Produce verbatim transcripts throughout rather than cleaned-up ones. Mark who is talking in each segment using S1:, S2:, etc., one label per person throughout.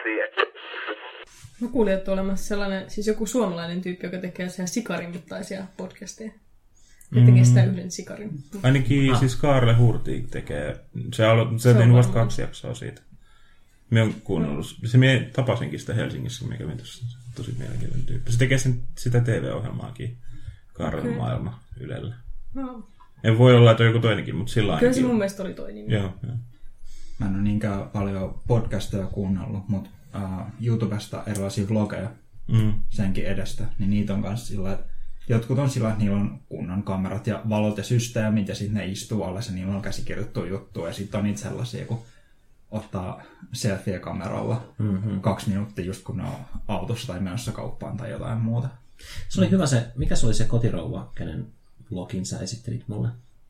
S1: Mä kuulin, että on olemassa sellainen, siis joku suomalainen tyyppi, joka tekee siellä sikarin mittaisia podcasteja. Ja tekee sitä yhden sikarin.
S2: Ainakin ah. siis Kaarle Hurtig tekee. Se, alo- se, se on vasta kaksi jaksoa siitä. Me on kuunnellut. Se mie tapasinkin sitä Helsingissä, kun me kävin tuossa. Tosi mielenkiintoinen tyyppi. Se tekee sen, sitä T V-ohjelmaakin. Kaarlen okay. maailma Ylellä. No. En voi olla, että on joku toinenkin, mutta sillä ainakin.
S1: Kyllä se mun mielestä oli toi nimi.
S2: Joo, joo.
S3: Mä en ole niinkään paljon podcasteja kuunnellut, mutta uh, YouTubesta erilaisia vlogeja mm. senkin edestä, niin niitä on kanssa sillä, että jotkut on sillä, että niillä on kunnon kamerat ja valot ja systeemit, ja sitten ne istuu alle, ja niillä on käsikirjoittu juttu, ja sitten on niitä sellaisia, kun ottaa selfie kameralla mm-hmm. kaksi minuuttia, just kun ne on autossa tai menossa kauppaan tai jotain muuta.
S4: Se oli hyvä se, mikä se oli se kotirouva, kenen vlogin sä esittelit mulle?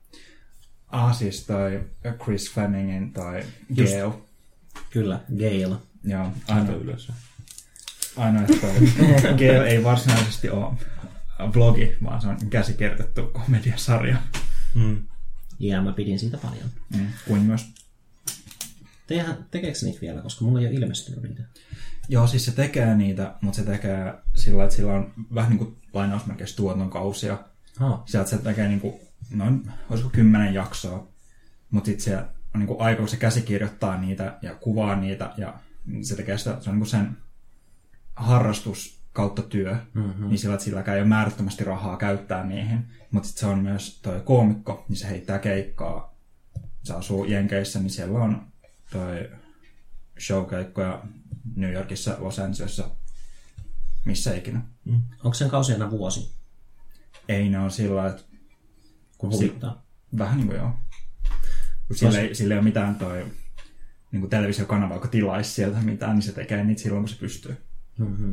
S3: Ah, siis toi Chris Flemingin tai Gail.
S4: Kyllä, Gail.
S3: Joo, aina ylös. Aina, että toi Gail ei varsinaisesti ole blogi, vaan se on käsikirjoitettu komediasarja.
S4: Mm. Ja mä pidin siitä paljon.
S3: Mm, kuin myös.
S4: Tehän, tekeekö niitä vielä, koska mulla ei ole ilmestynyt niitä?
S3: Joo, siis se tekee niitä, mutta se tekee sillä, että sillä on vähän niin kuin lainausmerkeissä tuotonkausia. Oh. Sieltä se tekee niin kuin, noin, olisiko kymmenen jaksoa, mutta sitten se on niin kuin aika, kun se käsikirjoittaa niitä ja kuvaa niitä, ja se tekee sitä, se on niin kuin sen harrastus kautta työ, mm-hmm. niin sillä, että silläkään ei ole määrättömästi rahaa käyttää niihin. Mutta sitten se on myös toi koomikko, niin se heittää keikkaa. Se asuu Jenkeissä, niin siellä on toi showkeikkoja New Yorkissa, Los Angelesissa, missä ikinä.
S4: Mm. Onko sen kausi aina vuosi?
S3: Ei, ne on sillä, että
S4: kun huvittaa.
S3: Vähän niin kuin joo. Sillä ei, sillä ei ole mitään toi niin kuin televisiokanava, joka tilaisi sieltä mitään, niin se tekee niitä silloin, kun se pystyy.
S4: Mm-hmm.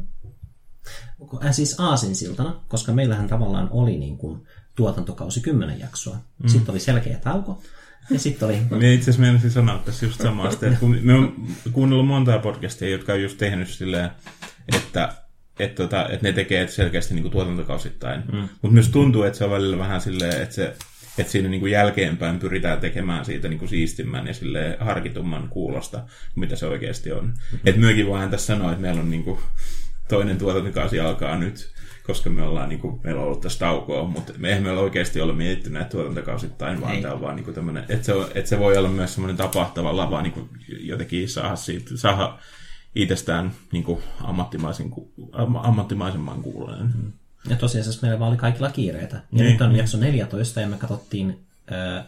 S4: Äh, siis aasinsiltana, koska meillähän tavallaan oli niin kuin tuotantokausi kymmenen jaksoa. Mm. Sitten oli selkeä tauko. Ja sitten oli...
S2: Me itse asiassa meinasin sanoa tässä just samasta, että kun me on kuunnellut montaa podcastia, jotka on just tehnyt silleen, että, että, että, että ne tekee selkeästi niin kuin tuotantokausittain. Mm. Mutta myös tuntuu, että se on välillä vähän silleen, että, se, että siinä niin kuin jälkeenpäin pyritään tekemään siitä niin kuin siistimmän ja silleen harkitumman kuulosta, mitä se oikeasti on. Mm-hmm. Että myökin vaan tässä sanoa, että meillä on niin kuin toinen tuotantokausi alkaa nyt, koska me ollaan, niin kuin, meillä on ollut tässä taukoa, mutta me eihän meillä oikeasti ole mietitty näitä tuotantokausittain, vaan tämä on vaan niin kuin tämmöinen, että se, on, että se voi olla myös semmoinen tapa tavallaan vaan niin kuin jotenkin saada, siitä, saada itsestään niin kuin ammattimaisen, ammattimaisemman kuulonen. Mm.
S4: Ja tosiaan meillä vaan oli kaikilla kiireitä. Ja niin, nyt on niin. jakso neljätoista ja me katsottiin... Ää...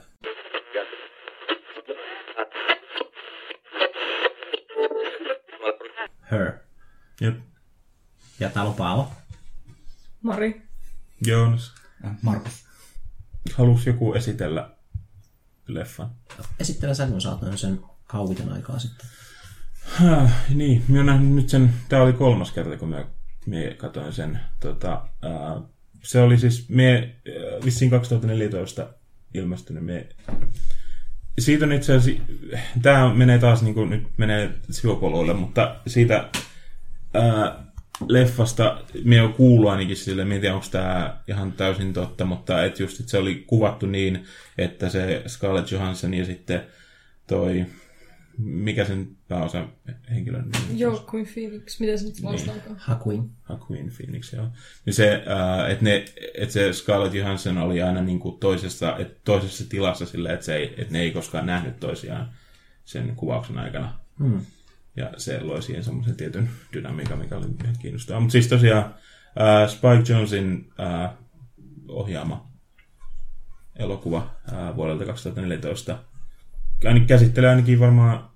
S4: Her.
S2: Jep.
S4: Ja täällä on Paavo.
S1: Mari.
S2: Joonas.
S3: Markus.
S2: Haluaisi joku esitellä leffan?
S4: Esittele sä, kun sä oot sen kauiten aikaa sitten.
S2: Häh, niin, minä olen nähnyt nyt sen, tämä oli kolmas kerta, kun minä, minä katsoin sen. Tota, ää, se oli siis, minä vissiin kaksituhattaneljätoista ilmestynyt. Minä, siitä on itse asiassa, tämä menee taas niin kuin, nyt menee sivupoluille, mutta siitä... Ää, leffasta me on kuullut ainakin sille, en tiedä onko tämä ihan täysin totta, mutta et just, että se oli kuvattu niin, että se Scarlett Johansson ja sitten toi, mikä sen pääosa henkilön nimi?
S1: Joaquin Phoenix, miten se nyt vastaakaan?
S4: Niin. Hakuin.
S2: Hakuin Phoenix, joo. Niin se, että et se Scarlett Johansson oli aina niinku toisessa, et toisessa tilassa sillä, että et ne ei koskaan nähnyt toisiaan sen kuvauksen aikana. Hmm. Ja se loi siihen semmoisen tietyn dynamiikan, mikä oli ihan kiinnostavaa. Mutta siis tosiaan äh, Spike Jonzein äh, ohjaama elokuva äh, vuodelta kaksituhattaneljätoista. Ainakin käsittelee ainakin varmaan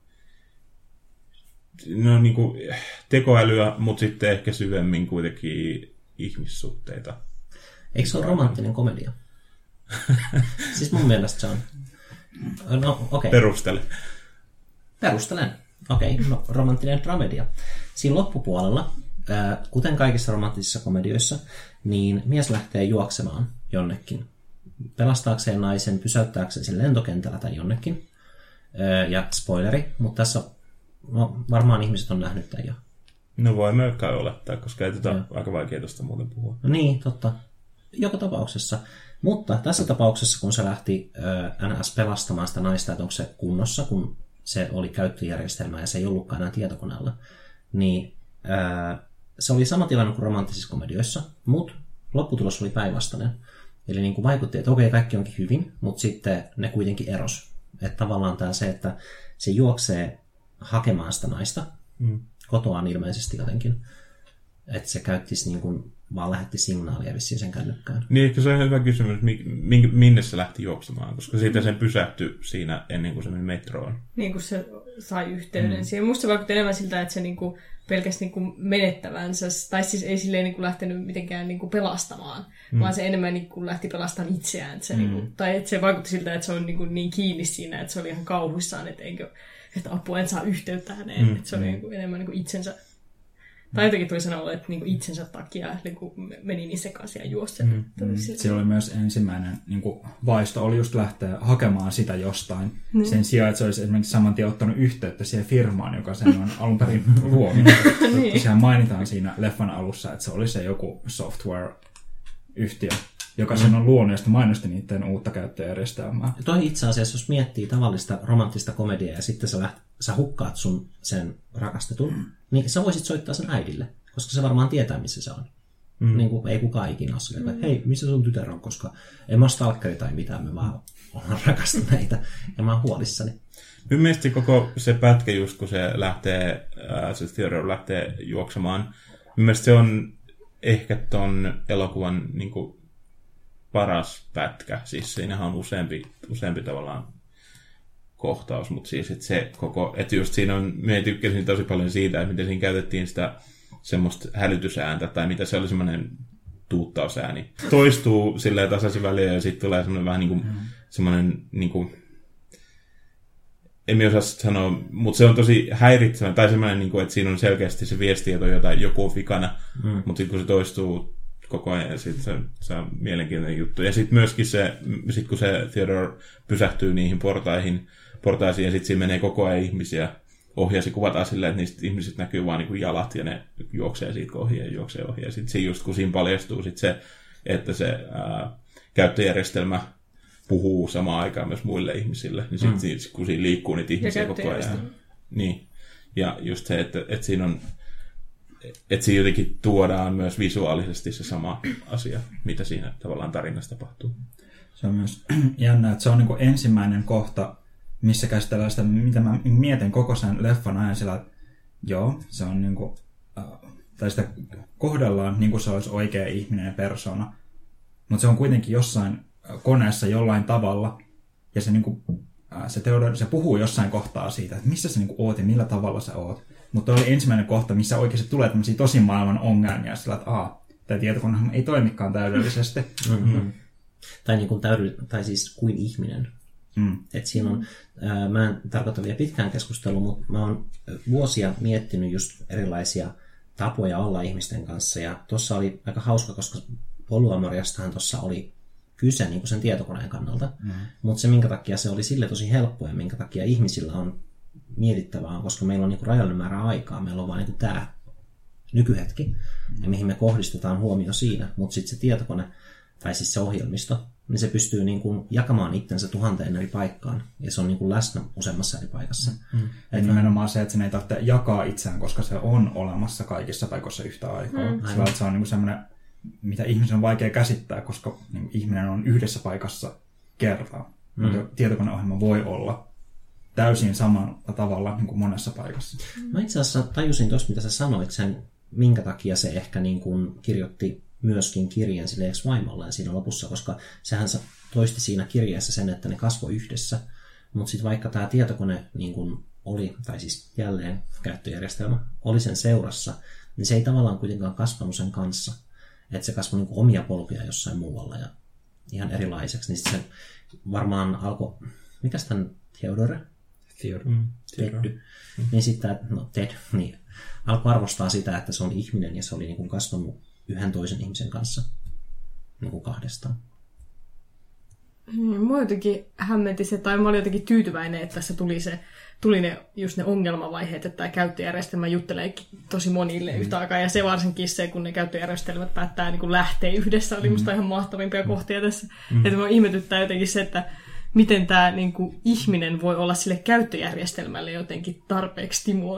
S2: no, niin kuin, tekoälyä, mutta sitten ehkä syvemmin kuitenkin ihmissuhteita.
S4: Eikö se ole romanttinen komedia? Siis mun mielestä se on. No, okay.
S2: Perustele.
S4: Perustelen. Okei, okay, no romanttinen dramedia. Siinä loppupuolella, ää, kuten kaikissa romanttisissa komedioissa, niin mies lähtee juoksemaan jonnekin. Pelastaakseen naisen, pysäyttääkseen sen lentokentällä tai jonnekin. Ää, ja spoileri, mutta tässä no, varmaan ihmiset on nähnyt tämän jo.
S2: No voimme kai olettaa, koska ei tätä aika vaikea tuosta muuten puhua.
S4: No niin, totta. Joka tapauksessa. Mutta tässä tapauksessa, kun se lähti ää, N S pelastamaan sitä naista, että onko se kunnossa, kun se oli käyttöjärjestelmä ja se ei ollutkaan enää tietokoneella, niin ää, se oli sama tilanne kuin romanttisissa komedioissa, mutta lopputulos oli päinvastainen. Eli niin kuin vaikutti, että okei, kaikki onkin hyvin, mutta sitten ne kuitenkin eros. Että tavallaan tämä se, että se juoksee hakemaan sitä naista, mm. kotoaan ilmeisesti jotenkin, että se käyttisi niin kuin, vaan lähetti signaalia vissiin sen kännykkään.
S2: Niin, ehkä se on hyvä kysymys, minne se lähti juoksemaan, koska siitä sen pysähtyi siinä ennen kuin se meni metroon.
S1: Niin kuin se sai yhteyden mm. siihen. Musta se vaikutti enemmän siltä, että se niinku pelkästään niinku menettävänsä, tai siis ei silleen niinku lähtenyt mitenkään niinku pelastamaan, mm. vaan se enemmän niinku lähti pelastamaan itseään. Että se mm. niinku, tai että se vaikutti siltä, että se on niinku niin kiinni siinä, että se oli ihan kauhuissaan, että, eikö, että apua en saa yhteyttä häneen. Mm. Että se oli niinku enemmän niinku itsensä. Tai jotenkin tuli sanoa, että niinku itsensä takia niinku meni niin sekaisin ja juosi.
S3: Mm, mm. Se oli myös ensimmäinen niinku, vaisto, oli just lähteä hakemaan sitä jostain. Mm. Sen sijaan, että se olisi esimerkiksi saman tien ottanut yhteyttä siihen firmaan, joka sen on alun perin luonut. niin. Sehän mainitaan siinä leffan alussa, että se oli se joku software-yhtiö, joka sen on luonut ja sitten mainosti niiden uutta käyttöjärjestelmää.
S4: Ja toi itse asiassa, jos miettii tavallista romanttista komediaa ja sitten sä, läht, sä hukkaat sun sen rakastetun, mm. niin sä voisit soittaa sen äidille, koska se varmaan tietää, missä se on. Mm. Niin kuin, ei kukaan ikinä ole silleen, että hei, missä sun tytär on, koska en mä ole stalkeri tai mitään, mä vaan olen rakastuneita ja mä oon huolissani.
S2: Minun mielestä koko se pätkä just, kun se lähtee, äh, se Theodore lähtee juoksemaan, minun mielestä se on ehkä ton elokuvan niin kuin paras pätkä. Siis siinähän on useampi, useampi tavallaan kohtaus, mutta siis että se koko, että just siinä on, minä tykkäsin tosi paljon siitä, että miten siinä käytettiin sitä semmoista hälytysääntä, tai mitä se oli semmoinen tuuttausääni. Toistuu silleen tasaisin väliin, ja sitten tulee semmoinen vähän niin kuin, mm. semmoinen, niin kuin, en minä osaa sanoa, mutta se on tosi häiritsevä, tai semmoinen, niin kuin, että siinä on selkeästi se viestitieto, jota joku on vikana, mm. mutta sitten kun se toistuu koko ajan, sitten se, se on mielenkiintoinen juttu. Ja sitten myöskin se, sit kun se Theodore pysähtyy niihin portaihin, portaisiin, ja sitten siinä menee koko ajan ihmisiä ohi, ja se kuvataan silleen, että niistä ihmiset näkyy vaan niin jalat, ja ne juoksee siitä ohi ja juoksee ohi. Ja sitten just kun siinä paljastuu sit se, että se ää, käyttöjärjestelmä puhuu samaan aikaan myös muille ihmisille, niin sitten mm. kun siinä liikkuu niitä ihmisiä koko ajan. Niin. Ja just se, että, että siinä on että siinä jotenkin tuodaan myös visuaalisesti se sama asia, mitä siinä tavallaan tarinassa tapahtuu.
S3: Se on myös jännä, että se on niin kuin ensimmäinen kohta, missä käsitellään sitä, mitä mä mietin koko sen leffan ajan sillä, että joo, se on niin kuin, äh, tai sitä kohdellaan niin kuin se olisi oikea ihminen ja persona, mutta se on kuitenkin jossain koneessa jollain tavalla, ja se, niin kuin, äh, se, Theodore, se puhuu jossain kohtaa siitä, että missä sä niin kuin oot ja millä tavalla sä oot. Mutta oli ensimmäinen kohta, missä oikeasti tulee tämmöisiä tosimaailman ongelmia, sillä että aah, tämä tietokone ei toimikaan täydellisesti.
S4: Mm-hmm. Tai, niin kuin täydell- tai siis kuin ihminen. Mm. Et siinä on, ää, mä en tarkoita vielä pitkään keskustelua, mutta mä oon vuosia miettinyt just erilaisia tapoja olla ihmisten kanssa. Ja tuossa oli aika hauska, koska polyamoriastahan tuossa oli kyse niin kuin sen tietokoneen kannalta. Mm. Mutta se, minkä takia se oli sille tosi helppo ja minkä takia ihmisillä on mietittävää, koska meillä on niin kuin rajallinen määrä aikaa. Meillä on vain niin tämä nykyhetki, mm. ja mihin me kohdistetaan huomio siinä. Mutta sitten se tietokone, tai siis se ohjelmisto, niin se pystyy niin kuin jakamaan itsensä tuhanteen eri paikkaan. Ja se on niin kuin läsnä useammassa eri paikassa. Mm.
S3: Että nimenomaan se, että sen ei tarvitse jakaa itseään, koska se on olemassa kaikissa paikoissa yhtä aikaa. Mm. Sillä, se on niin kuin semmoinen, mitä ihmisen on vaikea käsittää, koska niin kuin ihminen on yhdessä paikassa kertaa. Mm. Mutta tietokoneohjelma voi olla täysin samalla tavalla niin kuin monessa paikassa.
S4: Mä itse asiassa tajusin tuossa, mitä sä sanoit, sen, minkä takia se ehkä niin kuin kirjoitti myöskin kirjeen sille ex-vaimolleen siinä lopussa, koska sehän toisti siinä kirjeessä sen, että ne kasvoi yhdessä. Mutta sitten vaikka tämä tietokone niin kuin oli, tai siis jälleen käyttöjärjestelmä, oli sen seurassa, niin se ei tavallaan kuitenkaan kasvanut sen kanssa. Että se kasvoi niin kuin omia polkuja jossain muualla ja ihan erilaiseksi. Niin se varmaan alkoi, mikäs tämän Theodore?
S3: Theodore. Mm,
S4: Theodore. Mm. Niin sitten, no Ted, niin alkoi arvostaa sitä, että se on ihminen ja se oli niin kuin kasvanut yhden toisen ihmisen kanssa niin kuin kahdestaan.
S1: Mua jotenkin hämmenti se, tai mä olin jotenkin tyytyväinen, että tässä tuli, se, tuli ne, just ne ongelmavaiheet, että tämä käyttöjärjestelmä juttelee tosi monille mm. yhtä aikaa, ja se varsinkin se, kun ne käyttöjärjestelmät päättää niin kuin lähteä yhdessä, oli musta mm. ihan mahtavimpia kohtia tässä. Mm. Että mua ihmetyttää jotenkin se, että miten tämä niin kuin ihminen voi olla sille käyttöjärjestelmälle jotenkin tarpeeksi stimuloiva.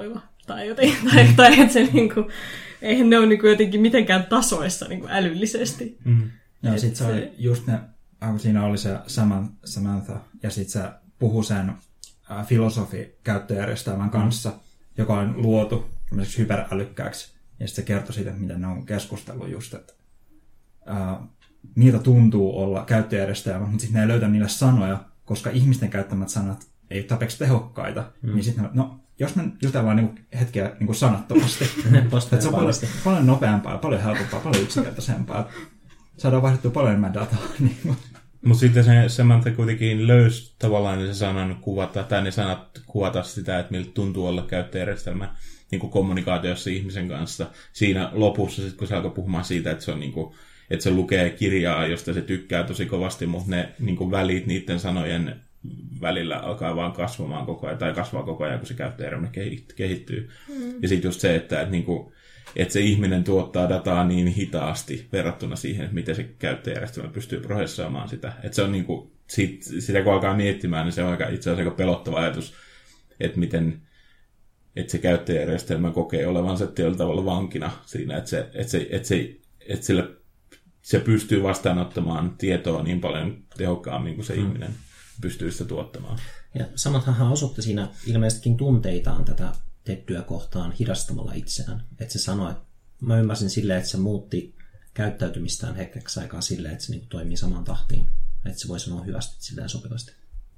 S1: tai jotenkin, tai, tai että se niinku, eihän ne ole niinku jotenkin mitenkään tasoissa niinku älyllisesti.
S3: Mm. Ja sitten se oli just ne, kun siinä oli se Samantha, ja sitten se puhui sen äh, filosofi-käyttöjärjestelmän kanssa, mm. joka on luotu hyperälykkääksi. Ja sitten se kertoi siitä, miten ne on keskustellut just, että äh, niitä tuntuu olla käyttöjärjestelmä, mutta sitten ne ei löytä niille sanoja, koska ihmisten käyttämät sanat ei ole tarpeeksi tehokkaita. Mm. Niin sitten no, jos me jutellaan niinku hetkeä niinku sanattomasti, että se on paljon, paljon nopeampaa, paljon helpompaa, paljon yksinkertaisempaa. Saadaan vaihdettua paljon enemmän dataa. Niin.
S2: Mutta sitten se Samantha kuitenkin löysi tavallaan niin se sanan kuvata, tai ne sanat kuvata sitä, että miltä tuntuu olla käyttöjärjestelmä niin kuin kommunikaatiossa ihmisen kanssa. Siinä lopussa, sit, kun se alkoi puhumaan siitä, että se, on, niin kuin, että se lukee kirjaa, josta se tykkää tosi kovasti, mutta ne niin kuin välit niiden sanojen välillä alkaa vaan kasvamaan koko ajan, tai kasvaa koko ajan, kun se käyttöjärjestelmä kehittyy. Mm. Ja sitten just se, että, että niin kuin, että se ihminen tuottaa dataa niin hitaasti verrattuna siihen, että miten se käyttöjärjestelmä pystyy prosessoimaan sitä. Että se on niin kuin, sit, sitä kun alkaa miettimään, niin se on aika, itse asiassa aika pelottava ajatus, että miten että se käyttöjärjestelmä kokee olevansa tietyllä tavalla vankina siinä, että, se, että, se, että, se, että sillä, se pystyy vastaanottamaan tietoa niin paljon tehokkaammin kuin se hmm. ihminen pystyy sitä tuottamaan.
S4: Ja Samanthahan osoitti siinä ilmeisestikin tunteitaan tätä Teddyä kohtaan hidastamalla itseään. Että se sanoi, että mä ymmärsin silleen, että se muutti käyttäytymistään hetkeksi aikaa silleen, että se niin toimii samaan tahtiin. Että se voi sanoa hyvästi silleen sopivasti.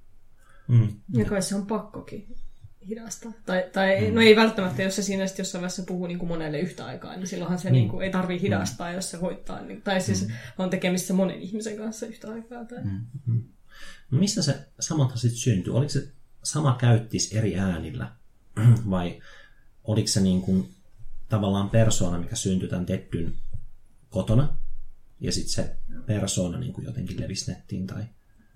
S1: Mm. Ja kai se on pakkokin hidastaa. Tai, tai mm. no ei välttämättä, jos se siinä sitten jossain vaiheessa puhuu niin kuin monelle yhtä aikaa, niin silloinhan se mm. niin kuin ei tarvitse hidastaa, mm. jos se hoitaa. Niin, tai siis mm. on tekemistä monen ihmisen kanssa yhtä aikaa. Tai...
S4: Mm. Missä se Samantha sitten syntyi? Oliko se sama käyttis eri äänillä? Vai oliko se niin kuin tavallaan persoona, mikä syntyi tämän Teddyn kotona, ja sitten se persoona niin kuin jotenkin levisi nettiin? Tai...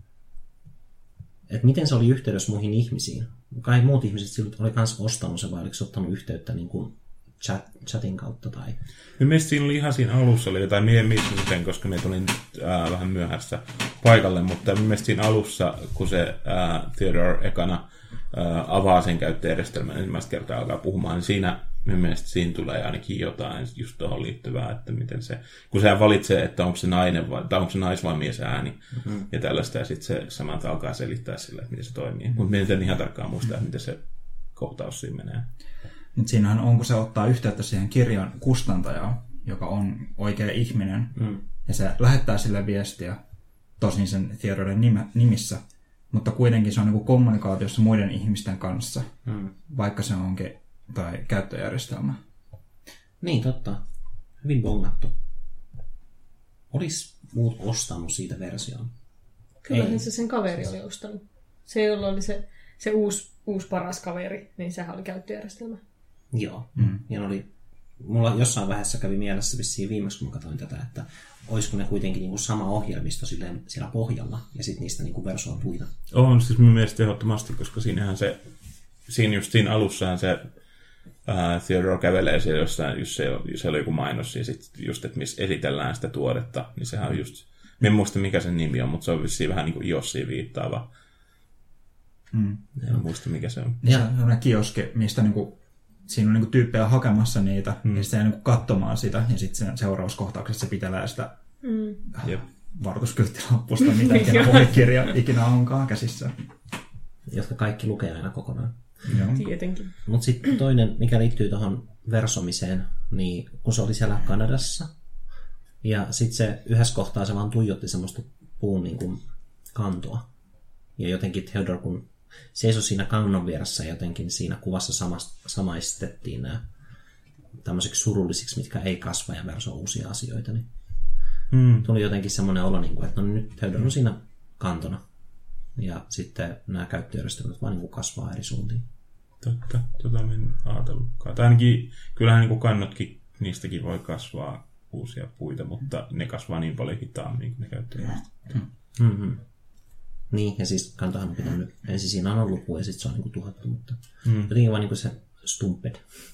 S4: Et miten se oli yhteydessä muihin ihmisiin? Kai muut ihmiset oli myös ostanut se, vai oliko se ottanut yhteyttä niin kuin chat, chatin kautta? Tai...
S2: Mielestäni siinä oli ihan siinä alussa oli jotain, minä mietin sen, koska minä tulin ää, vähän myöhässä paikalle, mutta mielestäni siinä alussa, kun se ää, Theodore ekana ää, avaa sen käyttöjärjestelmän ensimmäistä kertaa alkaa puhumaan, niin siinä mielestäni siinä tulee ainakin jotain just tuohon liittyvää, että miten se, kun se valitsee, että onko se nainen vai, tai onko se nais- vai mies ääni mm-hmm. ja tällaista, ja sitten se Samantha alkaa selittää sillä, että miten se toimii. Mm-hmm. Mutta minä en ihan tarkkaan muista, että miten se kohtaus siinä menee.
S3: Mutta siinähän on, kun se ottaa yhteyttä siihen kirjan kustantajaan, joka on oikea ihminen, mm. ja se lähettää sille viestiä, tosin sen Theodoren nimissä, mutta kuitenkin se on niin kuin kommunikaatiossa muiden ihmisten kanssa, mm. vaikka se onkin tai käyttöjärjestelmä.
S4: Niin, totta. Hyvin bongattu. Olis muut ostanut siitä versioon?
S1: Kyllähän se sen kaveri oli ostanut. Se, jolla oli se, se uusi, uusi paras kaveri, niin sehän oli käyttöjärjestelmä.
S4: Joo. Mm. Ja oli, mulla jossain vaiheessa kävi mielessä vissiin viimeksi, kun mä katsoin tätä, että olisiko ne kuitenkin niinku sama ohjelmisto silleen siellä pohjalla, ja sitten niistä niinku versoon puita.
S2: On siis mun mielestä ehdottomasti, koska siinähän se, siinä just siinä alussahan se Uh, Theodore kävelee siellä jossain, jos siellä, jos siellä on joku mainos, ja sitten just, että missä esitellään sitä tuotetta, niin sehän on just, en muista mikä sen nimi on, mutta se on vissiin vähän niin kuin Jossiin viittaava. Mm. En muista mikä se on.
S3: Ja se on sellainen kioski, mistä niinku, siinä on niinku tyyppejä hakemassa niitä, mm. ja sitten niinku katsomaan sitä, ja sitten seurauskohtauksessa se pitelee sitä mm. varoituskylttilappusta, mitä ikinä ohjekirja ikinä onkaan käsissä.
S4: Jotka kaikki lukee aina kokonaan.
S1: Joo. Tietenkin.
S4: Mutta sitten toinen, mikä liittyy tuohon versomiseen, niin kun se oli siellä Kanadassa, ja sitten se yhdessä kohtaa se vaan tuijotti semmoista puun niin kuin kantoa. Ja jotenkin Theodore, kun seisoi siinä kannon vieressä, jotenkin siinä kuvassa samast, samaistettiin nämä tämmöiseksi surullisiksi, mitkä ei kasva ja versoo uusia asioita. Niin mm. tuli jotenkin semmoinen olo, että no nyt Theodore on siinä kantona. Ja sitten nämä käyttöjärjestelmät vaan niin kasvaa eri suuntiin.
S2: Totta, tota en ajatellutkaan. Tai ainakin, kyllähän niin kuin kannotkin, niistäkin voi kasvaa uusia puita, mutta ne kasvaa niin paljon hitaammin kuin ne käyttöjärjestelmät.
S4: Mm-hmm. Niin, ja siis kantahan on pitänyt, ensin siinä on ollut puu ja sitten se on niin kuin tuhattu, mutta mm. jotenkin vaan niin kuin se stumped.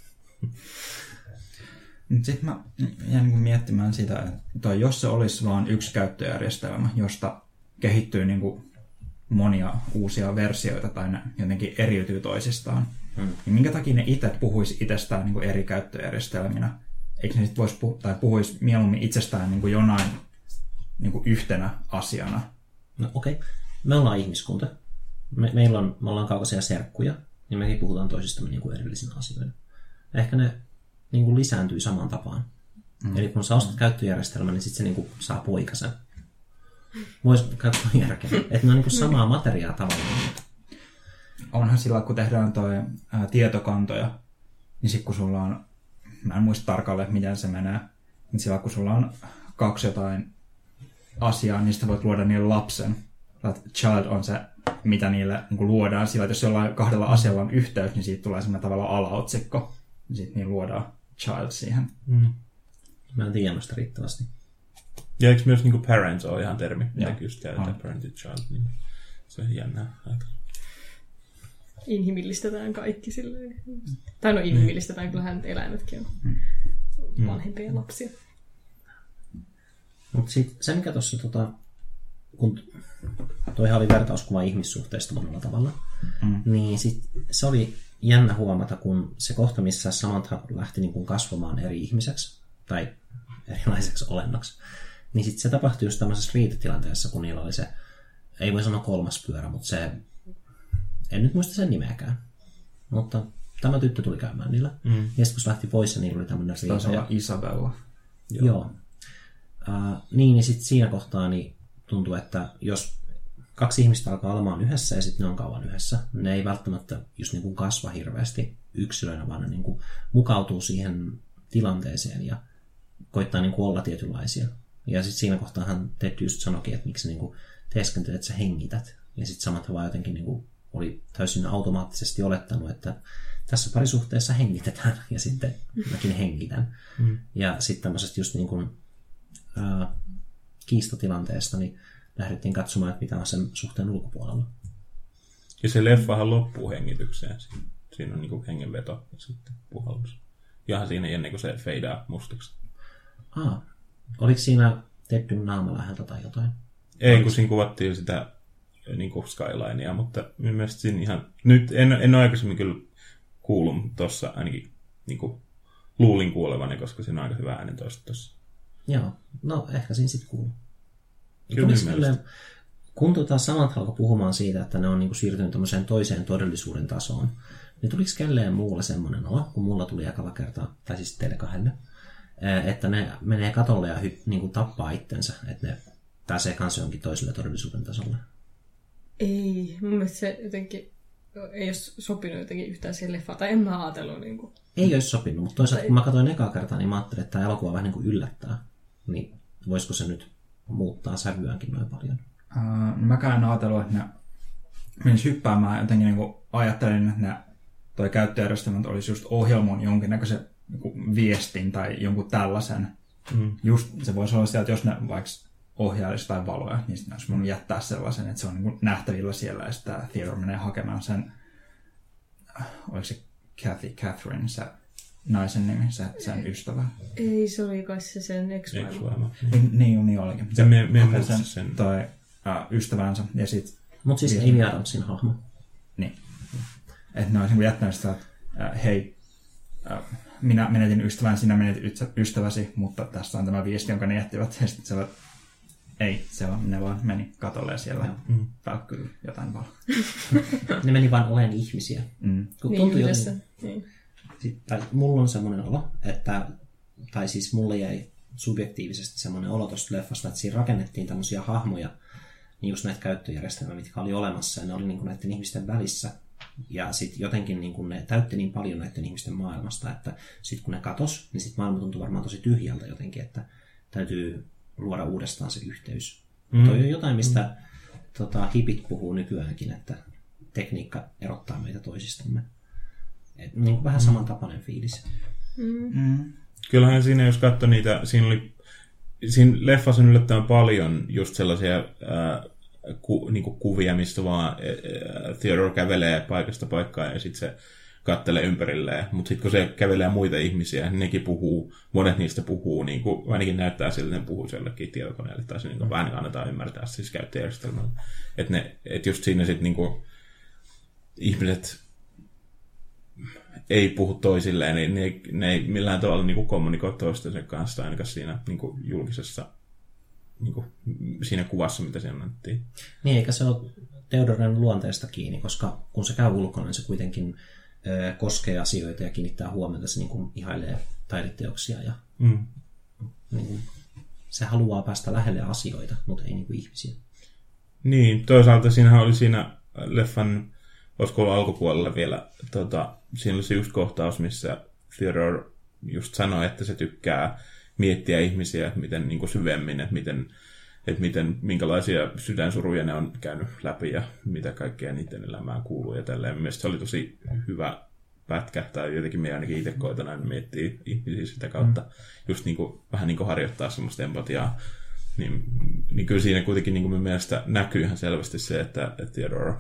S3: Sitten mä jään niin miettimään sitä, että jos se olisi vain yksi käyttöjärjestelmä, josta kehittyy niin kuin monia uusia versioita tai ne jotenkin eriytyy toisistaan, Hmm. Niin minkä takia ne itse puhuisi itsestään niin kuin eri käyttöjärjestelminä? Eikö ne sitten voisi puhua, tai puhuisi mieluummin itsestään niin kuin jonain niin kuin yhtenä asiana?
S4: No okei. Okay. Me ollaan ihmiskunta. Me, meillä on, me ollaan kaukaisia serkkuja, niin mekin puhutaan toisistamme niin kuin erillisinä asioina. Ehkä ne niin kuin lisääntyy samaan tapaan. Mm. Eli kun sä ostat mm. käyttöjärjestelmän, niin sitten se niin kuin saa poikasen. Voisi katsoa järkeä. Että ne on niin kuin samaa materiaa tavallaan.
S3: Onhan sillä, kun tehdään toi ää, tietokantoja, niin sitten kun sulla on, mä en muista tarkalleen, miten se menee, niin sillä kun sulla on kaksi jotain asiaa, niin sitten voit luoda niille lapsen. Child on se, mitä niille niin luodaan. Sillä, että jos jollain kahdella asialla on yhteys, niin siitä tulee semmoinen tavalla alaotsikko. Ja sitten niin luodaan child siihen.
S4: Mm. Mä en tiedä noista riittävästi.
S2: Ja eikö myös niin parents ole ihan termi, mitä just käytetään, parented child, niin se on jännää.
S1: Inhimillistetään kaikki silleen. Tai no inhimillistetään, kyllähän eläimetkin on mm. vanhempia lapsia.
S4: Mutta sitten se, mikä tuossa, tota, kun toihan oli vertauskuva ihmissuhteista monella tavalla, mm. niin sit se oli jännä huomata, kun se kohta, missä Samantha lähti niin kuin kasvamaan eri ihmiseksi, tai erilaiseksi olennoksi, niin sitten se tapahtui just tämmöisessä riitatilanteessa, kun niillä oli se, ei voi sanoa kolmas pyörä, mutta se, en nyt muista sen nimeäkään, mutta tämä tyttö tuli käymään niillä. Mm. Ja sitten kun se lähti pois, ja niillä oli tämmöinen riita.
S3: Taisi olla Isabella.
S4: Joo. Joo. Uh, niin, niin sitten siinä kohtaa niin tuntuu, että jos kaksi ihmistä alkaa olemaan yhdessä ja sitten ne on kauan yhdessä, ne ei välttämättä just niin kuin kasva hirveästi yksilöinä, vaan ne niin kuin mukautuu siihen tilanteeseen ja koittaa niin kuin olla tietynlaisia. Ja sitten siinä kohtaa hän Ted just sanoikin, että miksi niin kuin teeskentelet, että sä hengität. Ja sitten Samantha vaan jotenkin niin kuin oli täysin automaattisesti olettanut, että tässä parisuhteessa hengitetään ja sitten mäkin hengitän. Mm. Ja sitten tämmöisestä just niin kuin Äh, kiistatilanteesta, niin lähdettiin katsomaan, että mitä on sen suhteen ulkopuolella.
S2: Ja se leffahan loppuu hengitykseen. Siinä on niinku hengenveto ja sitten puhallus. Jahan siinä ennen kuin se feidaa mustaksi.
S4: Ah, oliko siinä Teddyn naama läheltä tai jotain?
S2: Ei, kun siinä kuvattiin sitä niin kuin Skylinea, mutta mielestäni siinä ihan... Nyt en, en ole aikaisemmin kyllä kuullut, mutta tuossa ainakin niin kuin luulin kuulevani, koska siinä on aika hyvä äänentoisto tuossa.
S4: Joo, no ehkä siinä sitten kuuluu. Kun tuota Samantha alkoi puhumaan siitä, että ne on niinku siirtynyt tämmöiseen toiseen todellisuuden tasoon, niin tuliko kelleen muulle semmoinen olo, kun mulla tuli ekalla kertaa, tai siis teille kahdelle, että ne menee katolle ja hy, niinku tappaa itsensä, että ne pääsee kanssa jonkin toiselle todellisuuden tasolle?
S1: Ei, mun mielestä se jotenkin ei ole sopinut jotenkin yhtään siihen leffaan, tai en mä ajatellut. Niin kuin...
S4: Ei olisi sopinut, mutta toisaalta kun mä katsoin ekaa kertaa, niin mä ajattelin, että tämä elokuva vähän niin kuin yllättää. Niin voisiko se nyt muuttaa sävyäänkin noin paljon?
S3: Uh, no mäkään en ajatellut, että ne menis hyppäämään. Jotenkin niin kuin ajattelin, että ne, toi käyttöjärjestelmät olisi just ohjelmoin jonkinnäköisen niin viestin tai jonkun tällaisen. Mm. Just se voisi olla sieltä, että jos ne vaikka ohjailisi tai valoja, niin sitten olisi voinut jättää sellaisen, että se on niin kuin nähtävillä siellä ja sitten Theodore menee hakemaan sen, oliko se Kathy, Catherine, se naisen nimi, se, sen ystävä.
S1: Ei, se oli kai se sen ex-vaimo.
S3: Niin, niin, niin olikin.
S2: Se me, me en sen, sen.
S3: Toi äh, ystävänsä ja sit...
S4: Mutta siis Amy Adamsin hahmo.
S3: Niin. Että ne olisi niin jättänyt sitä, että äh, hei, äh, minä menetin ystävän, sinä menetit ystäväsi, mutta tässä on tämä viesti, jonka ne jättivät. Ja sitten se on, ei, se on, ne vaan meni katolle siellä mm. välkkyy jotain valoa.
S4: Ne meni vaan olemaan ihmisiä.
S3: Mm.
S1: Niin, yhdessä. Niin.
S4: Sitten, mulla on semmoinen olo, että, tai siis mulle jäi subjektiivisesti semmoinen olo tuosta leffasta, että siinä rakennettiin tämmöisiä hahmoja, niin just näitä käyttöjärjestelmiä, mitkä oli olemassa, ja ne oli niin kuin näiden ihmisten välissä. Ja sitten jotenkin niin kun ne täytti niin paljon näiden ihmisten maailmasta, että sitten kun ne katos, niin sitten maailma tuntui varmaan tosi tyhjältä jotenkin, että täytyy luoda uudestaan se yhteys. Mm. Toi on jotain, mistä mm. tota, hipit puhuu nykyäänkin, että tekniikka erottaa meitä toisistamme. Et, niin kuin vähän mm. samantapainen fiilis.
S1: Mm.
S2: Mm. Kyllähän siinä, jos katsoi niitä, siinä oli siinä leffassa on yllättävän paljon just sellaisia ää, ku, niinku kuvia, mistä vaan ää, Theodore kävelee paikasta paikkaan ja sitten se kattelee ympärilleen. Mutta sitten kun se kävelee muita ihmisiä, niin nekin puhuu, monet niistä puhuu, niin kuin, ainakin näyttää siltä, että ne puhuu jollekin tietokoneelle, tai se niin vähän annetaan ymmärtää siis käyttäjärjestelmällä. Että et just siinä sitten niin ihmiset ei puhu toisilleen, niin ne ei, ne ei millään tavalla niin kuin kommunikoi toistensa kanssa, ainakaan siinä niin kuin julkisessa niin kuin, siinä kuvassa, mitä siinä annettiin.
S4: Niin, eikä se ole Theodoren luonteesta kiinni, koska kun se käy ulkona, niin se kuitenkin ö, koskee asioita ja kiinnittää huomiota, se niin kuin ihailee taideteoksia ja mm. niin kuin, se haluaa päästä lähelle asioita, mutta ei niin kuin ihmisiä.
S2: Niin, toisaalta siinähän oli siinä leffan, olisiko ollut alkupuolella vielä, tota, siinä oli se just kohtaus, missä Theodore just sanoi, että se tykkää miettiä ihmisiä, että miten niin kuin syvemmin, että, miten, että miten, minkälaisia sydänsuruja ne on käynyt läpi ja mitä kaikkea niiden elämään kuuluu ja tälleen. Mielestäni se oli tosi hyvä pätkä, tai jotenkin minä ainakin itse koitan aina miettiä ihmisiä sitä kautta, mm. just niin kuin, vähän niin kuin harjoittaa semmoista empatiaa. Niin, niin kyllä siinä kuitenkin niin kuin minun mielestä näkyy ihan selvästi se, että, että Theodore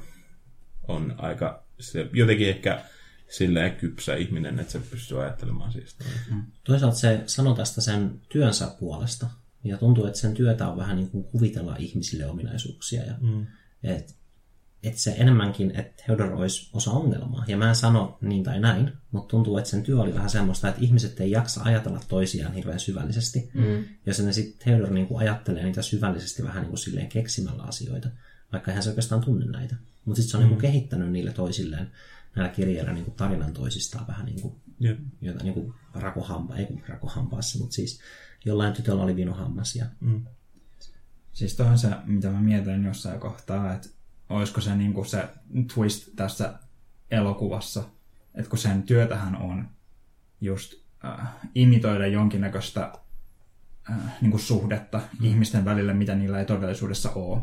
S2: on aika, se jotenkin ehkä silleen kypsä ihminen, että se pystyy ajattelemaan siitä.
S4: Mm. Toisaalta se sanoo tästä sen työnsä puolesta, ja tuntuu, että sen työtä on vähän niin kuin kuvitella ihmisille ominaisuuksia, ja mm. että et se enemmänkin, että Theodore olisi osa ongelmaa. Ja mä en sano niin tai näin, mutta tuntuu, että sen työ oli vähän semmoista, että ihmiset ei jaksa ajatella toisiaan hirveän syvällisesti. Mm. Ja se sitten Theodore niin kuin ajattelee niitä syvällisesti vähän niin kuin silleen keksimällä asioita, vaikka eihän se oikeastaan tunne näitä. Mutta sitten se on mm. niin kuin kehittänyt niille toisilleen näillä kirjeillä niin kuin tarinan toisistaan vähän niin kuin, yep. jota, niin kuin rakohampa, ei kuin rakohampaassa, mutta siis jollain tytöllä oli vinohammas. Ja... Mm.
S3: Siis toihan se, mitä mä mietin jossain kohtaa, että olisiko se, niin kuin se twist tässä elokuvassa, että kun sen työtähän on just äh, imitoida jonkinnäköistä äh, niin kuin suhdetta mm. ihmisten välillä, mitä niillä ei todellisuudessa ole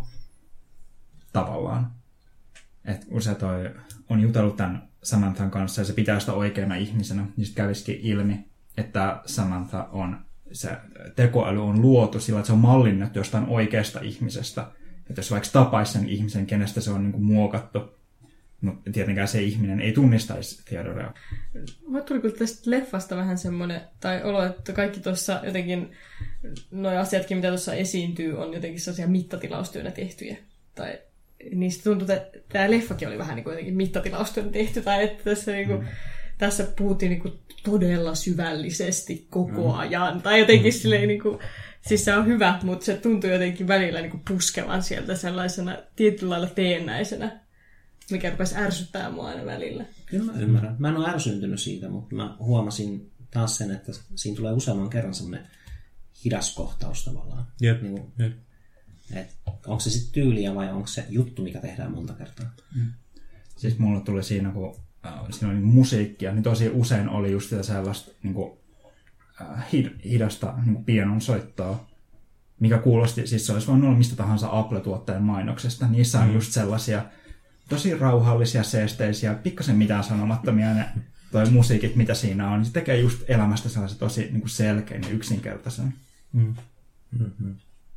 S3: tavallaan. Että kun se toi on jutellut tämän Samanthan kanssa ja se pitää sitä oikeana ihmisenä, niin sitten kävisikin ilmi, että Samantha on, se tekoäly on luotu sillä, että se on mallinnettu jostain oikeasta ihmisestä. Että jos vaikka tapaisi sen ihmisen, kenestä se on niin kuin muokattu, no tietenkään se ihminen ei tunnistaisi Theodorea.
S1: Mä tuli kyllä tästä leffasta vähän semmoinen, tai olo, että kaikki tuossa jotenkin, nuo asiatkin, mitä tuossa esiintyy, on jotenkin sellaisia mittatilaustyönä tehtyjä. Tai niistä tuntuu, että tämä leffakin oli vähän niin kuin jotenkin mittatilaustyönä tehty, tai että tässä, niin kuin, mm. tässä puhuttiin niin kuin todella syvällisesti koko ajan, mm. tai jotenkin mm. silleen niin kuin, siis se on hyvä, mutta se tuntuu jotenkin välillä niin kuin puskevan sieltä sellaisena tietyllä lailla teennäisenä, mikä rupesi ärsyttää mua aina välillä.
S4: Kyllä mä ymmärrän. Mä en ole ärsyntynyt siitä, mutta mä huomasin taas sen, että siinä tulee useamman kerran semmoinen hidas kohtaus tavallaan.
S2: Jep.
S4: Niin kuin,
S2: Jep.
S4: Et onko se sitten tyyliä vai onko se juttu, mikä tehdään monta kertaa?
S3: Mm. Siis mulla tuli siinä, kun äh, siinä oli musiikkia, niin tosi usein oli just sitä sellaista niin kuin, äh, hidasta niin pianon soittoa, mikä kuulosti, siis se olisi voinut olla mistä tahansa Apple-tuotteen mainoksesta. Niissä on mm. just sellaisia tosi rauhallisia, seesteisiä, pikkasen mitään sanomattomia ne toi musiikit, mitä siinä on. Se tekee just elämästä sellaisen tosi niin kuin selkeän ja yksinkertaisen.
S4: Mm. Mm-hmm.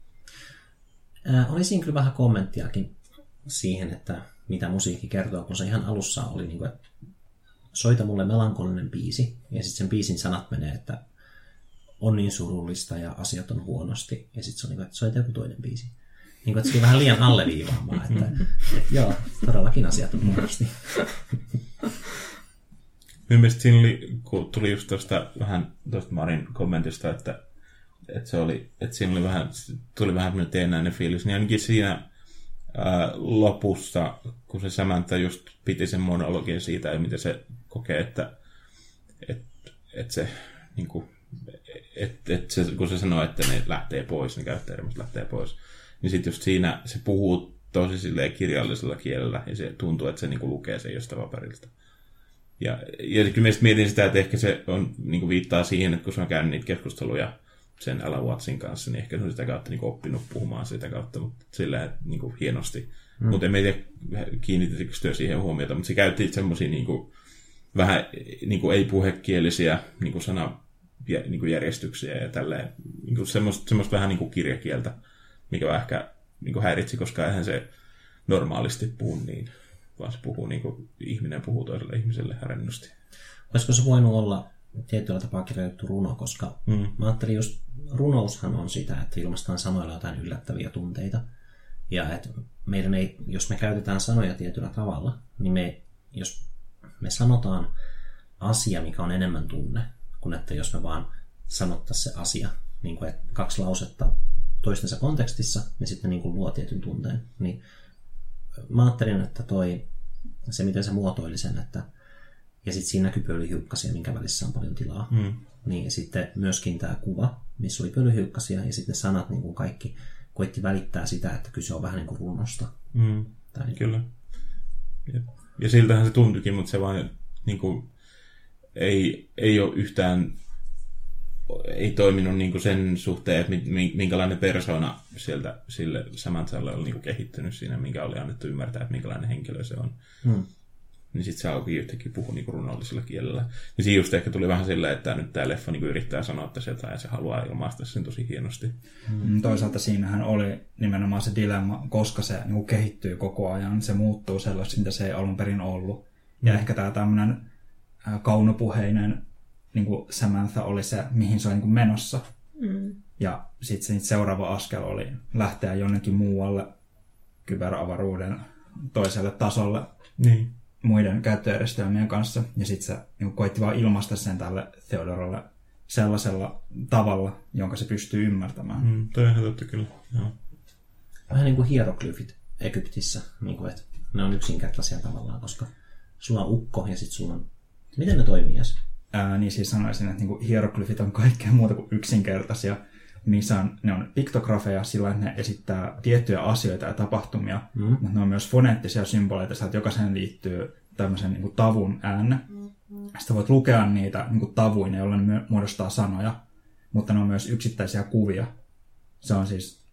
S4: Äh, oli siinä kyllä vähän kommenttiakin siihen, että mitä musiikki kertoo, kun se ihan alussa oli, niin kuin, että soita mulle melankolinen biisi, ja sitten sen biisin sanat menee, että on niin surullista ja asiat on huonosti, ja sitten se on niin kuin, että soita joku toinen biisi. Niin kuin, että se oli vähän liian alleviivaamaan, että, että joo, todellakin asiat on huonosti.
S2: Mielestäni siinä oli, kun tuli just tuosta vähän tuosta Marin kommentista, että että se oli, että siinä oli vähän, tuli vähän teennäinen fiilis, niin ainakin siinä ää, lopussa, kun se Samantha just piti sen monologin siitä, ja miten se kokee, että et, et se, niin kuin, et, et se, kun se sanoo, että ne lähtee pois, ne käyttäjärjestelmät lähtee pois, niin sitten just siinä se puhuu tosi silleen kirjallisella kielellä, ja se tuntuu, että se niin kuin lukee sen jostain paperilta. Ja, ja kyllä mietin sitä, että ehkä se on, niin kuin viittaa siihen, että kun se on käynyt niitä keskusteluja sen Alan Wattsin kanssa, niin ehkä se on sitä kautta niin oppinut puhumaan sitä kautta, mutta silleen niin kuin hienosti. Mm. Mutta en tiedä, kiinnitettekö työ siihen huomiota, mutta se käytti semmoisia niin kuin, vähän niin kuin ei-puhekielisiä niin kuin sanajärjestyksiä ja tälleen, niin kuin semmoista, semmoista vähän niin kuin kirjakieltä, mikä ehkä niin kuin häiritsi, koska eihän se normaalisti puhu niin, vaan se puhuu niin kuin ihminen puhuu toiselle ihmiselle rennosti.
S4: Olisiko se voinut olla tietyllä tapaa kirjoitettu runo, koska mm. mä ajattelin just, runoushan on sitä, että ilmaistaan sanoilla jotain yllättäviä tunteita. Ja että meidän ei, jos me käytetään sanoja tietyllä tavalla, niin me, jos me sanotaan asia, mikä on enemmän tunne, kuin että jos me vaan sanottaisiin se asia, niin kuin, että kaksi lausetta toistensa kontekstissa, niin sitten niin kuin luo tietyn tunteen. Niin mä ajattelin, että toi, se miten se muotoili sen, että ja sitten siinä näkyy pölyhiukkasia, minkä välissä on paljon tilaa. Mm. Niin sitten myöskin tämä kuva, missä oli pölyhiukkasia, ja sitten ne sanat niin kuin kaikki koitti välittää sitä, että kyse on vähän niin kuin runosta.
S2: Mm.
S4: Niin
S2: Kyllä. Ja, ja siltähän se tuntuikin, mutta se vaan niin kuin, ei, ei ole yhtään ei toiminut niin kuin sen suhteen, että minkälainen persona sieltä sille Samanthalle oli niin kuin kehittynyt siinä, minkä oli annettu ymmärtää, että minkälainen henkilö se on. Hmm. Niin sitten se alkoi yhtäkkiä puhua niin kuin runollisella kielellä. Ja siinä just ehkä tuli vähän silleen, että nyt tämä leffa niin kuin yrittää sanoa tässä jotain ja se haluaa ilmaista sen tosi hienosti.
S3: Hmm. Toisaalta siinähän oli nimenomaan se dilemma, koska se niin kuin kehittyy koko ajan, se muuttuu sellaista, mitä se ei alun perin ollut. Ja hmm. ehkä tämä tämmöinen kaunopuheinen niin kuin Samantha oli se, mihin se oli niin kuin menossa. Mm. Ja sitten se seuraava askel oli lähteä jonnekin muualle kyberavaruuden toiselle tasolle niin. muiden käyttöjärjestelmien kanssa. Ja sitten se niin kuin koitti vaan ilmaista sen tälle Theodoralle sellaisella tavalla, jonka se pystyy ymmärtämään.
S2: Mm, toi on ihan totta kyllä. Joo.
S4: Vähän niin kuin hieroglyfit Egyptissä. Niin kuin, että ne on yksinkertaisia tavallaan, koska sulla on ukko ja sitten sulla on... Miten ne toimii edes?
S3: Ää, niin siis sanoisin, että niinku hieroglyfit on kaikkea muuta kuin yksinkertaisia. Niissä on, ne on piktografeja sillä, että ne esittää tiettyjä asioita ja tapahtumia, mm. mutta ne on myös foneettisia symboleita, että jokaisen liittyy tämmöisen niinku tavun ääne. Sitten voit lukea niitä niinku tavuina, jolloin ne muodostaa sanoja, mutta ne on myös yksittäisiä kuvia. Se on siis...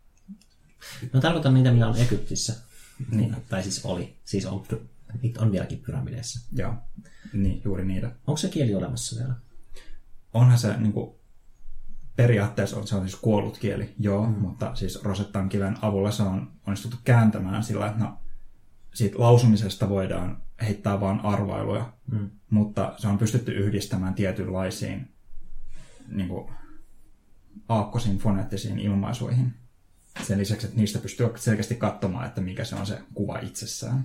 S4: No tarkoitan niitä, mitä on Egyptissä. Niin. Tai siis oli. Siis on, niitä on vieläkin pyramideissa.
S3: Joo. Niin, juuri niitä.
S4: Onko se kieli olemassa vielä?
S3: Onhan se niin kuin, periaatteessa on, se on siis kuollut kieli, joo, mm. mutta siis Rosettan kiven avulla se on onnistuttu kääntämään sillä, että no, siitä lausumisesta voidaan heittää vain arvailuja, mm. mutta se on pystytty yhdistämään tietynlaisiin niin kuin, aakkosiin foneettisiin ilmaisuihin. Sen lisäksi, että niistä pystyy selkeästi katsomaan, että mikä se on se kuva itsessään.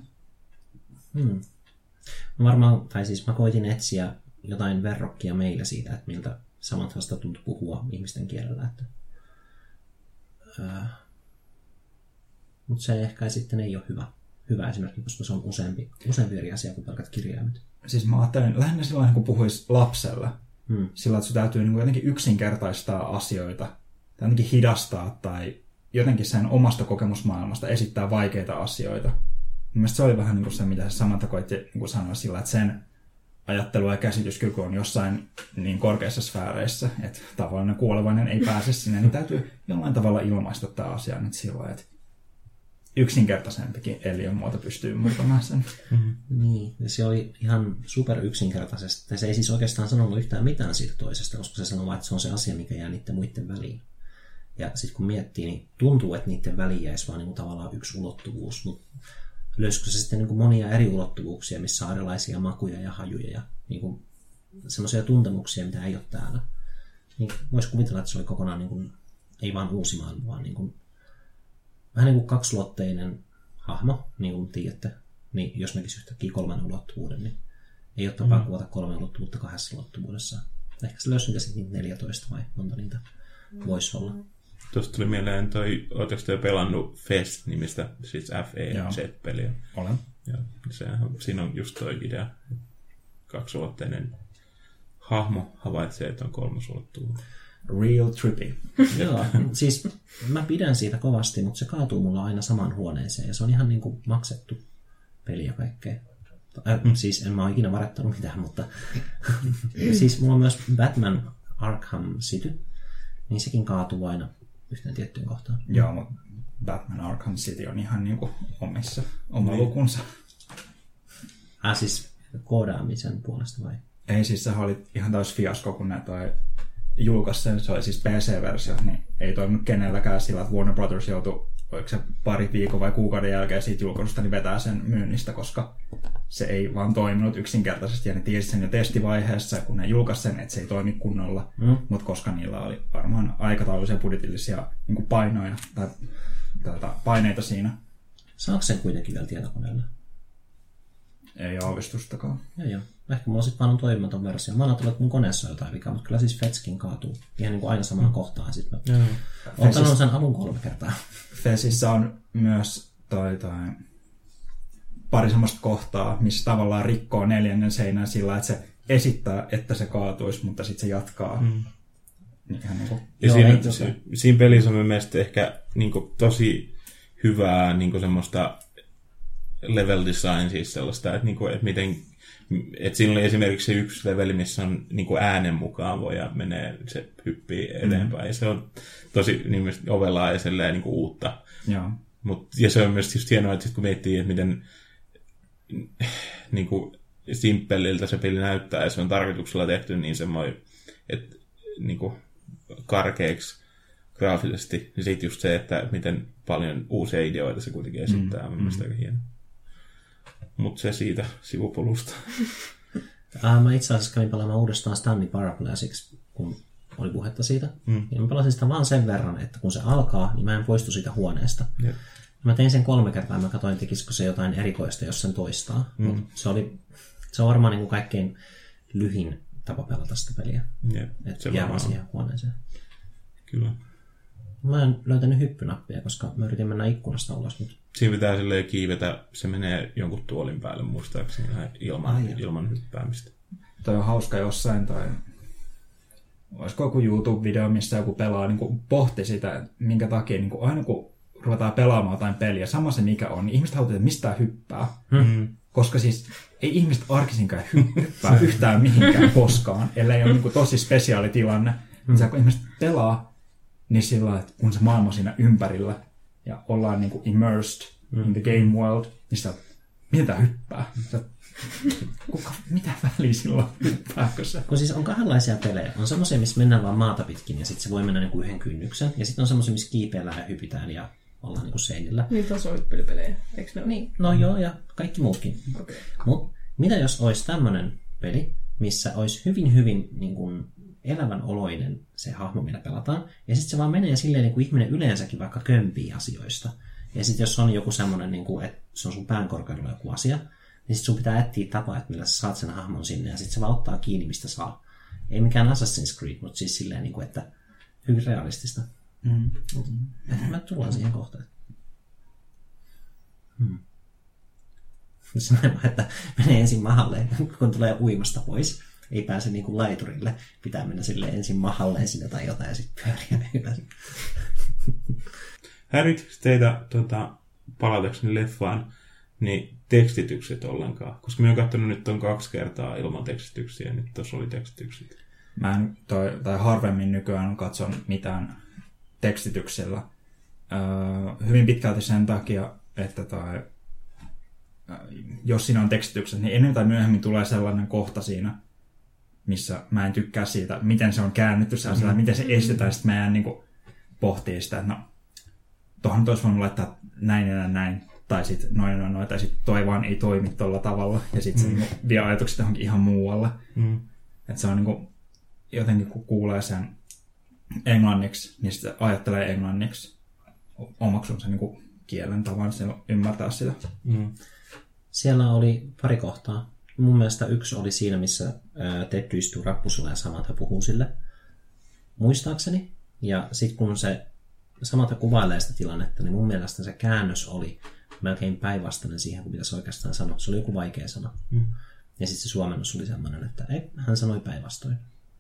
S4: Mm. Mä varmaan, tai siis mä koitin etsiä jotain verrokkia meillä siitä, että miltä Samanthasta tuntuu puhua ihmisten kielellä. Että... Öö... Mutta se ehkä sitten ei ole hyvä, hyvä esimerkki, koska se on useampi, useampi eri asia kuin pelkät kirjaimet.
S3: Siis mä ajattelin lähinnä silloin, kun puhuisi lapselle, hmm. sillä että sun täytyy niin jotenkin yksinkertaistaa asioita, tai jotenkin hidastaa, tai jotenkin sen omasta kokemusmaailmasta esittää vaikeita asioita. Mielestäni se oli vähän niin kuin se, mitä se Samantha koitti niin sanoa sillä, että sen ajattelu ja käsityskyky on jossain niin korkeissa sfääreissä, että tavallinen kuolevainen ei pääse sinne, niin täytyy jollain tavalla ilmaista tämä asia nyt sillä, että yksinkertaisempikin eliön muoto pystyy ymmärtämään sen.
S4: Mm-hmm. Niin, ja se oli ihan super yksinkertaisesti. Se ei siis oikeastaan sanonut yhtään mitään siitä toisesta, koska se sanoi, että se on se asia, mikä jää niiden muiden väliin. Ja sitten kun miettii, niin tuntuu, että niiden väliin jäisi vaan niin kuin tavallaan yksi ulottuvuus, mutta löysikö se sitten niin kuin monia eri ulottuvuuksia, missä on erilaisia makuja ja hajuja ja niin kuin semmoisia tuntemuksia, mitä ei ole täällä. Niin voisi kuvitella, että se oli kokonaan niin kuin, ei vaan uusi maailma, vaan niin kuin, vähän niin kuin kaksiulotteinen hahmo, niin kuin tiedätte. Niin jos näkisi yhtäkkiä kolmen ulottuvuuden, niin ei ole tapaa mm. kuvata kolme ulottuvuutta kahdessa ulottuvuudessa. Ehkä se löysi sitten neljätoista vai monta niitä mm. voisi olla.
S2: Tuosta tuli mieleen toi, ootteko te pelannut Fest-nimistä, siis F E Z-peliä?
S3: Olen.
S2: Joo, sehän, siinä on just toi idea. Kaksiulotteinen hahmo havaitsee, että on kolmosulottuvuus.
S3: Real trippy.
S4: Joo, siis mä pidän siitä kovasti, mutta se kaatuu mulla aina samaan huoneeseen ja se on ihan niin kuin maksettu peli ja kaikkea. Äh, mm. Siis en mä ole ikinä varettanut mitään, mutta siis mulla on myös Batman Arkham City, niin sekin kaatuu aina yhteen tiettyyn kohtaan.
S3: Joo, mutta Batman Arkham City on ihan niin kuin omissa, oma niin. lukunsa.
S4: Äh, siis koodaamisen puolesta vai?
S3: Ei, siis se oli ihan täys fiasko, kun ne toi julkaisi sen, se oli siis P C-versio, niin ei toiminut kenelläkään sillä, että Warner Brothers joutui, oliko se pari viikon vai kuukauden jälkeen siitä julkaisusta, niin vetää sen myynnistä, koska se ei vaan toiminut yksinkertaisesti, ja ne tiesi sen jo testivaiheessa, kun ne julkaisi sen, että se ei toimi kunnolla, mm. mutta koska niillä oli varmaan aikataulullisia budjetillisia niin kuin painoja tai täältä, paineita siinä.
S4: Saako sen kuitenkin vielä tietokoneella?
S3: Ei aavistustakaan.
S4: Joo, joo. Ehkä mulla on sitten vaan on toimimaton versio. Mä annan tulla, että mun koneessa on jotain vikaa, mutta kyllä siis Fetskin kaatuu. Ihan niin kuin aina samaan mm. kohtaan. Sitten mä mm. oon sanonut sen alun kolme kertaa.
S3: Fesissä on myös toi, toi, pari semmoista kohtaa, missä tavallaan rikkoo neljännen seinän sillä, että se esittää, että se kaatuisi, mutta sitten se jatkaa. Mm. Ihan niin kuin,
S2: ja joo, siinä, se, siinä pelissä on mielestäni ehkä niin kuin, tosi hyvää niin kuin semmoista level design, siis sellaista, että, niin kuin, että miten että siinä oli esimerkiksi se yksi leveli, missä on niin kuin äänen mukaan voi ja menee, se hyppii eteenpäin. Mm. Ja se on tosi niin ovelaa ja selleen, niin kuin uutta.
S3: Joo.
S2: Mut, ja se on myös just hienoa, että kun miettii, että miten niin kuin simppeliltä se peli näyttää ja se on tarkoituksella tehty niin semmoinen, että niin kuin karkeiksi graafisesti. Ja sitten just se, että miten paljon uusia ideoita se kuitenkin esittää. Mm. On mielestäni aika hieno. Mutta se siitä sivupolusta.
S4: äh, mä itse asiassa kävin pelaamaan uudestaan Stanley Parable siksi, kun oli puhetta siitä. Mm. Ja mä pelasin sitä vaan sen verran, että kun se alkaa, niin mä en poistu siitä huoneesta. Jep. Mä tein sen kolme kertaa, mä katsoin, tekisikö se jotain erikoista, jos sen toistaa. Mm. Mut se, oli, se on varmaan niin kuin kaikkein lyhin tapa pelata sitä peliä. Että jää vaan siihen huoneeseen.
S2: Kyllä.
S4: Mä en löytänyt hyppynappia, koska mä yritin mennä ikkunasta ulos. Mutta...
S2: Siinä pitää silleen kiivetä, se menee jonkun tuolin päälle muistaakseni ilman, Ai, ilman hyppäämistä.
S3: Toi on hauska jossain, tai olisiko joku YouTube-video, missä joku pelaa, niin kuin pohti sitä, että minkä takia niin kuin aina kun ruvetaan pelaamaan jotain peliä, sama se mikä on, niin ihmiset haluaa, että mistä hyppää. Hmm. Koska siis ei ihmiset arkisinkaan hyppää yhtään mihinkään koskaan, ellei ole niin kuin tosi spesiaali tilanne. Hmm. Niin kun ihmiset pelaa, niin sillä että kun se maailma siinä ympärillä ja ollaan niin kuin immersed mm. in the game world, niin sitä, miten tämä hyppää? Sä, kuka, mitä väliä sillä hyppääkö se?
S4: Kun siis on kahdenlaisia pelejä. On semmoisia, missä mennään vaan maata pitkin ja sitten se voi mennä niin kuin yhden kynnyksen. Ja sitten on semmoisia, missä kiipeillään ja hypitään ja ollaan niin kuin seinillä.
S1: Niin tasohyppelypelejä, eikö ne ole?
S4: Niin. No joo, ja kaikki muutkin. Okay. Mut mitä jos olisi tämmöinen peli, missä olisi hyvin, hyvin niin kuin elävän oloinen se hahmo, millä pelataan. Ja sitten se vaan menee silleen, niin kuin ihminen yleensäkin vaikka kömpii asioista. Ja sitten jos on joku semmoinen, niin kuin, että se on sun pään korkeudella joku asia, niin sitten sun pitää etsiä tapaa, että millä sä saat sen hahmon sinne. Ja sitten se vaan ottaa kiinni, mistä saa. Ei mikään Assassin's Creed, mutta siis silleen, niin kuin, että hyvin realistista. Mm. Että mä tullaan siihen kohtaan. Hmm. Sanoin, että menee ensin mahalle, kun tulee uimasta pois. Ei pääse niin kuin laiturille. Pitää mennä sille ensin mahalleen sinne tai jotain ja sitten pyöriä ylös.
S2: Häiritsikö teitä tota, palatakseni leffaan niin tekstitykset ollenkaan? Koska minä olen katsonut nyt on kaksi kertaa ilman tekstityksiä ja nyt tuossa oli tekstitykset.
S3: Mä en toi, tai harvemmin nykyään katson mitään tekstityksellä. Öö, hyvin pitkälti sen takia, että toi, jos siinä on tekstitykset, niin ennen tai myöhemmin tulee sellainen kohta siinä, missä mä en tykkää siitä, miten se on käännetty, se asialla, mm. miten se estetään, sitten mä en niin kuin pohtii sitä, että no, tuohon nyt olisi voinut laittaa näin ja näin, tai sitten noin ja noin, tai sitten toi vaan ei toimi tuolla tavalla, ja sitten mm. se niin kuin vie ajatukset johonkin ihan muualle. Mm. Että se on niin kuin, jotenkin kun kuulee sen englanniksi, niin sitten ajattelee englanniksi, omaksun sen niin kuin kielen tavan, se ymmärtää sitä. Mm.
S4: Siellä oli pari kohtaa. Mun mielestä yksi oli siinä, missä Ted istuu rappusilla ja Samantha puhuu sille, muistaakseni. Ja sitten kun se Samantha kuvailee sitä tilannetta, niin mun mielestä se käännös oli melkein päinvastainen siihen, kun pitäisi oikeastaan sanoa. Se oli joku vaikea sana. Mm. Ja sitten se suomennus oli sellainen, että ei, hän sanoi päinvastoin.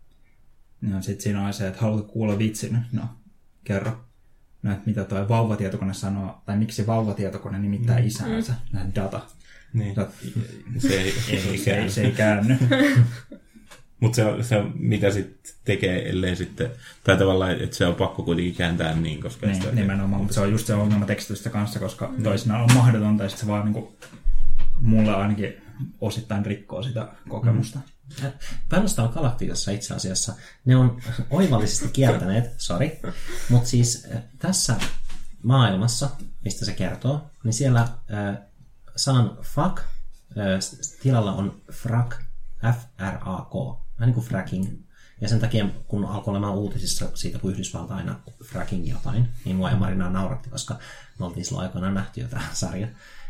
S3: No sitten siinä on se, että haluat kuulla vitsin. No, kerro. No, että mitä tuo vauvatietokone sanoo, tai miksi vauvatietokone nimittää mm. isäänsä, mm. data.
S2: Niin. Se ei,
S3: ei, se, ei, se ei käänny.
S2: Mutta se, se mitä sitten tekee, ellei sitten, tai tavallaan, että se on pakko kuitenkin kääntää niin, koska...
S3: Niin, sitä nimenomaan, mutta se on just se ongelma tekstitystä kanssa, koska mm. toisinaan on mahdotonta, ja sitten se vaan niin mulle ainakin osittain rikkoo sitä kokemusta.
S4: Mm. Battlestar Galacticassa itse asiassa ne on oivallisesti kiertäneet, sorry, mutta siis tässä maailmassa, mistä se kertoo, niin siellä... Äh, sanan fuck, tilalla on frack, F R A K, vähän niin kuin fracking. Ja sen takia, kun alkoi olemaan uutisissa siitä, kun Yhdysvalta aina fracking jotain, niin mua ja Marinaa nauratti, koska me oltiin silloin aikoinaan nähty jo tämä sarja.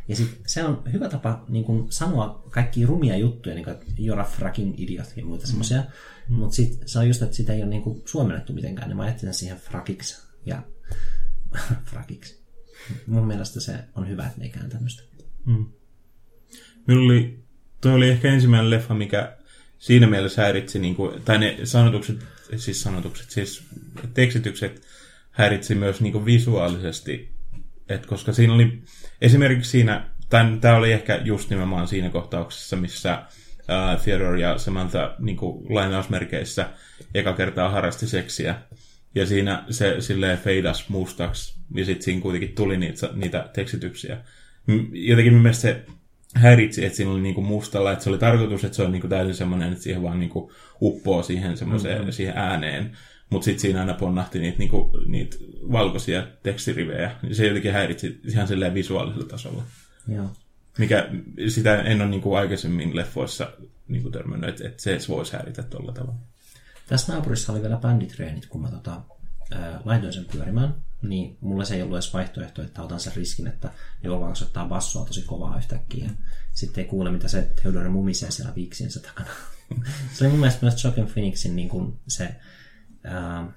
S4: Ja sit se on hyvä tapa niin kun sanoa kaikkia rumia juttuja, niin kuin you're a fracking idiot ja muita mm. semmoisia. Mm. Mutta se on just, että sitä ei ole niin kun suomennettu mitenkään. Ja mä ajattelin siihen frakiksi ja frakiksi. Mun mielestä se on hyvä, että ne ei kään tämmöistä.
S2: Mm. Minulla oli, toi oli ehkä ensimmäinen leffa, mikä siinä mielessä häiritsi, niin kuin, tai ne sanotukset, siis sanotukset, siis tekstitykset häiritsi myös niin kuin visuaalisesti, et koska siinä oli esimerkiksi siinä, tämä oli ehkä just nimenomaan siinä kohtauksessa, missä uh, Theodore ja Samantha niin kuin lainausmerkeissä eka kertaa harrasti seksiä, ja siinä se silleen feidas mustaksi, ja sitten siinä kuitenkin tuli niitä, niitä tekstityksiä. Jotenkin mun mielestä se häiritsi, että siinä oli niinku mustalla, että se oli tarkoitus, että se on niinku täysin semmoinen, että siihen vaan niinku uppoo siihen, mm-hmm. siihen ääneen. Mutta sitten siinä aina ponnahti niitä, niinku, niitä valkoisia tekstirivejä. Se jotenkin häiritsi ihan silleen visuaalisella tasolla.
S4: Joo.
S2: Mikä sitä en ole niinku aikaisemmin leffoissa niinku törmännyt, että, että se voisi häiritä tuolla tavalla.
S4: Tässä naapurissa oli vielä bänditreenit, kun mä tota, ää, laitoin sen pyörimään. Niin mulla se ei ollut edes vaihtoehto, että otan sen riskin, että ne voi vaan soittaa bassoa tosi kovaa yhtäkkiä. Sitten ei kuule, mitä se Theodore mumisee siellä viiksiensä takana. Se oli mun mielestä myös Joaquin Phoenixin niin kuin se ää,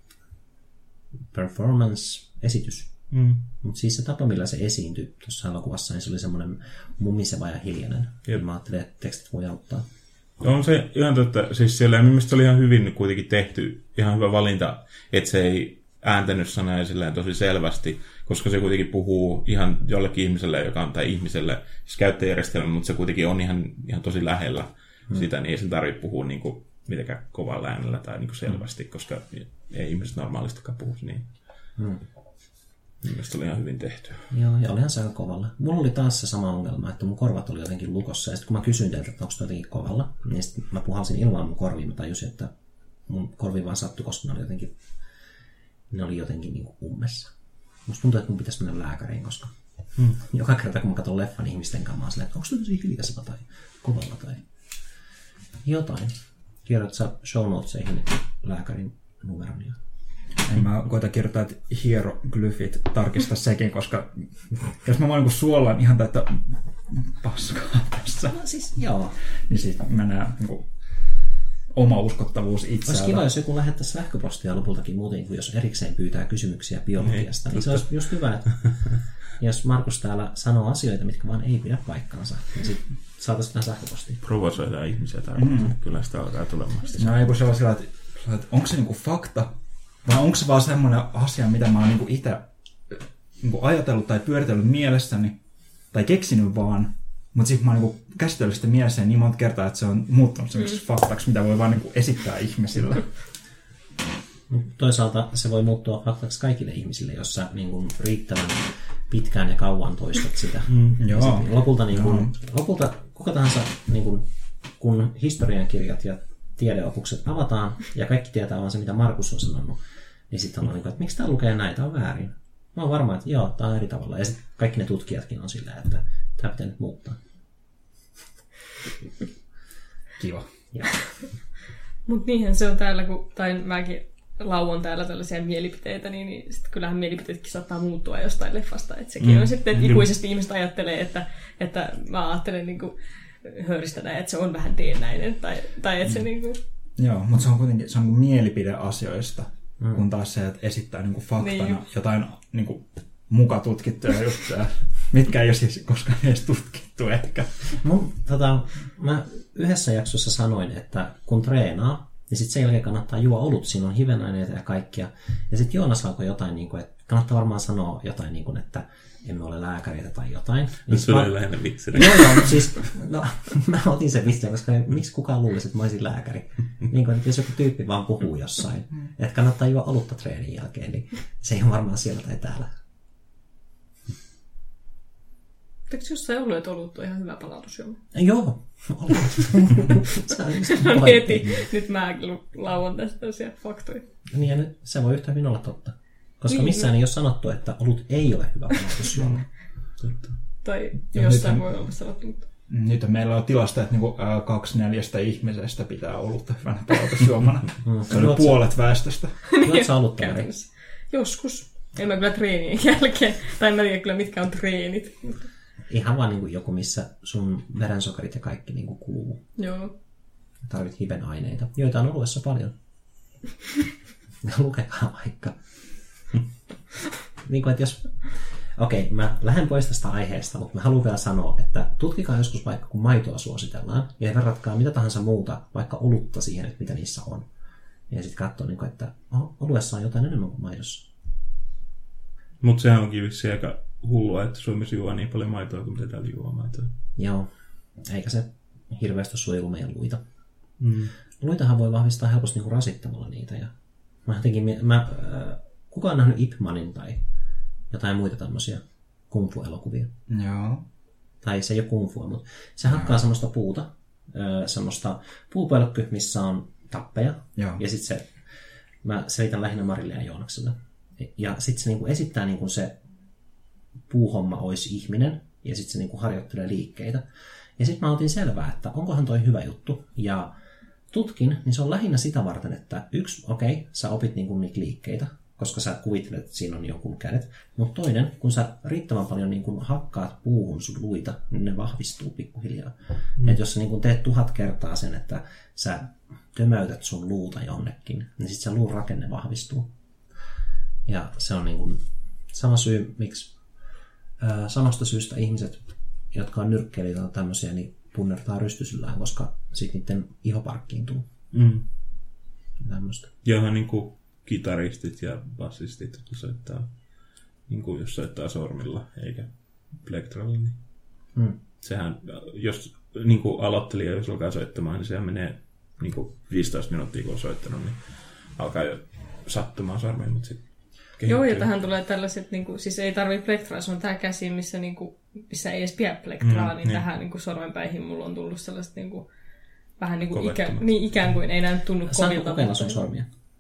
S4: performance-esitys. Mm. Mutta siis se tapa, millä se esiintyi tuossa elokuvassa, niin se oli semmoinen mumiseva ja hiljainen. Jep. Mä ajattelin, että tekstit voi auttaa.
S2: On se ihan totta. Siis siellä mielestäni oli ihan hyvin kuitenkin tehty, ihan hyvä valinta, että se ei ääntänyt sanoja silleen tosi selvästi, koska se kuitenkin puhuu ihan jollekin ihmiselle, joka on, tai ihmiselle, siis käyttäjärjestelmä, mutta se kuitenkin on ihan, ihan tosi lähellä hmm. sitä, niin ei sen tarvitse puhua niin kuin mitenkään kovalla äänellä tai niin kuin selvästi, hmm. koska ei ihmiset normaalistikaan puhu niin. Hmm. Mielestäni oli ihan hyvin tehty.
S4: Joo, ja olihan se aika kovalla. Mulla oli taas se sama ongelma, että mun korvat oli jotenkin lukossa, ja sitten kun mä kysyin teiltä, että onko se jotenkin kovalla, niin sitten mä puhalsin ilman mun korviin, mä tajusin, että mun korvi vaan sattui, koska ne oli jotenkin ne oli jotenkin niin kuin ummessa. Musta tuntuu, että mun pitäisi mennä lääkäriin, koska hmm. joka kerta, kun mä katson leffan ihmisten kanssa, mä oon silleen, että onko se tosi hiljaisella tai kovalla tai jotain. Kirjoitat sä show notesihin lääkärin numeron. Ja...
S3: En mä koita kirjoittaa, että hieroglyfit tarkista sekin, koska jos mä vaan niin suolaan ihan täyttä paskaa tässä,
S4: no, siis, joo.
S3: niin sitten mennään niin kuin oma uskottavuus itseään.
S4: Olisi kiva, jos joku lähettäisi sähköpostia lopultakin muuten kuin jos erikseen pyytää kysymyksiä biologiasta. Niin se olisi just hyvä, että jos Markus täällä sanoo asioita, mitkä vaan ei pidä paikkaansa, niin sitten saataisiin tähän sähköpostiin.
S2: Provosoidaan ihmisiä tarkoittaa. Mm. Kyllä sitä alkaa tulemaan.
S3: No ei kun se on sillä, että, että onko se niinku fakta, vai onko se vaan semmoinen asia, mitä mä oon niinku itse niinku ajatellut tai pyöritellyt mielessäni, tai keksinyt vaan, mutta sitten mä oon niinku käsitellyt sitä mielessäni niin monta kertaa, että se on muuttunut semmoiseksi mm. faktaksi, mitä voi vaan niinku esittää ihmisille.
S4: Toisaalta se voi muuttua faktaksi kaikille ihmisille, jos sä niin riittävän pitkään ja kauan toistat sitä. Mm, joo. Lopulta, niin kuin, lopulta kuka tahansa, niin kuin, kun historiankirjat ja tiedeopukset avataan ja kaikki tietää vaan se, mitä Markus on sanonut, niin sitten on niin kuin, että miksi tämä lukee näin, tämä on väärin. Mä oon varma, että joo, tämä on eri tavalla. Ja sitten kaikki ne tutkijatkin on silleen, että tämä pitää nyt muuttaa.
S3: Kiva.
S1: Mutta niinhän se on täällä, kun, tai mäkin lauon täällä tällaisia mielipiteitä, niin, niin sitten kyllähän mielipiteetkin saattaa muuttua jostain leffasta. Että sekin mm. on sitten, että ikuisesti ihmiset ajattelee, että, että mä ajattelen niin kuin höyristä näin, että se on vähän teennäinen. Tai, tai että se mm. niin kuin...
S3: Joo, mutta se on kuitenkin se on mielipideasioista, mm. kun taas se, että esittää niin kuin faktana niin. jotain niin kuin muka tutkittuja juttuja, mitkä ei ole siis koskaan edes tutkittu ehkä.
S4: Mun, tota, mä yhdessä jaksossa sanoin, että kun treenaa, niin sitten sen jälkeen kannattaa juo olut, siinä on hivenaineita ja kaikkia. Ja sitten Joonas alkoi jotain, niin kuin, että kannattaa varmaan sanoa jotain, niin kuin, että emme ole lääkäreitä tai jotain.
S2: Niin se oli lähinnä vitsinä.
S4: Joo, joo, siis no, mä otin sen vitsinä, koska miksi kukaan luulisi, että mä olisin lääkäri. Niin kuin, että jos joku tyyppi vaan puhuu jossain, että kannattaa juo olutta treenin jälkeen, niin se ei ole varmaan siellä tai täällä.
S1: Eikö jossain ollut, että olut on ihan hyvä palautusjuoma?
S4: Joo, olut.
S1: No heti. Nyt mä lauan tästä tällaisia faktoja.
S4: Niin ja nyt se voi yhtä hyvin olla totta. Koska niin, missään no. ei ole sanottu, että olut ei ole hyvä palautusjuoma.
S1: Tai ja jossain voi olla sanottu. Mutta...
S3: Nyt meillä on tilasta, että niinku, ää, kaksi neljästä ihmisestä pitää olutta hyvänä palautusjuomana. Se on puolet väestöstä.
S4: Juot sä olutta?
S1: Joskus. En mä kyllä treenien jälkeen. Tai en mä tiedä kyllä, mitkä on treenit.
S4: Ihan vaan niin kuin joku, missä sun verensokerit ja kaikki niin kuin kuluu.
S1: Joo.
S4: Tarvit hivenaineita, joita on oluessa paljon. Lukekaa vaikka. Niin kuin, että jos... Okei, mä lähden pois tästä aiheesta, mutta mä haluan vielä sanoa, että tutkikaa joskus vaikka, kun maitoa suositellaan, ja verratkaa mitä tahansa muuta, vaikka olutta siihen, että mitä niissä on. Ja sitten katsoo, että oh, oluessa on jotain enemmän kuin maidossa.
S2: Mutta sehän onkin vissiin aika hullua, että Suomessa juo niin paljon maitoa kuin mitä täällä juo maitoa.
S4: Joo, eikä se hirveästi suojelu meidän luita.
S2: Mm.
S4: Luitahan voi vahvistaa helposti niinku rasittamalla niitä. Ja mä jotenkin, mä, äh, kuka on nähnyt Ip Manin tai jotain muita tämmöisiä kung fu-elokuvia?
S3: Joo.
S4: Tai se ei ole kung fua, mutta se hakkaa semmoista puuta, äh, semmoista puupölkky, missä on tappeja.
S3: Joo.
S4: Ja sitten se, mä selitän lähinnä Marille ja Joonakselle. Ja sitten se niinku esittää niinku se puuhomma olisi ihminen, ja sitten se niinku harjoittelee liikkeitä. Ja sitten mä otin selvää, että onkohan toi hyvä juttu. Ja tutkin, niin se on lähinnä sitä varten, että yksi, okei, okay, sä opit niinku niitä liikkeitä, koska sä kuvittelet, että siinä on jonkun kädet. Mutta toinen, kun sä riittävän paljon niinku hakkaat puuhun sun luita, niin ne vahvistuu pikkuhiljaa. Mm. Että jos sä niinku teet tuhat kertaa sen, että sä tömöytät sun luuta jonnekin, niin sitten se luun rakenne vahvistuu. Ja se on niinku sama syy, miksi ää, samasta syystä ihmiset, jotka on nyrkkeilijöitä tai tämmöisiä, niin punnertaa rystysyllään, koska sitten niiden iho parkkiintuu.
S2: Mm.
S4: Tämmöistä.
S2: Johan niin kuin kitaristit ja bassistit, jotka soittaa, niin kuin jos soittaa sormilla eikä plektralla, niin
S4: mm.
S2: sehän, jos niin kuin aloittelija, jos alkaa soittamaan, niin sehän menee niin kuin viisitoista minuuttia, kun on soittanut, niin alkaa jo sattumaan sormeen, mutta sitten kehittyy.
S1: Joo, ja tähän tulee tällaiset, niin kuin, siis ei tarvitse plektraa, se on tämä käsi, missä, niin kuin, missä ei edes pidä plektraa, mm, niin, niin tähän niin kuin sormenpäihin mulla on tullut sellaiset niin kuin, vähän niin kuin ikä, niin ikään kuin ei näy tunnu kovilta.
S4: Saanko kokeilla sun sormia?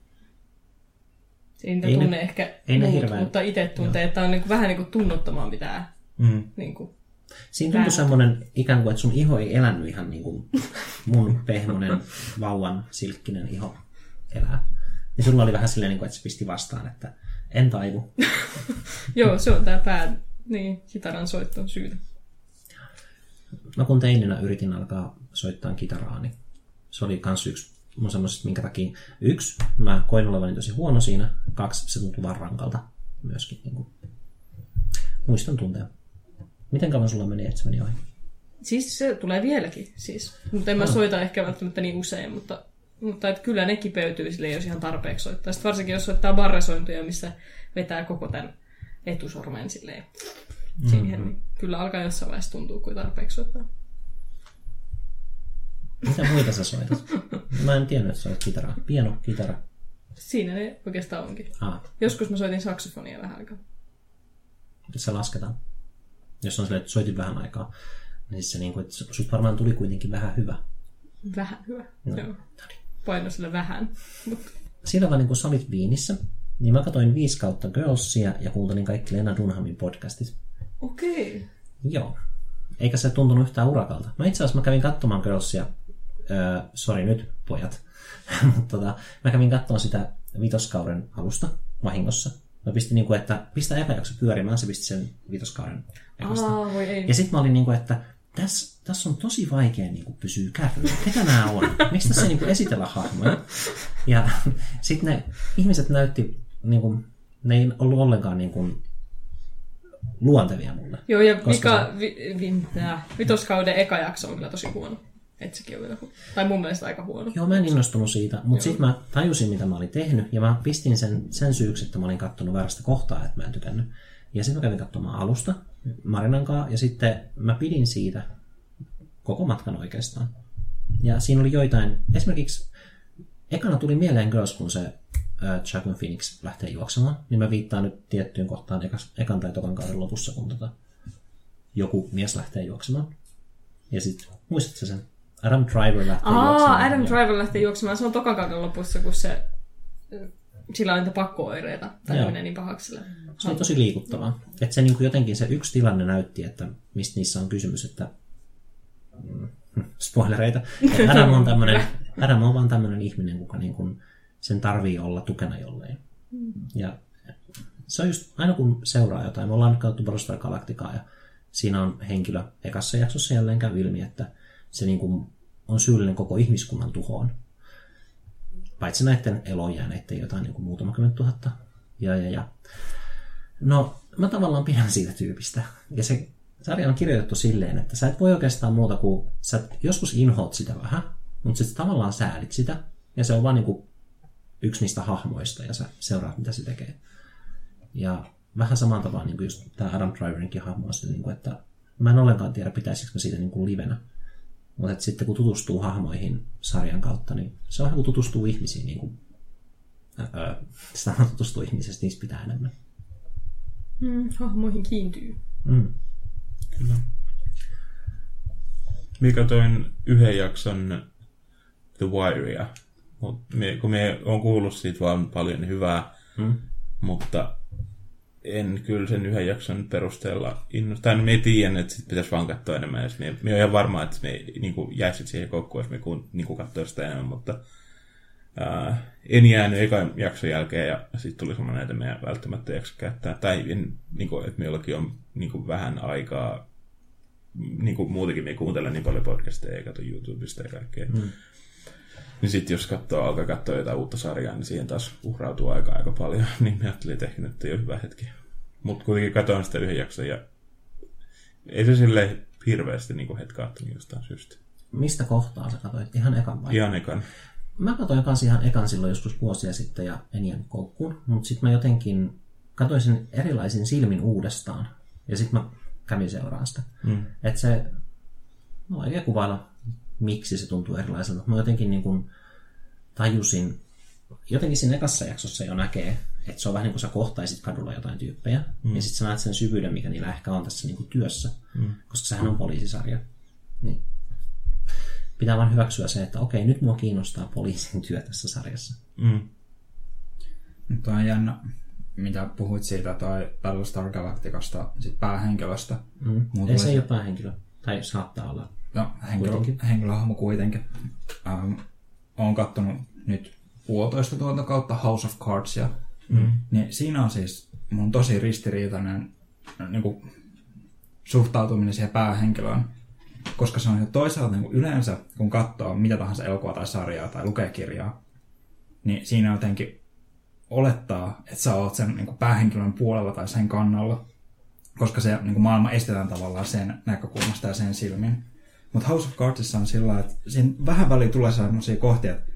S1: Ei niitä tunne ne, ehkä
S4: ei
S1: muut,
S4: hirveän...
S1: mutta itse tuntee, joo, että on niin kuin, vähän niin kuin tunnottomaan pitää.
S2: Mm.
S1: Niin kuin,
S4: siinä tuntuu semmoinen ikään kuin, että sun iho ei elänyt ihan niin kuin mun pehmonen vauvan silkkinen iho elää. Ja sulla oli vähän silleen, että se pisti vastaan, että en taivu.
S1: Joo, se on tää pää, niin, kitaran soitton syytä.
S4: Mä kun teininä yritin alkaa soittaa kitaraa, niin se oli kans yksi mun semmoisesta, minkä takia yksi, mä koin olevani tosi huono siinä, kaksi, se tuntui vaan rankalta myöskin. Niin kuin. Muistan tunteen. Miten kauan sulla meni, että se meni ohi?
S1: Siis se tulee vieläkin, siis. Mutta en mä ah. soita ehkä välttämättä niin usein, mutta, mutta et kyllä ne kipeytyy silleen, jos ihan tarpeeksi soittaa. Sitten varsinkin, jos soittaa barresointuja, missä vetää koko tämän etusormen silleen mm-hmm. siihen, niin kyllä alkaa jossain vaiheessa tuntua, kuin tarpeeksi soittaa.
S4: Mitä muita sä soitat? Mä en tiennyt, että soit kitaraa. Piano, kitara.
S1: Siinä ne oikeastaan onkin.
S4: Ah.
S1: Joskus mä soitin saksofonia vähän aikaa.
S4: Miten se lasketaan? Jos on silleen, että soitin vähän aikaa, niin siis se niin kuin, että sut varmaan tuli kuitenkin vähän hyvä.
S1: Vähän hyvä,
S4: no.
S1: Joo. Paino sille vähän.
S4: Sillä tavalla, kun sä olit Viinissä, niin mä katsoin viisi kautta Girlsia ja kuuntelin kaikki Lena Dunhamin podcastit.
S1: Okei. Okay.
S4: Joo. Eikä se tuntunut yhtään urakalta. Mä itse asiassa mä kävin katsomaan Girlsia, öö, sori nyt pojat, mutta tota, mä kävin katsomaan sitä vitoskauden alusta vahingossa. Mä pistin niin kuin, että pistä eka jakso pyörimään, se pisti sen vitoskauden ekasta.
S1: Aa, voi ei.
S4: Ja sit mä olin niin kuin, että tässä täs on tosi vaikea niin kuin pysyä kärryllä. Ketä nämä on? Miksi tässä ei niin kuin esitellä hahmoja? Ja sitten ne ihmiset näytti, niin kuin, ne ei ollut ollenkaan niin kuin luontevia mulle.
S1: Joo, ja vika, se... vi, vi, nää, vitoskauden eka jakso on kyllä tosi huono. Et sekin on vielä huono. Tai mun mielestä aika huono.
S4: Joo, mä en innostunut siitä, mutta sitten mä tajusin, mitä mä olin tehnyt, ja mä pistin sen, sen syyksi, että mä olin katsonut väärästä kohtaa, että mä en tykännyt. Ja sitten mä kävin katsomaan alusta Marinan kanssa, ja sitten mä pidin siitä koko matkan oikeastaan. Ja siinä oli joitain, esimerkiksi ekana tuli mieleen Girls, kun se äh, Joaquin Phoenix lähtee juoksemaan, niin mä viittaan nyt tiettyyn kohtaan ekas, ekan tai tokan kauden lopussa, kun tota, joku mies lähtee juoksemaan. Ja sitten, muistatko sen? Adam Driver lähtee
S1: Aa,
S4: juoksemaan.
S1: Adam ja... Driver lähtee juoksemaan. Se on tokan kauden lopussa, kun se, sillä on niitä pakko-oireita. Tai menee niin pahaksi sille.
S4: Se oli tosi liikuttavaa. Että se niin kuin jotenkin se yksi tilanne näytti, että mistä niissä on kysymys, että spoilereita. Adam on, tämmönen, Adam on vaan tämmöinen ihminen, kuka niin kuin sen tarvii olla tukena jolleen. Ja se on just, aina kun seuraa jotain, me ollaan nyt katsottu Battlestar Galacticaa ja siinä on henkilö, ekassa jaksossa jälleen käy ilmi, että se niin kuin on syyllinen koko ihmiskunnan tuhoon. Paitsi näiden eloon jääneiden jotain niin kuin muutama kymmentä tuhatta. Ja, ja, ja. No, mä tavallaan pidän siitä tyypistä. Ja se sarja on kirjoitettu silleen, että sä et voi oikeastaan muuta kuin, sä joskus inhoat sitä vähän, mutta sitten tavallaan säälit sitä. Ja se on vaan niin kuin yksi niistä hahmoista ja sä seuraat, mitä se tekee. Ja vähän samaan tapaan niin kuin just tämä Adam Driverinkin hahmo on se, niin kuin, että mä en ollenkaan tiedä, pitäisikö mä siitä niin kuin livenä. Mutta sitten kun tutustuu hahmoihin sarjan kautta, niin se on vähän kuin tutustuu ihmisiin. Niin kuin, öö, sitä on tutustuu ihmisistä, niistä pitää enemmän.
S1: Mm, hahmoihin kiintyy.
S4: Mm.
S2: Kyllä. Minä katsoin yhden jakson The Wirea. Kun minä olen kuullut siitä vaan paljon hyvää, mm. mutta en kyllä sen yhden jakson perusteella innosta. Tai minä tiedän, että sit pitäisi vaan katsoa enemmän. Minä, minä olen ihan varma, että minä niin jäisit siihen koukkuun, jos minä niin katsoin sitä enemmän, mutta ää, en jäänyt ekan jakson jälkeen ja sitten tuli semmoinen, että minä välttämättä jaksa käyttää. Tai en, niin kuin, että minullakin on niin kuin vähän aikaa, niin kuin muutenkin minä kuuntelen niin paljon podcasteja ja katson YouTubesta ja kaikkea. Mm. Niin sitten jos katsoo, alkaa katsoa jotain uutta sarjaa, niin siihen taas uhrautuu aikaa aika paljon. Niin mä ajattelin, että ehkä nyt ei ole hyvä hetki. Mutta kuitenkin katsoin sitä yhden jakson ja ei se silleen hirveästi niin hetkaattunut jostain syystä.
S4: Mistä kohtaa sä katsoit? Ihan ekan vai?
S2: Ihan ekan.
S4: Mä katsoin kanssa ihan ekan silloin joskus vuosia sitten ja en jäänyt koukkuun. Mutta sitten mä jotenkin katsoin sen erilaisin silmin uudestaan. Ja sitten mä kävin seuraan sitä. Mm. Että se, no oikein kuvailla, miksi se tuntuu erilaiselta. Mä jotenkin niin kuin tajusin, jotenkin siinä ekassa jaksossa jo näkee, että se on vähän niin kuin sä kohtaisit kadulla jotain tyyppejä, mm. ja sitten sä näet sen syvyyden, mikä niillä ehkä on tässä niin kuin työssä, mm. koska sehän on poliisisarja. Niin. Pitää vaan hyväksyä se, että okei, nyt mua kiinnostaa poliisin työ tässä sarjassa.
S2: Mm.
S3: Mutta on jännä, mitä puhuit siitä toi Battlestar Galacticasta, sit päähenkilöstä.
S4: Mm. Ei se ei ole päähenkilö, tai saattaa olla.
S3: No, henkilö, henkilöhahmo kuitenkin. Ähm, olen katsonut nyt puolitoista tuota kautta House of Cardsia. Mm. Niin siinä on siis mun tosi ristiriitainen niin kuin, suhtautuminen siihen päähenkilöön. Koska se on jo toisaalta niin kuin yleensä, kun katsoo mitä tahansa elokuvaa tai sarjaa tai lukee kirjaa, niin siinä jotenkin olettaa, että sä oot sen niin kuin päähenkilön puolella tai sen kannalla. Koska se niin kuin maailma estetään tavallaan sen näkökulmasta ja sen silmin. Mutta House of Cardsissa on sillä, että siinä vähän väliin tulee sellaisia kohtia, että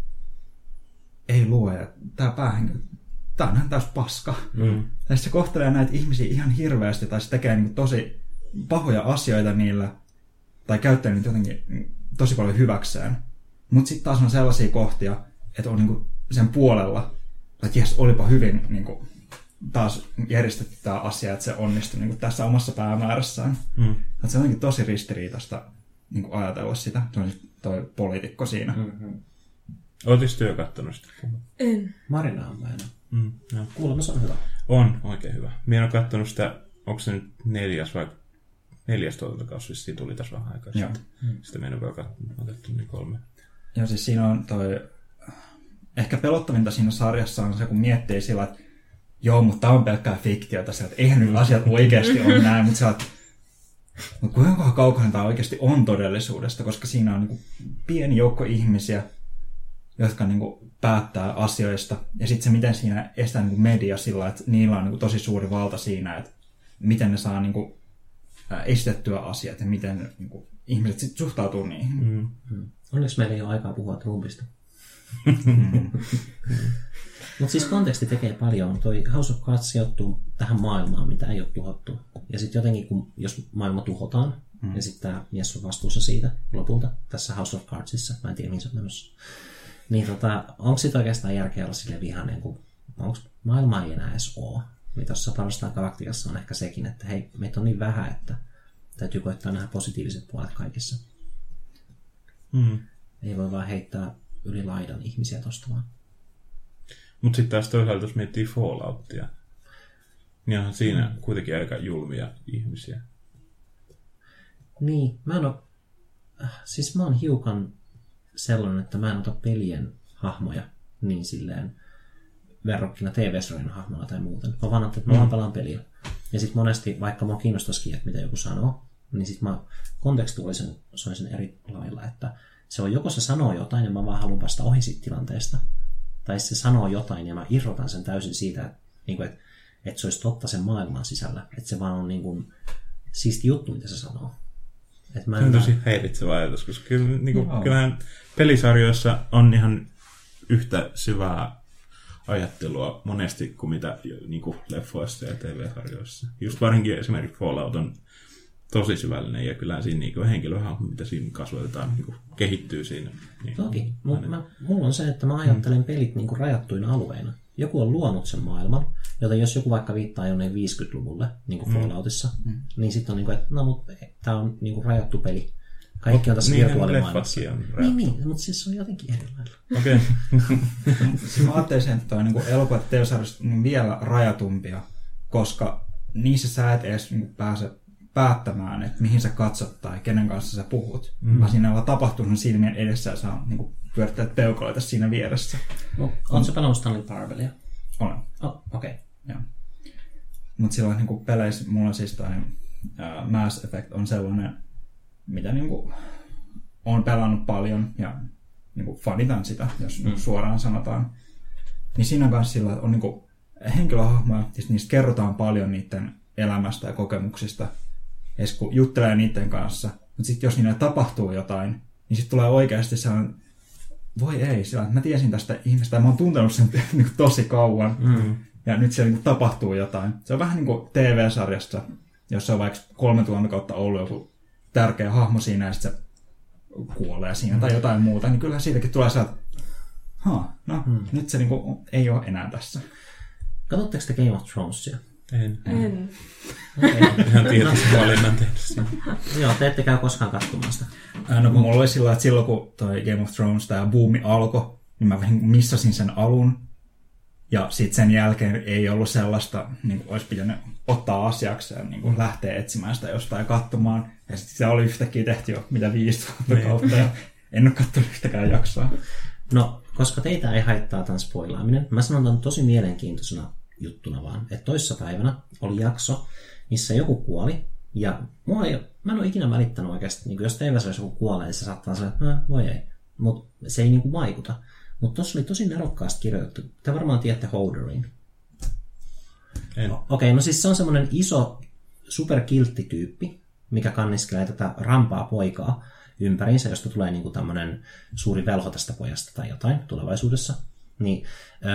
S3: ei luoja, tämä päähenkilö, tämä on ihan täys paska. Mm. Tai se kohtelee näitä ihmisiä ihan hirveästi, tai se tekee niin tosi pahoja asioita niillä, tai käyttää niitä jotenkin tosi paljon hyväkseen. Mutta sitten taas on sellaisia kohtia, että on niin sen puolella, että jes, olipa hyvin niin kuin, taas järjestetty tämä asia, että se onnistui niin kuin tässä omassa päämäärässään. Mm. Että se on jotenkin tosi ristiriitaista niin kuin ajatella sitä. Se on toi poliitikko siinä. Mm-hmm.
S2: Oletko työ kattonut sitä?
S1: En.
S4: Marina on aina.
S2: Mm,
S4: Kuulemma se on hyvä.
S2: On, oikein hyvä. Minä en ole kattonut sitä, onko se nyt neljäs vai neljäs tuotantokausi, vissiin tuli tässä vähän aikaa sitten. Mm. Sitä minä en ole vielä kattonut, otettu niin kolme.
S3: Joo, siis siinä on toi, ehkä pelottavinta siinä sarjassa on se, kun miettii sillä, että joo, mutta tämä on pelkkää fiktiota, että eihän nyt asiat oikeasti ole näin, mutta sä oot, mutta kuinka kaukainen tämä oikeasti on todellisuudesta, koska siinä on niin kuin pieni joukko ihmisiä, jotka niin kuin päättää asioista. Ja sitten se, miten siinä estää niin kuin media sillä, että niillä on niin kuin tosi suuri valta siinä, että miten ne saa niin kuin estettyä asiat ja miten niin kuin ihmiset sitten suhtautuu niihin.
S4: Mm. Mm. Onneksi meillä ei ole aikaa puhua Trumpista. mm. Mutta siis konteksti tekee paljon. Toi House of Cards sijoittuu tähän maailmaan, mitä ei ole tuhottu. Ja sitten jotenkin, kun, jos maailma tuhotaan, mm. ja sitten tämä mies on vastuussa siitä lopulta, tässä House of Cardsissa, mä en tiedä, mihin se on menossa. Niin tota, onko sitten oikeastaan järkeä olla silleen vihainen, kun onko maailma ei enää edes ole? Niin tuossa Battlestar Galacticassa on ehkä sekin, että hei, meitä on niin vähän, että täytyy koettaa nähdä positiiviset puolet kaikissa.
S2: Mm.
S4: Ei voi vaan heittää yli laidan ihmisiä tosta vaan.
S2: Mutta sitten taas toisaalta, jos miettii Falloutia, niin onhan siinä mm. kuitenkin aika julmia ihmisiä.
S4: Niin, mä en oo, siis mä oon hiukan sellainen, että mä en ota pelien hahmoja niin silleen verrokkina T V-sarjan hahmona tai muuten. Mä vaan että mä vaan pelaan peliä. Ja sitten monesti, vaikka mua kiinnostaisikin, että mitä joku sanoo, niin sitten mä kontekstuaalisen sen eri lailla, että se on joko se sanoo jotain ja mä vaan haluan päästä ohi siitä tilanteesta, tai se sanoo jotain ja mä irrotan sen täysin siitä, että, niin kuin, että, että se olisi totta sen maailman sisällä, että se vaan on niin kuin, siisti juttu, mitä se sanoo. Että mä
S2: se on
S4: en...
S2: tosi häiritsevä ajatus, koska kyllä, niin kuin, kyllähän pelisarjoissa on ihan yhtä syvää ajattelua monesti kuin mitä niin kuin leffoissa ja T V-sarjoissa. Just varsinkin esimerkiksi Fallout on tosi syvällinen ja kyllä siinä niin henkilöhahmo, mitä siinä kasvatetaan, niin kehittyy siinä. Niin,
S4: Toki, mutta mä, mulla on se, että mä ajattelen mm. pelit niin kuin rajattuina alueina. Joku on luonut sen maailman, joten jos joku vaikka viittaa jonnekin viisikymmentäluvulle, niin kuin Falloutissa, mm. niin sitten on niin kuin, että no, mutta tämä on niin kuin rajattu peli. Kaikki on tässä
S2: niin,
S4: virtuaalimaailmassa. Niin, niin, mutta siis se on jotenkin erilainen.
S2: Okei.
S3: Okay. Mä ajattelisin, että toi niin elokuvat T V-sarjasta on vielä rajatumpia, koska niissä sä et edes niin pääse päättämään, että mihin sä katsot tai kenen kanssa sä puhut. Mm. Vaan siinä on tapahtunut silmien edessä ja saa niin pyörittää peukaloita siinä vieressä.
S4: No, on se pelannut Stanley Parableia?
S3: Olen.
S4: Oh, okei.
S3: Okay. Mutta silloin niin peleissä mulla siis toi uh, Mass Effect on sellainen, mitä niin kuin, on pelannut paljon ja niin kuin, fanitan sitä, jos mm. suoraan sanotaan. Niin siinä kanssa sillä on niin kuin, henkilöhahmoja, ja niistä kerrotaan paljon niiden elämästä ja kokemuksista, ja kun juttelee niiden kanssa. Mutta sitten jos niille tapahtuu jotain, niin sitten tulee oikeasti sellainen, voi ei, sillä, että mä tiesin tästä ihmistä, ja mä oon tuntenut sen niin kuin, tosi kauan, mm. ja nyt siellä niin kuin, tapahtuu jotain. Se on vähän niin kuin T V-sarjasta, jossa on vaikka kolme tuhatta kautta ollut joku tärkeä hahmo siinä, ja sitten se kuolee siinä, tai jotain muuta, niin kyllä siitäkin tulee se, että ha, no, mm. nyt se niin kuin, ei ole enää tässä.
S4: Katsotteko te Game of Thronesia?
S2: En.
S1: En.
S4: Okay.
S2: Ihan tietoisen valinnan tehnyt sen.
S4: Joo, te ette käy koskaan katsomaan sitä.
S3: No kun mulla oli sillä, että silloin kun toi Game of Thrones tämä buumi alkoi, niin mä missasin sen alun. Ja sitten sen jälkeen ei ollut sellaista, niin kuin olisi pitänyt ottaa asiaksi ja niin kuin lähteä etsimään sitä jostain katsomaan. Ja sitten se oli yhtäkkiä tehty jo mitä viisi tuhatta kautta ja en ole katsonut yhtäkään jaksoa.
S4: No, koska teitä ei haittaa tämän spoilaaminen, mä sanon tämän tosi mielenkiintoisena juttuna vaan, että toissapäivänä oli jakso, missä joku kuoli, ja mua ei, mä en ole ikinä välittänyt oikeasti, niin jos T V-sarjassa joku kuolee, niin se saattaa sanoa, että no, voi ei, mutta se ei niin kuin vaikuta. Mutta tuossa oli tosi nerokkaasti kirjoitettu. Te varmaan tiedätte Holderin.
S2: En.
S4: Okei, okay, no siis se on semmoinen iso superkiltti tyyppi, mikä kanniskelee tätä rampaa poikaa ympäriinsä, josta tulee niinku tämmöinen suuri velho tästä pojasta tai jotain tulevaisuudessa. Niin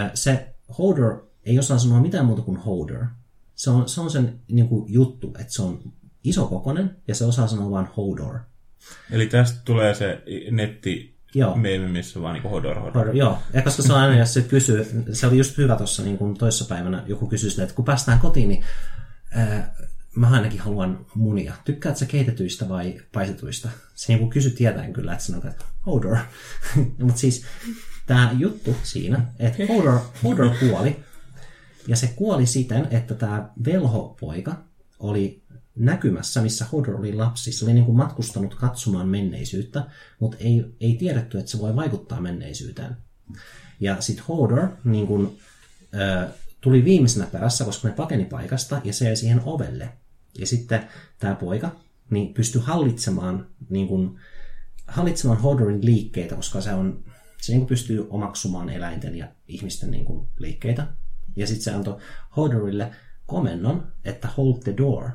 S4: se Holder ei osaa sanoa mitään muuta kuin Holder. Se on, se on sen niinku juttu, että se on isokokoinen ja se osaa sanoa vain Hodor.
S2: Eli tästä tulee se netti
S4: Joo.
S2: meemi, missä vaan niin Hodor, Hodor.
S4: Hodor. Joo, ja koska se on aina, jos se kysyy, se oli just hyvä tuossa niin kuin toissapäivänä, joku kysyi sille, että kun päästään kotiin, niin ää, mä ainakin haluan munia. Tykkäätkö sä keitetyistä vai paisetuista? Se niin kuin kysyi tietäen kyllä, että sanoo, että Hodor. Mutta siis tämä juttu siinä, että Hodor, Hodor kuoli, ja se kuoli siten, että tämä velhopoika oli näkymässä, missä Hodor oli lapsi. Se oli niin kuin matkustanut katsomaan menneisyyttä, mutta ei, ei tiedetty, että se voi vaikuttaa menneisyyteen. Ja sitten Hodor niin kuin, äh, tuli viimeisenä perässä, koska ne pakeni paikasta, ja se jäi siihen ovelle. Ja sitten tämä poika niin pystyi hallitsemaan, niin kuin, hallitsemaan Hodorin liikkeitä, koska se, on, se niin kuin pystyy omaksumaan eläinten ja ihmisten niin kuin, liikkeitä. Ja sitten se antoi Hodorille komennon, että hold the door.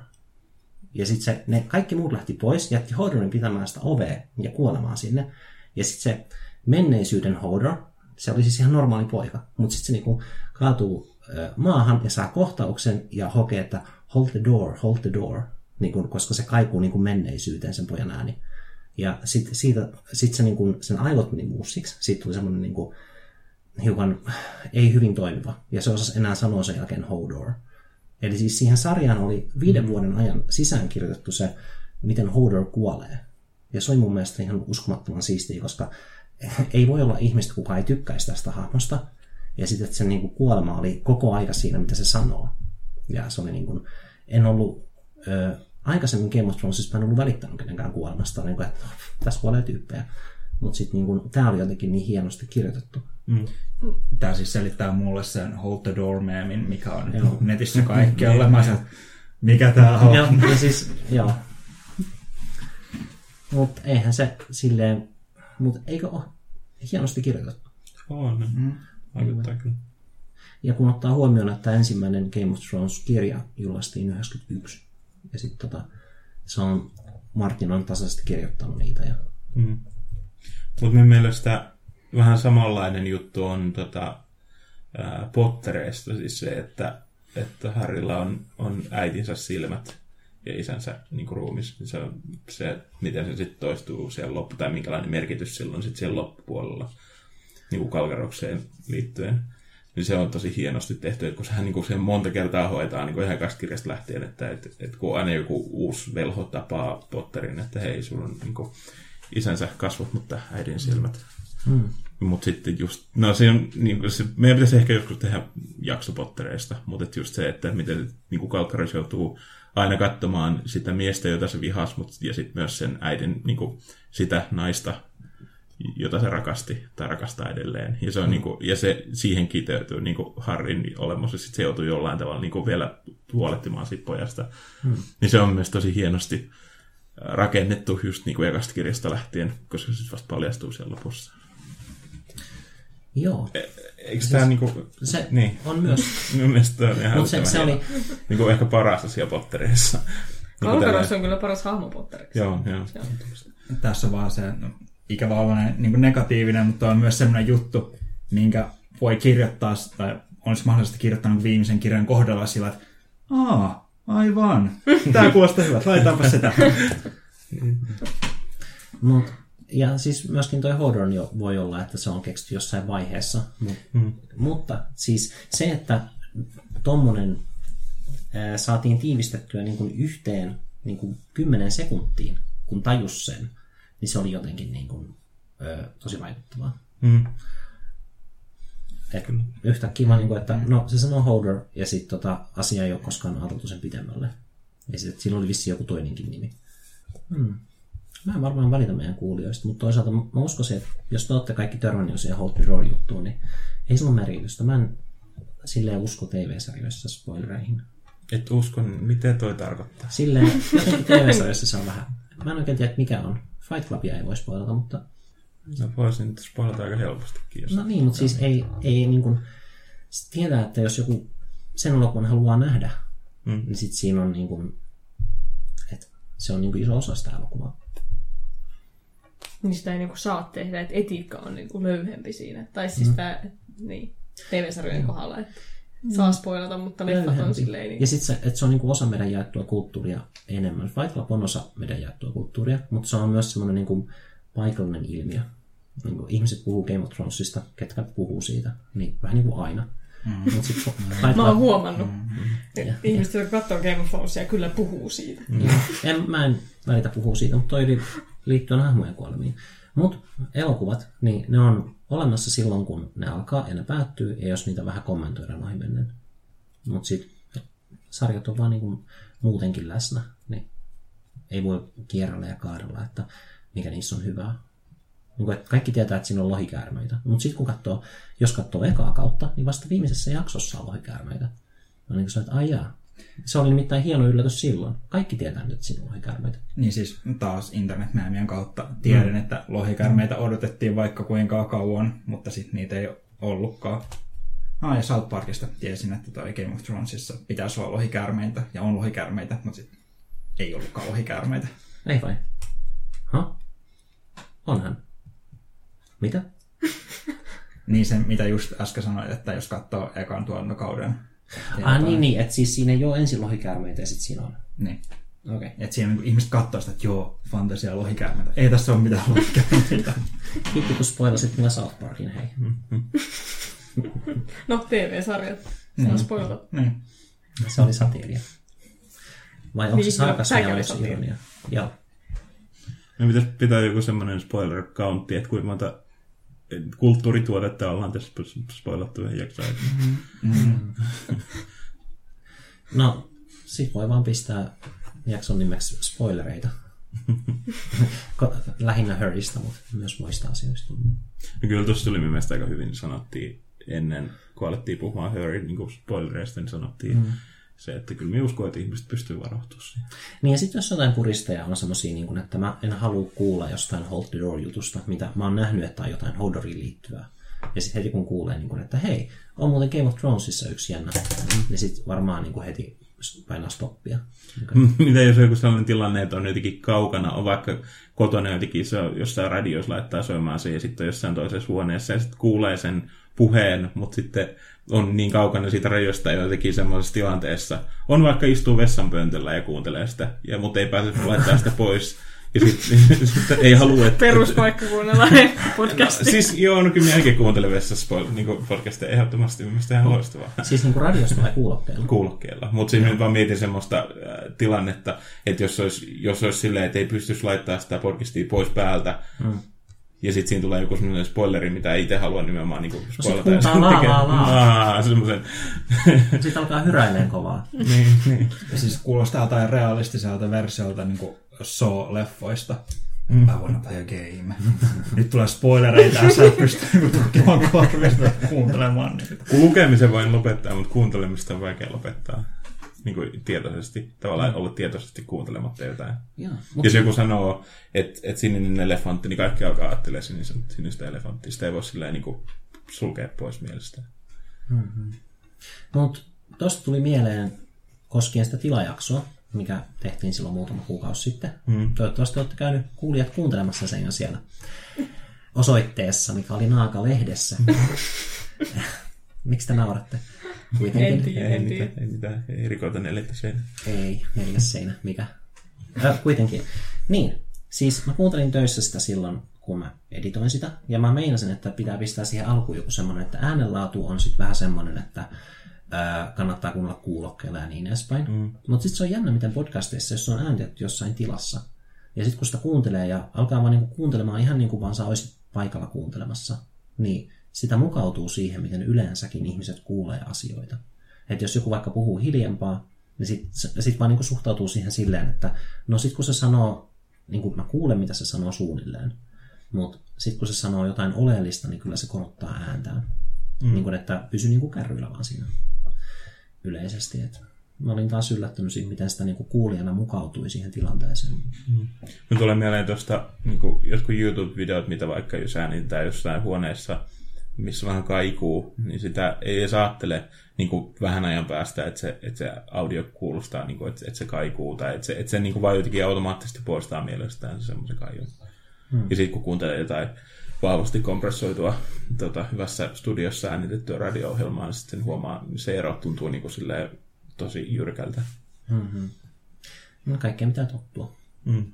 S4: Ja sitten ne kaikki muut lähti pois, jätti Hodorin pitämään sitä ovea ja kuolemaan sinne. Ja sitten se menneisyyden Hodor, se oli siis ihan normaali poika, mutta sitten se niinku kaatuu ö, maahan ja saa kohtauksen ja hokee, että hold the door, hold the door, niinku, koska se kaikuu niinku menneisyyteen sen pojan ääni. Ja sitten sit se niinku, sen aivot meni muussiksi, siitä tuli semmoinen niinku, hiukan ei hyvin toimiva. Ja se osasi enää sanoa sen jälkeen Hodor. Eli siis siihen sarjaan oli viiden vuoden ajan sisäänkirjoitettu se, miten Hodor kuolee. Ja se oli mun mielestä ihan uskomattoman siistiä, koska ei voi olla ihmistä, kuka ei tykkäisi tästä hahmosta. Ja sitten, että se niin kuin kuolema oli koko aika siinä, mitä se sanoo. Ja se oli niin kuin, en ollut, ö, aikaisemmin Game of Thronesissa en ollut välittänyt kenenkään kuolemasta, niin kuin, että tässä kuolee tyyppejä. Mutta sitten niin tämä oli jotenkin niin hienosti kirjoitettu.
S3: Mm. Tämä siis selittää mulle sen Hold the Door-meemin, mikä on Joo. netissä kaikkialla. Mä sanoin, mikä tää on.
S4: Ja, ja siis, joo. Mutta eihän se silleen, mutta eikö ole hienosti kirjoitettu?
S2: On, mm. vaikuttaa kyllä.
S4: Ja kun ottaa huomioon, että ensimmäinen Game of Thrones-kirja julkaistiin yhdeksänkymmentäyksi, ja sitten tota, se on, Martin on tasaisesti kirjoittanut niitä. Ja...
S2: Mm. Mutta minun mielestä vähän samanlainen juttu on tota, ää, Pottereista, siis se, että, että Harrylla on, on äitinsä silmät ja isänsä niin kuin ruumis. Se on se, miten se sitten toistuu siellä loppu, tai minkälainen merkitys sillä on sitten siellä loppupuolella niin kuin Kalkarokseen liittyen. Niin se on tosi hienosti tehty, että kun sehän niin kuin sen monta kertaa hoitaa niin kuin ihan kastkirjasta lähtien, että, että, että kun aina joku uusi velho tapaa Potterin, että hei, sulla on niin kuin isänsä kasvot, mutta äidin silmät. Mm. Mutta sitten just, no se on, niin kuin se, meidän pitäisi ehkä joskus tehdä jakso Pottereista, mutta just se, että miten niin kuin Kalkkaros joutuu aina katsomaan sitä miestä, jota se vihasi, mutta, ja sitten myös sen äidin, niin kuin sitä naista, jota se rakasti tai rakastaa edelleen. Ja se, on, mm. niin kuin, ja se siihen kiteytyy niin kuin Harryn olemus, ja sitten se joutuu jollain tavalla niin kuin vielä huolehtimaan siitä pojasta. Mm. Niin se on myös tosi hienosti rakennettu just niin kuin ekasta kirjasta lähtien, koska se vasta paljastuu siellä lopussa.
S4: Joo.
S2: E- eikö siis tämä niinku...
S4: Se
S2: niin.
S4: on myös...
S2: Minun mielestä on ihan
S4: se, se oli...
S2: niinku ehkä paras asia Pottereissa.
S1: Kalkaros on kyllä paras hahmo Potteriksi.
S2: Joo, joo.
S3: Tässä on vaan se no, ikävä ollainen niin negatiivinen, mutta on myös sellainen juttu, minkä voi kirjoittaa, tai olisi mahdollista kirjoittaa viimeisen kirjan kohdalla sillä, että aa, aivan, tämä kuulostaa hyvältä, laitetaanpa sitä.
S4: Mut, ja siis myöskin toi Hodor jo voi olla, että se on keksitty jossain vaiheessa. Mut, mm. Mutta siis se, että tommonen ää, saatiin tiivistettyä niin kuin yhteen niin kuin kymmenen sekuntiin, kun tajus sen, niin se oli jotenkin niin kuin, ö, tosi vaikuttavaa. Mm. Yhtä kiva, niin kuin, että no, se sanoo Hodor, ja sitten tota, asia ei ole koskaan ajateltu sen pidemmälle. Ja sitten siinä oli vissiin joku toinenkin nimi. Hmm. Mä en varmaan valita meidän kuulijoista, mutta toisaalta mä uskoisin, että jos te olette kaikki törmänneet siihen Hope the Road-juttuun, niin ei sillä ole merkitystä. Mä en silleen usko T V-sarjoissa spoilereihin.
S2: Et usko, mitä toi tarkoittaa?
S4: Silleen, jotenkin T V-sarjoissa se on vähän. Mä en oikein tiedä, mikä on. Fight Clubia ei voi spoilata, mutta...
S2: No voisin nyt spoilata aika helpostikin. Jos
S4: no niin, mutta siis ei, ei niin kuin... Tietää, että jos joku sen elokuvan haluaa nähdä, mm. niin sit siinä on niin kuin... Että se on niin kuin iso osa sitä elokuvaa.
S1: Niin sitä ei niinku saa tehdä, että etiikka on niinku löyhempi siinä. Tai siis mm. tämä niin, T V-sarjojen kohdalla, että saa spoilata, mutta leffat on silleen. Niin...
S4: Ja sitten se, että se on niinku osa meidän jaettua kulttuuria enemmän. Fight Club on osa meidän jaettua kulttuuria, mutta se on myös semmoinen niinku paikallinen ilmiö. Niinku ihmiset puhuu Game of Thronesista, ketkä puhuu siitä, niin vähän niin kuin aina.
S1: Mm. Mut sit, mä oon huomannut, mm. että ihmiset, jotka katsoo Game of Thronesia, kyllä puhuu siitä.
S4: Mm. En, mä en välitä puhua siitä, mutta toi liittyen hahmojen kuolemiin. Mutta elokuvat, niin ne on olemassa silloin, kun ne alkaa ja ne päättyy, ja jos niitä vähän kommentoidaan ohimennen. Mutta sitten sarjat on vaan niinku muutenkin läsnä, niin ei voi kierrellä ja kaarella, että mikä niissä on hyvää. Niin kaikki tietää, että siinä on lohikäärmeitä. Mutta sitten kun katsoo, jos katsoo ekaa kautta, niin vasta viimeisessä jaksossa on lohikäärmeitä. No niin kuin sanoit, että ai jaa. Se oli nimittäin hieno yllätys silloin. Kaikki tietää nyt, että siinä on lohikäärmeitä.
S3: Niin siis taas internetmäämien kautta tiedän, mm. että lohikäärmeitä odotettiin vaikka kuinka kauan, mutta sitten niitä ei ollutkaan. Ah, ja South Parkista tiesin, että toi Game of Thronesissa pitäisi olla lohikäärmeitä, ja on lohikäärmeitä, mutta sitten ei ollutkaan lohikäärmeitä.
S4: Ei vai? Huh? Onhan. Mitä?
S3: Niin se, mitä just äsken sanoit, että jos katsoo ekan tuotantokauden.
S4: Ah niin, niin, että siis siinä ei ole ensin lohikäärmeitä ja sitten siinä on.
S3: Niin.
S4: Okei. Okay.
S3: Että siinä niin ihmiset katsoo sitä, että joo, fantasia lohikäärmeitä. Ei tässä ole mitään lohikäärmeitä.
S4: Kiitti, kun spoilasit minä South Parkin, hei.
S1: No, T V-sarjat. Se on spoilata.
S3: Niin.
S4: Se oli satiiria. Vai onko niin, se sarkasmia vai onko se ironia? Joo.
S2: Me pitäisi pitää joku semmoinen spoiler-countti, että kuinka monta kulttuurituotetta ollaan tässä spoilattu yhden jaksoon.
S4: Mm-hmm. No, sit voi vaan pistää jakson nimeksi spoilereita. Lähinnä Harrystä, mutta myös muista asioista.
S2: No kyllä tuossa tuli mielestäni aika hyvin, sanottiin ennen, kun alettiin puhumaan Harry niin spoilereista, niin sanottiin, mm. se, että kyllä minä uskon, että ihmiset pystyy varohtumaan siihen.
S4: Niin ja sitten jos jotain puristeja on semmosia, niin että mä en halua kuulla jostain Hold the Door-jutusta, mitä mä oon nähnyt, että on jotain Hodoriin liittyvää. Ja sitten heti kun kuulee, niin kuin, että hei, on muuten Game of Thronesissa yksi jännä, niin sitten varmaan niin kuin heti painaa stoppia.
S2: Mitä jos on joku sellainen tilanne, että on jotenkin kaukana, on vaikka kotona jotenkin se on jossain radiossa laittaa soimaan se ja sitten on jossain toisessa huoneessa ja sitten kuulee sen puheen, mutta sitten on niin kaukana siitä radiosta ja jotenkin semmoisessa tilanteessa. On vaikka istuu vessanpöntöllä ja kuuntelee sitä, ja, mutta ei pääse laittaa sitä pois. Ja sitten sit ei halua, että...
S1: Peruspaikka kuunnella podcastia.
S2: No, siis joo, no kyllä minäkin kuuntelen vessassa niin podcastia ehdottomasti, mielestäni ihan loistavaa.
S4: Siis niin kuin radiosta vai kuulokkeella?
S2: Kuulokkeella. Mutta siis nyt vaan mietin semmoista äh, tilannetta, että jos olisi, jos olisi silleen, että ei pystyisi laittaa sitä podcastia pois päältä, mm. ja sitten siinä tulee joku semmoinen spoileri, mitä ei itse halua nimenomaan niin kuin spoilata.
S4: No sitten kuultaan laa, laa, laa.
S2: Semmoisen...
S4: Sitten alkaa hyräileen kovaa.
S2: niin, niin.
S3: Ja siis kuulostaa jotain realistiselta versiolta niin kuin Saw-leffoista. Mm. I wanna play a game. Nyt tulee spoilereita ja sä et pysty tutkimaan korvista kuuntelemaan.
S2: Kun lukemisen voin lopettaa, mutta kuuntelemista on vaikea lopettaa. Niin kuin tietoisesti. Tavallaan mm. olla tietoisesti kuuntelematta jotain. Ja, mutta... Jos joku sanoo, että et sininen elefantti, niin kaikki alkaa ajattelemaan sinistä, sinistä elefanttia. Sitä ei voi silleen niin kuin sulkea pois mielestä.
S4: Mm-hmm. Mutta tuosta tuli mieleen koskien sitä tilajaksoa, mikä tehtiin silloin muutama kuukausi sitten. Mm. Toivottavasti olette käynyt kuulijat kuuntelemassa sen siellä osoitteessa, mikä oli Naaka-lehdessä. Miksi te nauratte?
S1: Kuitenkin. En tiedä,
S2: ei, mitään, ei mitään, ei rikota neljättä seinä.
S4: Ei, neljäs seinä, mikä? Äh, kuitenkin. Niin, siis mä kuuntelin töissä sitä silloin, kun mä editoin sitä, ja mä meinasin, että pitää pistää siihen alkuun joku semmoinen, että äänenlaatu on sitten vähän semmoinen, että kannattaa kuunnella kuulokkeella ja niin edespäin. Mm. Mutta sitten se on jännä, miten podcasteissa, jos on äänitetty jossain tilassa, ja sitten kun sitä kuuntelee ja alkaa vaan niinku kuuntelemaan ihan niin kuin vaan sä olisit paikalla kuuntelemassa, niin sitä mukautuu siihen, miten yleensäkin ihmiset kuulee asioita. Että jos joku vaikka puhuu hiljempaa, niin sitten sit vaan niinku suhtautuu siihen silleen, että no sitten kun se sanoo, niin kuin mä kuulen, mitä se sanoo suunnilleen, mutta sitten kun se sanoo jotain oleellista, niin kyllä se korottaa ääntään. Mm. Niin kuin, että pysy niin kuin kärryillä vaan siinä yleisesti. Et mä olin taas yllättynyt siitä, miten sitä niin kuin kuulijana mukautui siihen tilanteeseen.
S2: Mm. Nyt tulee mieleen tuosta niin jotkut YouTube-videot, mitä vaikka jos äänitetään jossain huoneessa, missä vähän kaikuu, niin sitä ei edes ajattele niin kuin vähän ajan päästä, että se, että se audio kuulostaa, niin kuin, että, että se kaikuu, tai että se, että se niin kuin vaan jotenkin automaattisesti poistaa mielestään se semmoisen kaijun. Mm. Ja sitten kun kuuntelee jotain vahvasti kompressoitua tota, hyvässä studiossa äänitettyä radio-ohjelmaa, niin sitten huomaa, se ero tuntuu niin kuin silleen tosi jyrkältä.
S4: Mm-hmm. No kaikkea pitää tottua.
S2: Mm.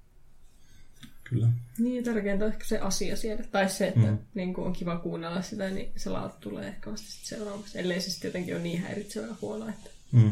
S2: Kyllä.
S1: Niin, tärkeintä on ehkä se asia siellä. Tai se, että mm. niin kun on kiva kuunnella sitä, niin se laatu tulee ehkä vasta sitten seuraavaksi. Ellei se sitten jotenkin ole niin häiritsevää huolella, että
S2: mm.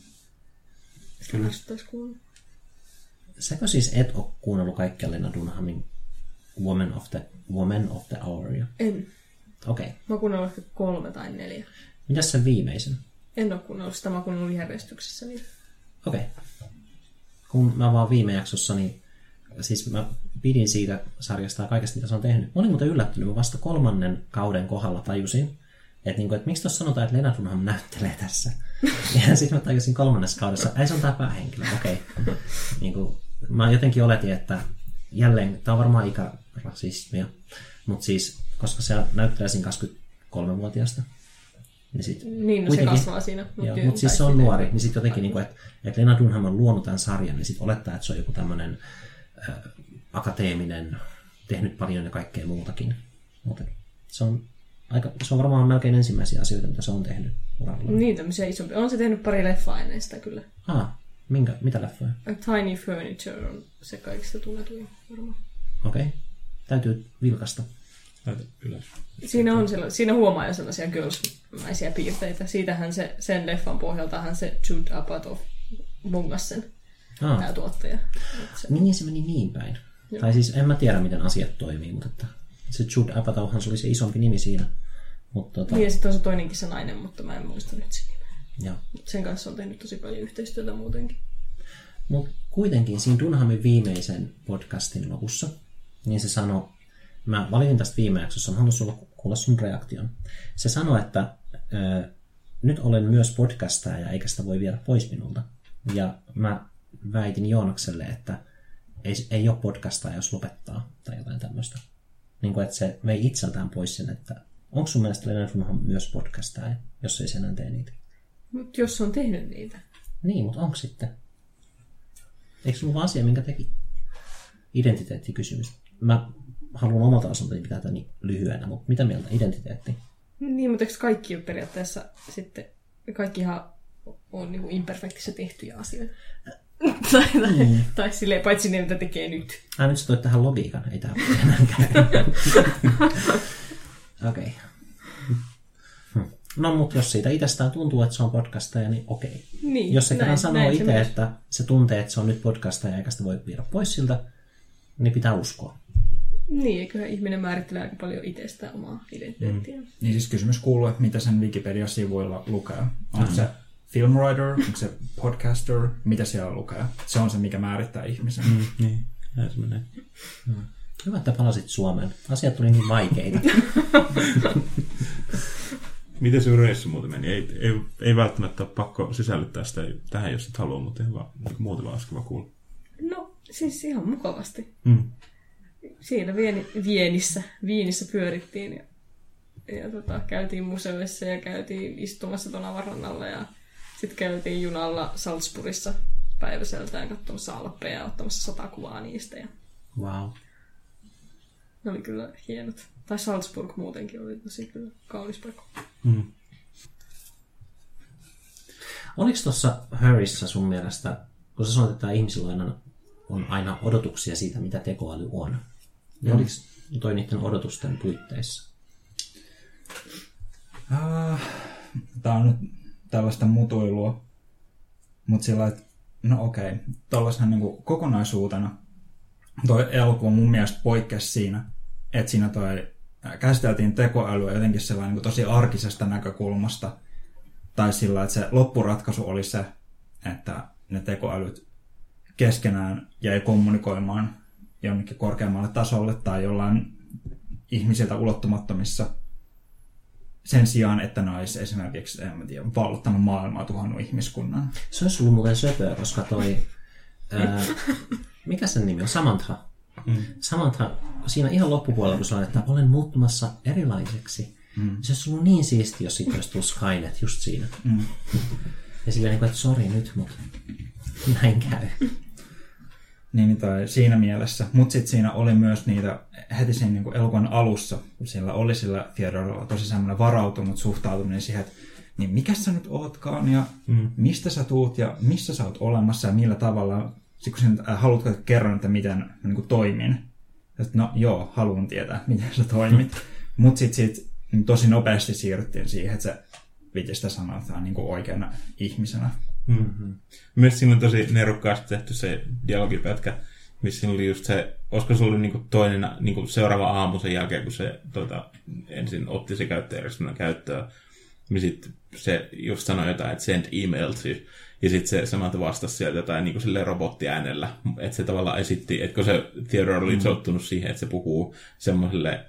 S1: sitä vastaisi kuunnella.
S4: Säkö siis et ole kuunnellut kaikkea Lena Dunhamin Woman of the, Woman of the Houria?
S1: En.
S4: Okei. Okay.
S1: Mä oon kuunnellut ehkä kolme tai neljä.
S4: Mitäs sen viimeisen?
S1: En ole kuunnellut sitä, mä oon kuunnellut järjestyksessä. Niin...
S4: Okei. Okay. Kun mä vaan viime jaksossa, niin siis mä pidin siitä sarjasta ja kaikesta, mitä se on tehnyt. Mä olin muuten yllättynyt, mä vasta kolmannen kauden kohdalla tajusin, että, niinku, että miksi tuossa sanotaan, että Lena Dunham näyttelee tässä. Ja sitten mä tajusin kolmannessa kaudessa, ei se on tää päähenkilö, okei. Okay. Niinku, mä jotenkin oletin, että jälleen, tää on varmaan ikärasismia, mutta siis, koska se näyttelee siinä kaksikymmentäkolmevuotiaasta. Niin, sit,
S1: niin no se kasvaa siinä.
S4: Mutta mut siis se on nuori, niin sitten jotenkin, niinku, että et Lena Dunham on luonut tämän sarjan, niin sitten olettaa, että se on joku tämmöinen äh, akateeminen, tehnyt paljon ja kaikkea muutakin. Mutta se on, aika, se on varmaan melkein ensimmäisiä asioita, mitä se on tehnyt uralla.
S1: Niin, tämmöisiä isompia. On se tehnyt pari leffaa ennen sitä kyllä.
S4: Ah, minkä, mitä leffoja?
S1: A Tiny Furniture on se kaikista tunnetuin varmaan.
S4: Okei, okay. Täytyy vilkasta.
S2: Ylös.
S1: Siinä, on sella, siinä huomaa jo sellaisia girls-mäisiä piirteitä. Siitähän se, sen leffan pohjaltahan se Judd Apatow bungas sen ah. tämä tuottaja. Se...
S4: Niin se meni niin päin. Joo. Tai siis en mä tiedä, miten asiat toimii, mutta että se Judd Apatowhan se oli se isompi nimi siinä. Mutta tota...
S1: Niin ja sitten on se toinenkin se nainen, mutta mä en muista nyt sen nimeä.
S4: Joo.
S1: Sen kanssa on tehnyt tosi paljon yhteistyötä muutenkin.
S4: Mutta kuitenkin siinä Dunhamin viimeisen podcastin lopussa, niin se sanoi, mä valitin tästä viime jaksossa, mä haluan sulla kuulla sun reaktion. Se sanoi, että äh, nyt olen myös podcastaja, eikä sitä voi viedä pois minulta. Ja mä väitin Joonakselle, että ei, ei ole podcastaja, jos lopettaa tai jotain tämmöistä. Niin kuin, että se vei itseltään pois sen, että onko sun mielestä Leena Rumhan myös podcastaja, jos ei sen enää tee niitä?
S1: Mutta jos on tehnyt niitä.
S4: Niin, mutta onko sitten? Eikö sulla ole asia, minkä teki? Identiteettikysymys. Mä haluan omalta osaltani pitää tämän lyhyenä, mutta mitä mieltä identiteetti?
S1: Niin, mutta eikö kaikki ole periaatteessa sitten, kaikkihan on niin kuin imperfektissä tehtyjä asioita. tai, tai, mm. tai silleen, paitsi ne, mitä tekee nyt.
S4: Ah, nyt sä toit tähän logiikan, ei tää ole enää käy. Okei. Okay. No, mutta jos siitä itsestään tuntuu, että se on podcastaja, niin okei.
S1: Niin,
S4: jos se kerran sanoo itse,
S1: se
S4: että se tuntee, että se on nyt podcastaja eikä sitä voi viedä pois siltä, niin pitää uskoa.
S1: Niin, eiköhän ihminen määrittelee aika paljon itsestään omaa identiteettiä. Mm.
S3: Niin siis kysymys kuuluu, että mitä sen Wikipedia-sivuilla lukee. Onko mm. se film writer, onko se podcaster, mitä siellä lukee? Se on se, mikä määrittää ihmisen.
S2: Mm, niin, näin se menee.
S4: Mm. Hyvä, että palasit Suomeen. Asiat tuli niin vaikeita.
S2: Miten se reissu muuten meni? Ei, ei, ei välttämättä ole pakko sisällyttää sitä tähän, jos et halua, mutta ihan vaan, niin muuten vaan kiva kuulla.
S1: No, siis ihan mukavasti.
S2: Mm.
S1: Siinä Vieni, Vienissä, Viinissä pyörittiin ja, ja tota, käytiin museoissa ja käytiin istumassa tuon avarannalla ja sitten käytiin junalla Salzburgissa päiväseltään katsomassa Alppeja ja ottamassa sata kuvaa niistä. Ja
S4: wow.
S1: Ne oli kyllä hienot. Tai Salzburg muutenkin oli tosi kyllä kaunis paikka.
S2: Mm.
S4: Oliko tuossa Hurryssä sun mielestä, kun sä sanoit, että ihmisillä aina on aina odotuksia siitä, mitä tekoäly on, niin mm. oliko toi niiden odotusten puitteissa?
S3: Uh, Tämä on nyt tällaista mutuilua, mutta sillä että no okei, tällaisena niin kuin kokonaisuutena toi elokuva mun mielestä poikkesi siinä, että siinä toi käsiteltiin tekoälyä jotenkin sellainen niin tosi arkisesta näkökulmasta, tai sillä, että se loppuratkaisu oli se, että ne tekoälyt keskenään jäi kommunikoimaan jonnekin korkeammalle tasolle tai jollain ihmisiltä ulottumattomissa sen sijaan, että ne olisi esimerkiksi, en tiedä, vallottanut maailmaa, tuhannut ihmiskunnan.
S4: Se olisi ollut muuten söpöä, koska toi, ää, mikä sen nimi on? Samantha. Mm. Samantha, siinä ihan loppupuolella, kun sanoin, että olen muuttumassa erilaiseksi, mm. se olisi ollut niin siistiä, jos siitä olisi tullut Skynet just siinä. Mm. Ja silleen, että sori nyt, mutta näin käy.
S3: Niin, tai siinä mielessä. Mutta sitten siinä oli myös niitä, heti siinä niin kuin elokuvan alussa, kun sillä oli sillä Theodorella tosi semmoinen varautunut suhtautuminen siihen, että niin mikä sä nyt ootkaan ja mm. mistä sä tuut ja missä sä oot olemassa ja millä tavalla. Sitten kun sä haluatko, että kerron, että miten niin kuin toimin. Että no joo, haluan tietää, miten sä toimit. Mutta sitten sit, niin tosi nopeasti siirryttiin siihen, että se piti sitä sanotaan niin kuin oikeana ihmisenä.
S2: Mm-hmm. Mielestäni siinä on tosi nerokkaasti tehty se dialogipätkä, missä oli just se, olisiko se ollut niinku toinen niinku seuraava aamu sen jälkeen, kun se tota, ensin otti se käyttäjärjestelmän käyttöön, niin sitten se just sanoi jotain, että send email to, ja sitten se samalta vastasi sieltä jotain niinku silleen robottiäänellä, että se tavallaan esitti, että kun se Theodore oli mm-hmm. tottunut siihen, että se puhuu semmoiselle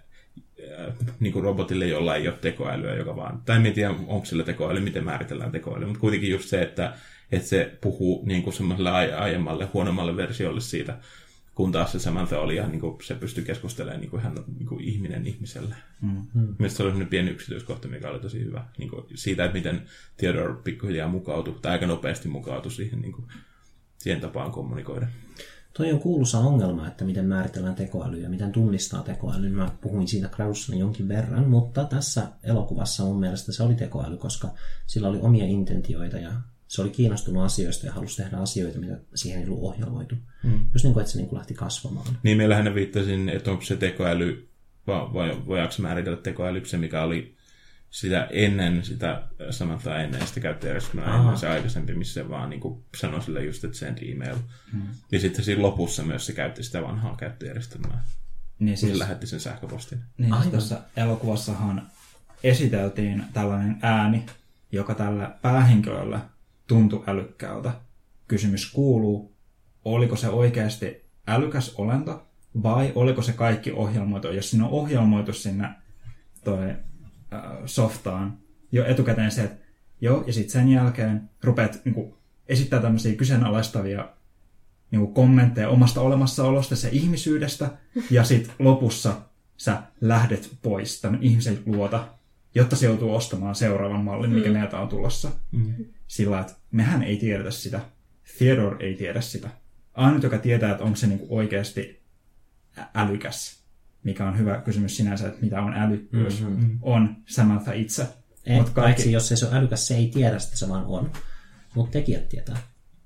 S2: niin kuin robotille, jolla ei ole tekoälyä, joka vaan, tai en tiedä, onko sillä tekoäly, miten määritellään tekoäly, mutta kuitenkin just se, että, että se puhuu niin kuin semmoiselle aiemmalle, huonommalle versiolle siitä, kun taas se Samantha oli ihan, niin kuin se pystyi keskustelemaan niin kuin ihan niin kuin ihminen ihmiselle. Mm. Mielestäni se oli sellainen pieni yksityiskohta, mikä oli tosi hyvä. Niin kuin siitä, että miten Theodore pikkuhiljaa mukautui, tai aika nopeasti mukautui siihen, niin kuin, siihen tapaan kommunikoida.
S4: Toi on kuuluisa ongelma, että miten määritellään tekoäly ja miten tunnistaa tekoälyn. Mä puhuin siitä Kraussana jonkin verran, mutta tässä elokuvassa mun mielestä se oli tekoäly, koska sillä oli omia intentioita ja se oli kiinnostunut asioista ja halusi tehdä asioita, mitä siihen ei ollut ohjelmoitu. Mm. Just niin kuin, että se niin kuin lähti kasvamaan.
S2: Niin, meillähän ne viittasin, että onko se tekoäly, vai, vai voidaanko määritellä tekoälyksi, mikä oli sitä ennen, sitä Samanthaa ennen sitä käyttäjärjestelmää ennen se aikaisempi, missä se vaan niin kuin sanoi sille just, että send email. Hmm. Ja sitten siinä lopussa myös se käytti sitä vanhaa käyttäjärjestelmää. Niin siis, se lähetti sen sähköpostin.
S3: Niin siis tässä elokuvassahan esiteltiin tällainen ääni, joka tällä päähenkilöllä tuntui älykkäältä. Kysymys kuuluu, oliko se oikeasti älykäs olento vai oliko se kaikki ohjelmoitu? Jos siinä on ohjelmoitu sinne toi softaan jo etukäteen se, että Joo, ja sitten sen jälkeen rupeat niin kuin, esittää tämmöisiä kyseenalaistavia niin kuin, kommentteja omasta olemassaolosta ja ihmisyydestä, ja sitten lopussa sä lähdet pois tämän ihmisen luota, jotta se joutuu ostamaan seuraavan mallin, mikä mm. meiltä on tulossa. Mm. Sillä, että mehän ei tiedetä sitä. Theodore ei tiedä sitä. Ainut, joka tietää, että onko se niinku oikeasti älykäs, mikä on hyvä kysymys sinänsä, että mitä on älykkyys, mm-hmm. on Samantha itse.
S4: Ei, Mut kaikki... Paitsi jos se on älykäs, se ei tiedä sitä, se vaan on. Mutta tekijät tietää.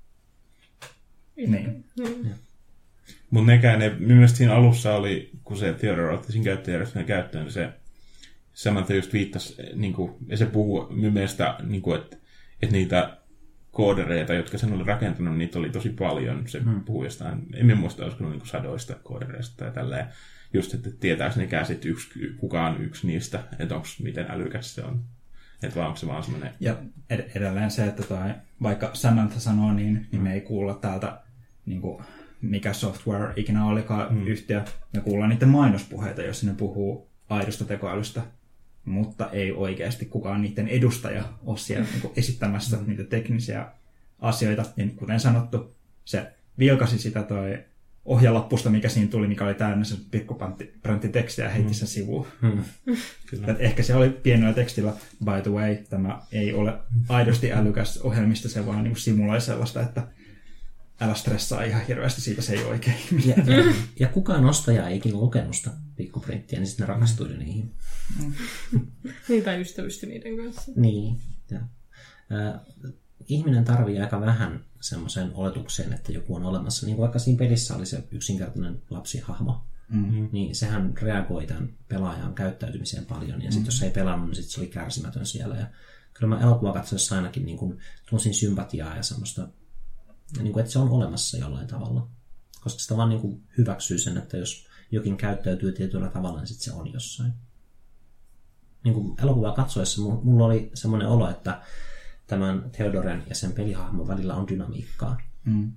S3: Niin.
S1: Mm.
S2: Mutta nekään, ne, mielestäni siinä alussa oli, kun se Theodore otti siinä käyttöjärjestelmän käyttöön, niin se Samantha just viittasi, niin kuin, ja se puhuu mielestä, niin kuin, että, että niitä koodereita, jotka sen oli rakentanut, niitä oli tosi paljon. Se hmm. puhui jostain, en muista, olisiko niin kuin sadoista koodereista tai tälleen. Just, että tietääkö ne käsit yksi, kukaan yksi niistä, että onko miten älykäs se on. Että vaan onko se vaan semmoinen...
S3: Ja ed- edelleen se, että toi, vaikka Samantha sanoo niin, niin hmm. me ei kuulla täältä niin kuin, mikä software ikinä olikaan hmm. yhtiö. Me kuullaan niiden mainospuheita, jos ne puhuu aidosta tekoälystä. Mutta ei oikeasti kukaan niiden edustaja ole siellä niin kuin esittämässä niitä teknisiä asioita. Ja kuten sanottu, se vilkasi sitä toi ohjelappusta, mikä siinä tuli, mikä oli täynnä se pikkupräntti tekstiä ja heitti sen sivuun. Hmm. Ehkä se oli pienellä tekstillä, by the way, tämä ei ole aidosti älykäs ohjelmista, se vaan niin kuin simuloi sellaista, että älä stressaa ihan hirveästi, siitä se ei oikein.
S4: Ja, ja, ja kukaan ostaja ei ikinä lukenut sitä pikkuprinttiä, niin sitten ne rakastui mm. niihin.
S1: Mm. Niin, tai ystävystyi niiden kanssa.
S4: Niin. Ja. Äh, ihminen tarvii aika vähän semmoiseen oletukseen, että joku on olemassa. Niin kuin vaikka siinä pelissä oli se yksinkertainen lapsihahmo, mm-hmm. niin sehän reagoi tämän pelaajan käyttäytymiseen paljon. Ja sitten mm-hmm. jos se ei pelannut, niin sit se oli kärsimätön siellä. Ja kyllä mä elokuvakatsoessa ainakin niin kuin, tunsin sympatiaa ja semmoista, niin kuin, että se on olemassa jollain tavalla. Koska sitä vaan niin kuin hyväksyy sen, että jos jokin käyttäytyy tietyllä tavalla, niin sitten se on jossain. Niin kuin elokuvaa katsoessa mulla oli semmoinen olo, että tämän Theodoren ja sen pelihahmon välillä on dynamiikkaa. Mm.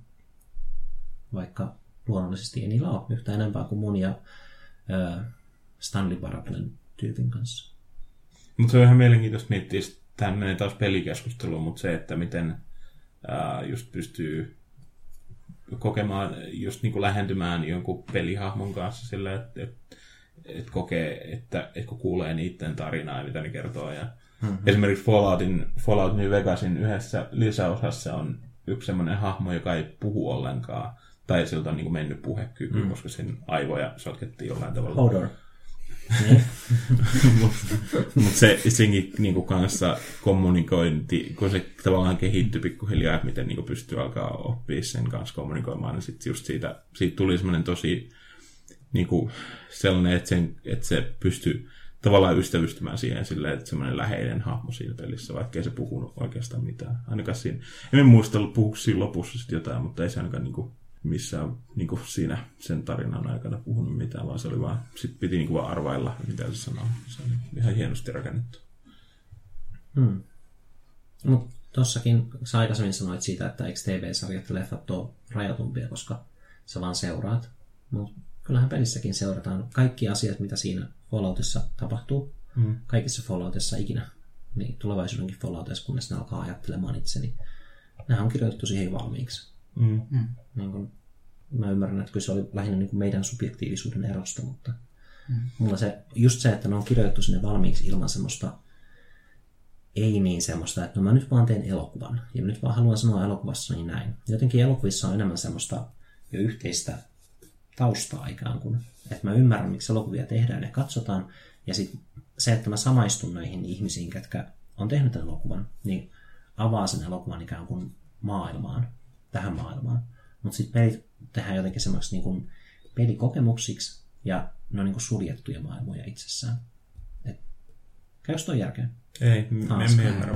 S4: Vaikka luonnollisesti ei niillä ole yhtä enempää kuin mun ja äh, Stanley Parablen tyypin kanssa.
S2: Mutta se on ihan mielenkiintoista miettiä, tähän menee taas pelikeskusteluun, mutta se, että miten äh, just pystyy kokemaan, just niin kuin lähentymään jonkun pelihahmon kanssa sillä, että et, et kokee, että et kun kuulee niiden tarinaa ja mitä ne kertoo. Ja mm-hmm. Esimerkiksi Falloutin, Fallout New Vegasin yhdessä lisäosassa on yksi semmoinen hahmo, joka ei puhu ollenkaan. Tai siltä on niin kuin mennyt puhekyky, mm. koska sen aivoja sotkettiin jollain tavalla.
S4: Hodor.
S2: Mutta se senkin niinku kanssa kommunikointi, kun se tavallaan kehittyy pikkuhiljaa, että miten niinku pystyy alkaa oppia sen kanssa kommunikoimaan, niin sitten just siitä, siitä tuli semmoinen tosi niinku sellainen, että, sen, että se pystyy tavallaan ystävystymään siihen silleen, että semmoinen läheinen hahmo siinä pelissä, vaikka ei se puhunut oikeastaan mitään. Ainakaan siinä, en muista puhuiko siinä lopussa sitten jotain, mutta ei se ainakaan niinku missään niin siinä sen tarinan aikana puhunut mitään, vaan se oli vaan, sit piti niin vaan arvailla, mitä se sanoo. Se oli ihan hienosti rakennettu.
S4: Hmm. Mutta tossakin sä aikaisemmin sanoit siitä, että eikö T V-sarjat ja leffat ole rajatumpia, koska sä vaan seuraat. Mutta kyllähän pelissäkin seurataan kaikki asiat, mitä siinä Falloutissa tapahtuu. Hmm. Kaikissa Falloutissa ikinä. Niin tulevaisuudenkin Falloutissa, kunnes ne alkaa ajattelemaan itseni. Nehän on kirjoitettu siihen valmiiksi.
S2: Mm. Mm.
S4: Niin kun, mä ymmärrän, että kyllä se oli lähinnä niin kuin meidän subjektiivisuuden erosta, mutta mm. mulla se, just se, että ne on kirjoitettu sinne valmiiksi ilman semmoista, ei niin semmoista, että no mä nyt vaan teen elokuvan, ja mä nyt vaan haluan sanoa elokuvassa niin näin. Jotenkin elokuvissa on enemmän semmoista jo yhteistä taustaa ikään kuin, että mä ymmärrän, miksi elokuvia tehdään ja katsotaan, ja sitten se, että mä samaistun näihin ihmisiin, ketkä on tehnyt tämän elokuvan, niin avaa sen elokuvan ikään kuin maailmaan. Tähän maailmaan. Mutta sitten pelit tehdään jotenkin semmoiksi niin pelikokemuksiksi ja ne on niin kuin suljettuja maailmoja itsessään. Et, käykö toi järkeen?
S2: Ei, me emme ymmärrä.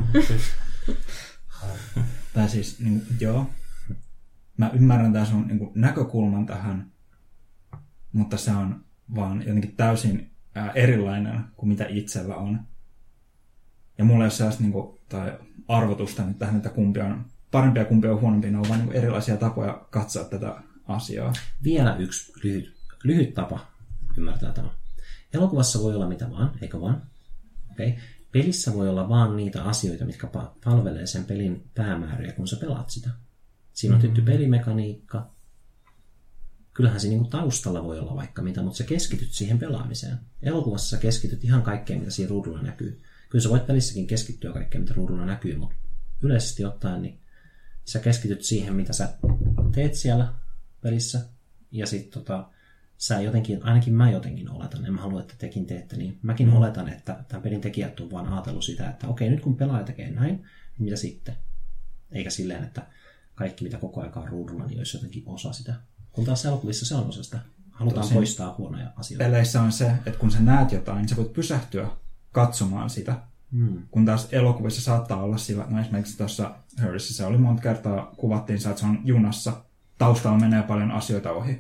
S3: Tai siis, niin, joo. Mä ymmärrän tämän sun niin kuin, näkökulman tähän, mutta se on vaan jotenkin täysin ää, erilainen kuin mitä itsellä on. Ja mulla ei ole sellaista niin kuin, tai arvotusta nyt tähän, että kumpi on parempia ja kumpi on huonompia, ne on vain niin erilaisia tapoja katsoa tätä asiaa.
S4: Vielä yksi lyhyt, lyhyt tapa ymmärtää tämä. Elokuvassa voi olla mitä vaan, eikö vaan? Okay. pelissä voi olla vaan niitä asioita, mitkä palvelee sen pelin päämääriä, kun sä pelaat sitä. Siinä on tietty pelimekaniikka. Kyllähän siinä niin taustalla voi olla vaikka mitä, mutta sä keskityt siihen pelaamiseen. Elokuvassa sä keskityt ihan kaikkeen, mitä siinä ruudulla näkyy. Kyllä sä voit pelissäkin keskittyä kaikkeen, mitä ruudulla näkyy, mutta yleisesti ottaen niin sä keskityt siihen, mitä sä teet siellä pelissä. Ja sit tota, sä jotenkin, ainakin mä jotenkin oletan, en mä halua, että tekin teette, niin mäkin mm. oletan, että tämän pelin tekijät on vaan ajatellut sitä, että okei, nyt kun pelaaja tekee näin, niin mitä sitten? Eikä silleen, että kaikki mitä koko ajan on ruudulla, niin olisi jotenkin osa sitä. Kun taas elokuvissa se on osa sitä. Halutaan Tosin poistaa huonoja asioita. Peleissä
S3: on se, että kun sä näet jotain, niin sä voit pysähtyä katsomaan sitä. Hmm. Kun taas elokuvissa saattaa olla sillä, no esimerkiksi tuossa Hurrissä se oli monta kertaa, kuvattiin että se on junassa. Taustalla menee paljon asioita ohi.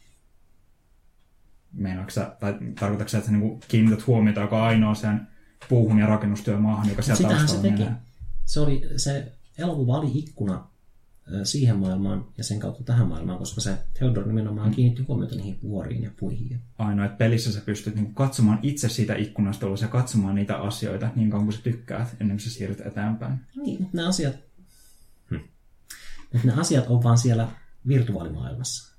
S3: Meinaatko sä, tai tarkoitatko sä, että sä niinku kiinnität huomiota joka ainoa sen puuhun ja rakennustyömaahan, joka siellä taustalla
S4: se teki.
S3: menee?
S4: Se, oli, se elokuva oli ikkuna siihen maailmaan ja sen kautta tähän maailmaan, koska se Theodore nimenomaan kiinnitti huomiota niihin vuoriin ja puihin.
S3: Ainoa, että pelissä sä pystyt niinku katsomaan itse siitä ikkunasta ulos ja katsomaan niitä asioita niin kauan kuin sä tykkäät, ennen kuin sä siirryt eteenpäin.
S4: Niin, mutta ne asiat, hm. mutta ne asiat on vaan siellä virtuaalimaailmassa.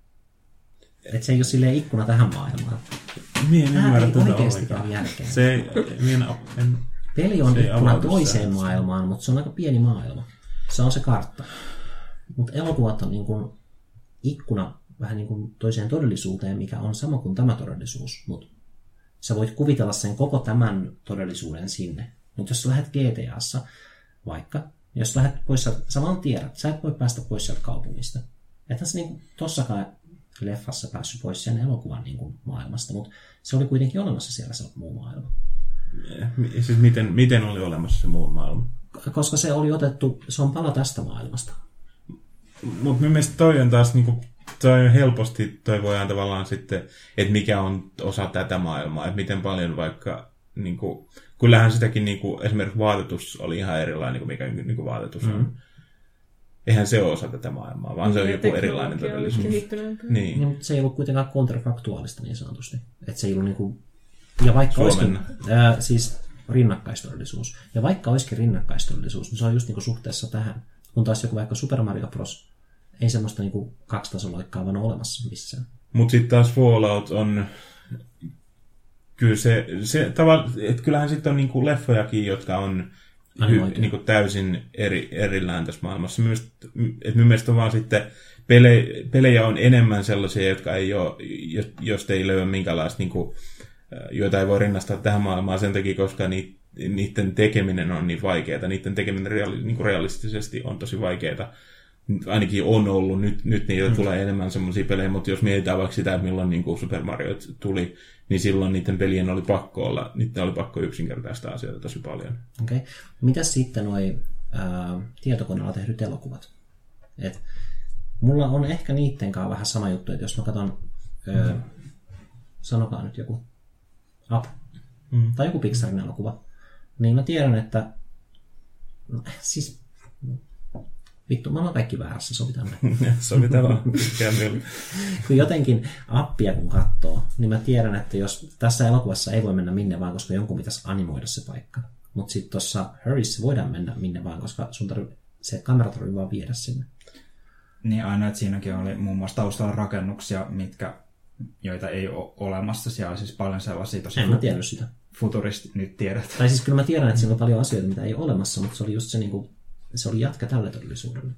S4: Että se ei ole silleen ikkuna tähän maailmaan.
S2: Mie en ymmärrä tätä
S4: oikeastaan järkeä.
S2: Se ei, en, en,
S4: Peli on ikkuna toiseen maailmaan, mutta se on aika pieni maailma. Se on se kartta. Mutta elokuvat on niin kuin ikkuna vähän niin kuin toiseen todellisuuteen, mikä on sama kuin tämä todellisuus. Mutta sä voit kuvitella sen koko tämän todellisuuden sinne. Mutta jos sä lähdet G T A:ssa vaikka, jos sä lähdet pois, sä vaan tiedät, sä et voi päästä pois sieltä kaupungista. Ethän sä niin tossakaan leffassa päässyt pois sen elokuvan niin kuin maailmasta, mutta se oli kuitenkin olemassa siellä se muu maailma.
S2: Siis miten, miten oli olemassa se muu maailma?
S4: Koska se oli otettu, se on pala tästä maailmasta.
S2: Mutta mielestäni toi on taas niinku, toi on helposti, toi voidaan tavallaan sitten, että mikä on osa tätä maailmaa, että miten paljon vaikka, niinku, kyllähän sitäkin niinku, esimerkiksi vaatetus oli ihan erilainen kuin mikä niinku vaatetus on. Mm-hmm. Eihän se ole osa tätä maailmaa, vaan se on joku erilainen todellisuus.
S4: Niin. Niin, mutta se ei ollut kuitenkaan kontrafaktuaalista niin sanotusti. Että se ei ollut niinku, ja vaikka olisikin, ää, siis rinnakkaistodellisuus. Ja vaikka olisikin rinnakkaistodellisuus, niin se on just niinku suhteessa tähän. Kun taas joku vaikka Super Mario Bros. Ei semmoista niinku kaksitasoloikkaa vaan ole olemassa missään.
S2: Mutta sitten taas Fallout on, kyllä se, se tavallaan, että kyllähän sitten on niinku leffojakin, jotka on hy, niinku täysin eri, erillään tässä maailmassa. Että mielestäni vaan sitten pelejä, pelejä on enemmän sellaisia, jotka ei ole, josta ei löydy minkälaista, niinku, joita ei voi rinnastaa tähän maailmaan sen takia, koska niitä niiden tekeminen on niin vaikeaa. Niiden tekeminen reali, niin kuin realistisesti on tosi vaikeaa. Ainakin on ollut. Nyt, nyt niitä mm. tulee enemmän semmoisia pelejä, mutta jos mietitään vaikka sitä, että milloin niin kuin Super Mario tuli, niin silloin niiden pelien oli pakko olla, niiden oli pakko yksinkertaista asioita tosi paljon.
S4: Okei. Okay. Mitäs sitten noi ää, tietokoneella tehdyt elokuvat? Et mulla on ehkä niiden kanssa vähän sama juttu, että jos mä katson, ää, mm. sanokaa nyt joku Up, mm. tai joku Pixarin elokuva, niin mä tiedän, että no, siis vittu, mä oon kaikki väärässä, sovitaan näin.
S2: Sovitaan vaan.
S4: Kun jotenkin appia kun katsoo, niin mä tiedän, että jos tässä elokuvassa ei voi mennä minne vaan, koska jonkun pitäisi animoida se paikka. Mutta sitten tuossa Hurrissä voidaan mennä minne vaan, koska sun tarvii, se kamera tarvii vaan viedä sinne.
S3: Niin aina, että siinäkin oli muun muassa taustalla rakennuksia, mitkä, joita ei ole olemassa. Siellä on siis paljon sellaisia tosi...
S4: En mä tiennyt sitä.
S3: Futuristi nyt tiedät.
S4: Tai siis kyllä mä tiedän, että siinä on paljon asioita, mitä ei ole olemassa, mutta se oli just se, niin kuin, se oli jatka tälle todellisuudelle.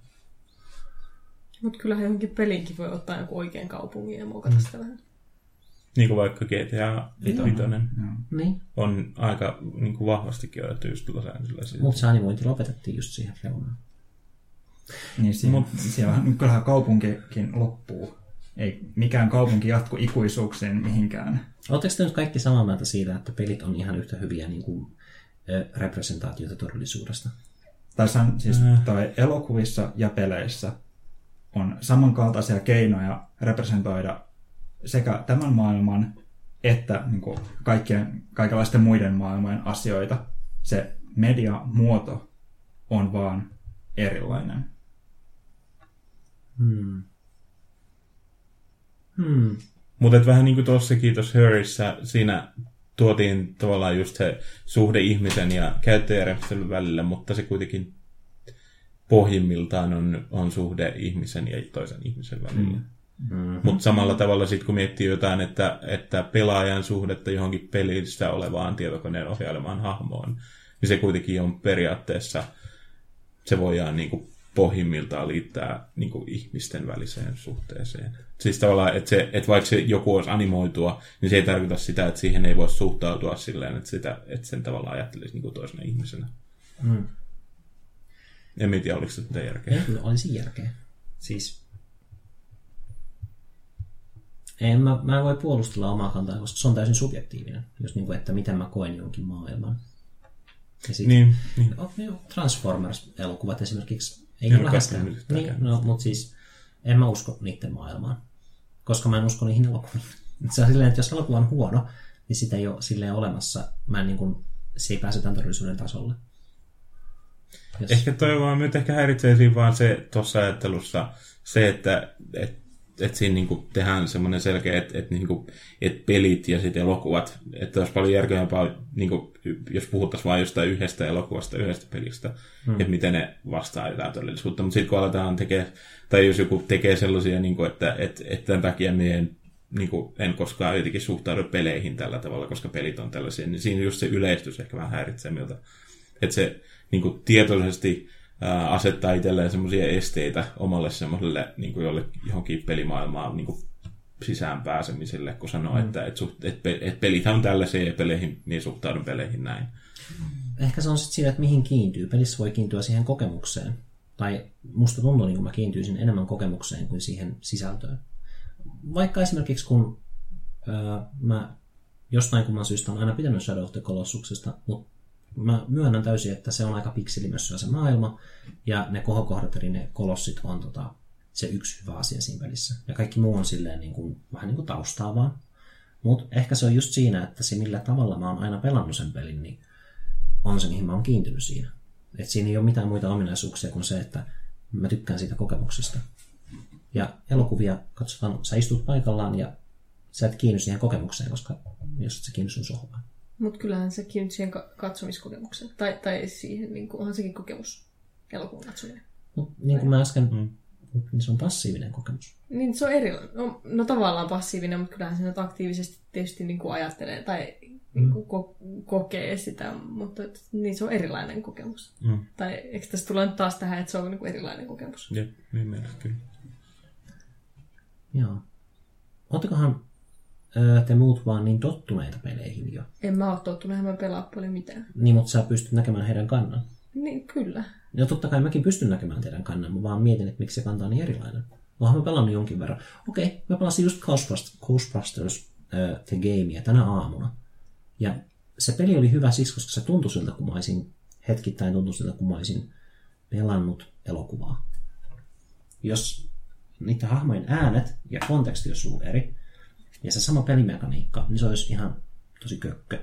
S1: Mutta kyllähän johonkin pelinkin voi ottaa joku oikean kaupungin ja muokata sitä mm. vähän.
S2: Niin kuin vaikka G T A viitonen
S4: niin.
S2: on aika niin kuin vahvastikin otettu just Los Angelesiin.
S4: Mutta se animointi lopetettiin just siihen reunaan.
S3: Niin siinä, Mut, siellä kyllähän kaupunkikin loppuu. Ei mikään kaupunki jatku ikuisuuksiin mihinkään.
S4: Oletteko te nyt kaikki samaa mieltä siitä, että pelit on ihan yhtä hyviä niin kuin, ö, representaatioita todellisuudesta?
S3: Tässä on siis äh. toi elokuvissa ja peleissä on samankaltaisia keinoja representoida sekä tämän maailman että niin kuin kaikkien, kaikenlaisten muiden maailmojen asioita. Se mediamuoto on vaan erilainen.
S4: Hmm. Hmm.
S2: Mutta vähän niin kuin tuossakin tuossa Hurrissä, siinä tuotiin tavallaan just se suhde ihmisen ja käyttäjärjestelmän välillä, mutta se kuitenkin pohjimmiltaan on, on suhde ihmisen ja toisen ihmisen välillä. Mm-hmm. Mutta samalla tavalla sitten kun miettii jotain, että, että pelaajan suhdetta johonkin pelissä olevaan tietokoneen ohjailemaan hahmoon, niin se kuitenkin on periaatteessa, se voidaan niinku pohjimmiltaan liittää niinku ihmisten väliseen suhteeseen. Siis tavallaan, että, se, että vaikka se joku olisi animoitua, niin se ei tarkoita sitä, että siihen ei voi suhtautua silleen, että, sitä, että sen tavallaan ajattelisi niinku toisena ihmisenä. Mm. En tiedä, oliko se tätä järkeä.
S4: Ei kyllä, olisi järkeä. Siis en mä, mä en voi puolustella omaa kantaa, koska se on täysin subjektiivinen. Just niin kuin, että miten mä koen jonkin maailman. Ja sit,
S2: niin, niin.
S4: Transformers-elokuvat esimerkiksi ei ole läheskään. Niin, no, mutta siis en mä usko niiden maailmaan. Koska mä en usko niihin elokuviin. Se on silleen, että jos elokuva on huono, niin sitä ei ole silleen olemassa. Mä en niin kuin, se ei pääse tämän todellisuuden tasolle. Jos...
S2: Ehkä toi vaan nyt ehkä häiritsee siinä vaan se tuossa ajattelussa se, että et, et siinä niinku tehdään semmoinen selkeä, että et niinku, et pelit ja sitten elokuvat, että olisi paljon järkevämpää, niinku, jos puhuttaisiin vain jostain yhdestä elokuvasta, yhdestä pelistä, hmm. että miten ne vastaa jotain todellisuutta. Mutta sitten kun aletaan tekemään, tai jos joku tekee sellaisia, niinku, että et, et tämän takia meidän niinku, en koskaan jotenkin suhtaudu peleihin tällä tavalla, koska pelit on tällaisia, niin siinä just se yleistys ehkä vähän häiritsee miltä. Että se niin kuin tietoisesti ää, asettaa itselleen semmoisia esteitä omalle semmoiselle niin kuin jolle, johonkin pelimaailmaan niin kuin sisään pääsemiselle, kun sanoo, mm. että et, suht, et, et pelithän on tällaisia ja peleihin, niin suhtaudun peleihin näin.
S4: Ehkä se on sitten siinä, että mihin kiintyy. Pelissä voi kiintyä siihen kokemukseen. Tai musta tuntuu, niin kuin mä kiintyisin enemmän kokemukseen kuin siihen sisältöön. Vaikka esimerkiksi kun ää, mä jostain kumman syystä on aina pitänyt Shadow of the Colossuksesta, mutta mä myönnän täysin, että se on aika pikselimössöä se maailma, ja ne kohokohdat eli ne kolossit on tota, se yksi hyvä asia siinä pelissä. Ja kaikki muu on silleen niin kuin, vähän niin kuin taustaa vaan. Mutta ehkä se on just siinä, että se millä tavalla mä oon aina pelannut sen pelin, niin on se, mihin mä oon kiintynyt siinä. Et siinä ei ole mitään muita ominaisuuksia kuin se, että mä tykkään siitä kokemuksesta. Ja elokuvia katsotaan, sä istut paikallaan ja sä et kiinny siihen kokemukseen, koska jos et sä kiinny sun sohvaan.
S1: Mutta kyllähän se kiinnyt siihen katsomiskokemukseen. Tai, tai siihen, niin kuin, onhan sekin kokemus, elokuvan katsominen.
S4: No, niin kuin mä äsken, mm. niin se on passiivinen kokemus.
S1: Niin se on erilainen. No, no tavallaan passiivinen, mutta kyllähän se nyt aktiivisesti tietysti niin kuin ajattelee tai niin kuin ko- kokee sitä, mutta niin se on erilainen kokemus. Mm. Tai eikö tässä tule nyt taas tähän, että se on niin kuin erilainen kokemus?
S2: Jep, niin mielestäni kyllä.
S4: Joo. Oottekohan te muut vaan niin tottuneita peleihin jo?
S1: En mä ole tottunut, mä pelaa paljon mitään.
S4: Niin, mutta sä pystyt näkemään heidän kannan.
S1: Niin, kyllä.
S4: Ja totta kai mäkin pystyn näkemään teidän kannan, mä vaan mietin, että miksi se kanta on niin erilainen. Oonhan mä pelannut jonkin verran. Okei, mä pelasin just Ghostbusters uh, The Gamea tänä aamuna. Ja se peli oli hyvä siksi, koska se tuntui siltä, kun mä olisin, hetkittäin tuntui siltä, kun mä olisin pelannut elokuvaa. Jos niiden hahmojen äänet ja konteksti olisi ollut eri, ja se sama pelimekaniikka, niin se olisi ihan tosi kökkö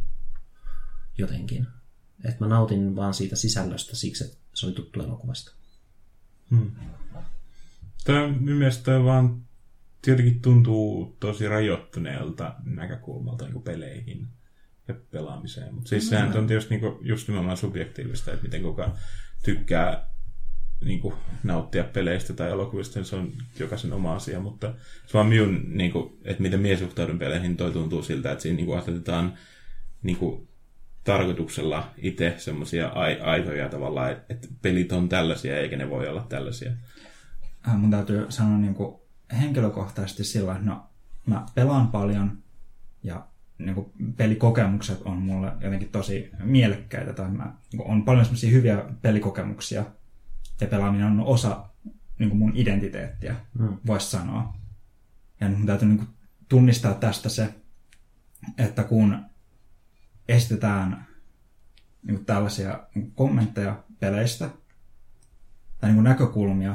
S4: jotenkin. Että mä nautin vaan siitä sisällöstä siksi, että se oli tuttu elokuvasta.
S2: Hmm. Tämä mielestäni vaan tietenkin tuntuu tosi rajoittuneelta näkökulmalta niin kuin peleihin ja pelaamiseen. Mutta siis sehän on tietysti niin kuin, just nimenomaan subjektiivista, että miten kuka tykkää niin kuin, nauttia peleistä tai elokuvista, se on jokaisen oma asia, mutta se on minun, niin kuin, että miten minä suhtaudun peleihin, toi tuntuu siltä, että siinä niin kuin, asetetaan niin kuin, tarkoituksella itse semmoisia aitoja tavallaan, että, että pelit on tällaisia eikä ne voi olla tällaisia.
S3: Mun täytyy sanoa niin kuin henkilökohtaisesti sillä, että no, mä pelaan paljon ja niin kuin pelikokemukset on mulle jotenkin tosi mielekkäitä. Tai mä, niin on paljon semmoisia hyviä pelikokemuksia ja pelaaminen on osa niin kuin mun identiteettiä, mm. voisi sanoa. Ja mun täytyy niin kuin tunnistaa tästä se, että kun esitetään niin kuin tällaisia niin kuin kommentteja peleistä tai niin kuin näkökulmia,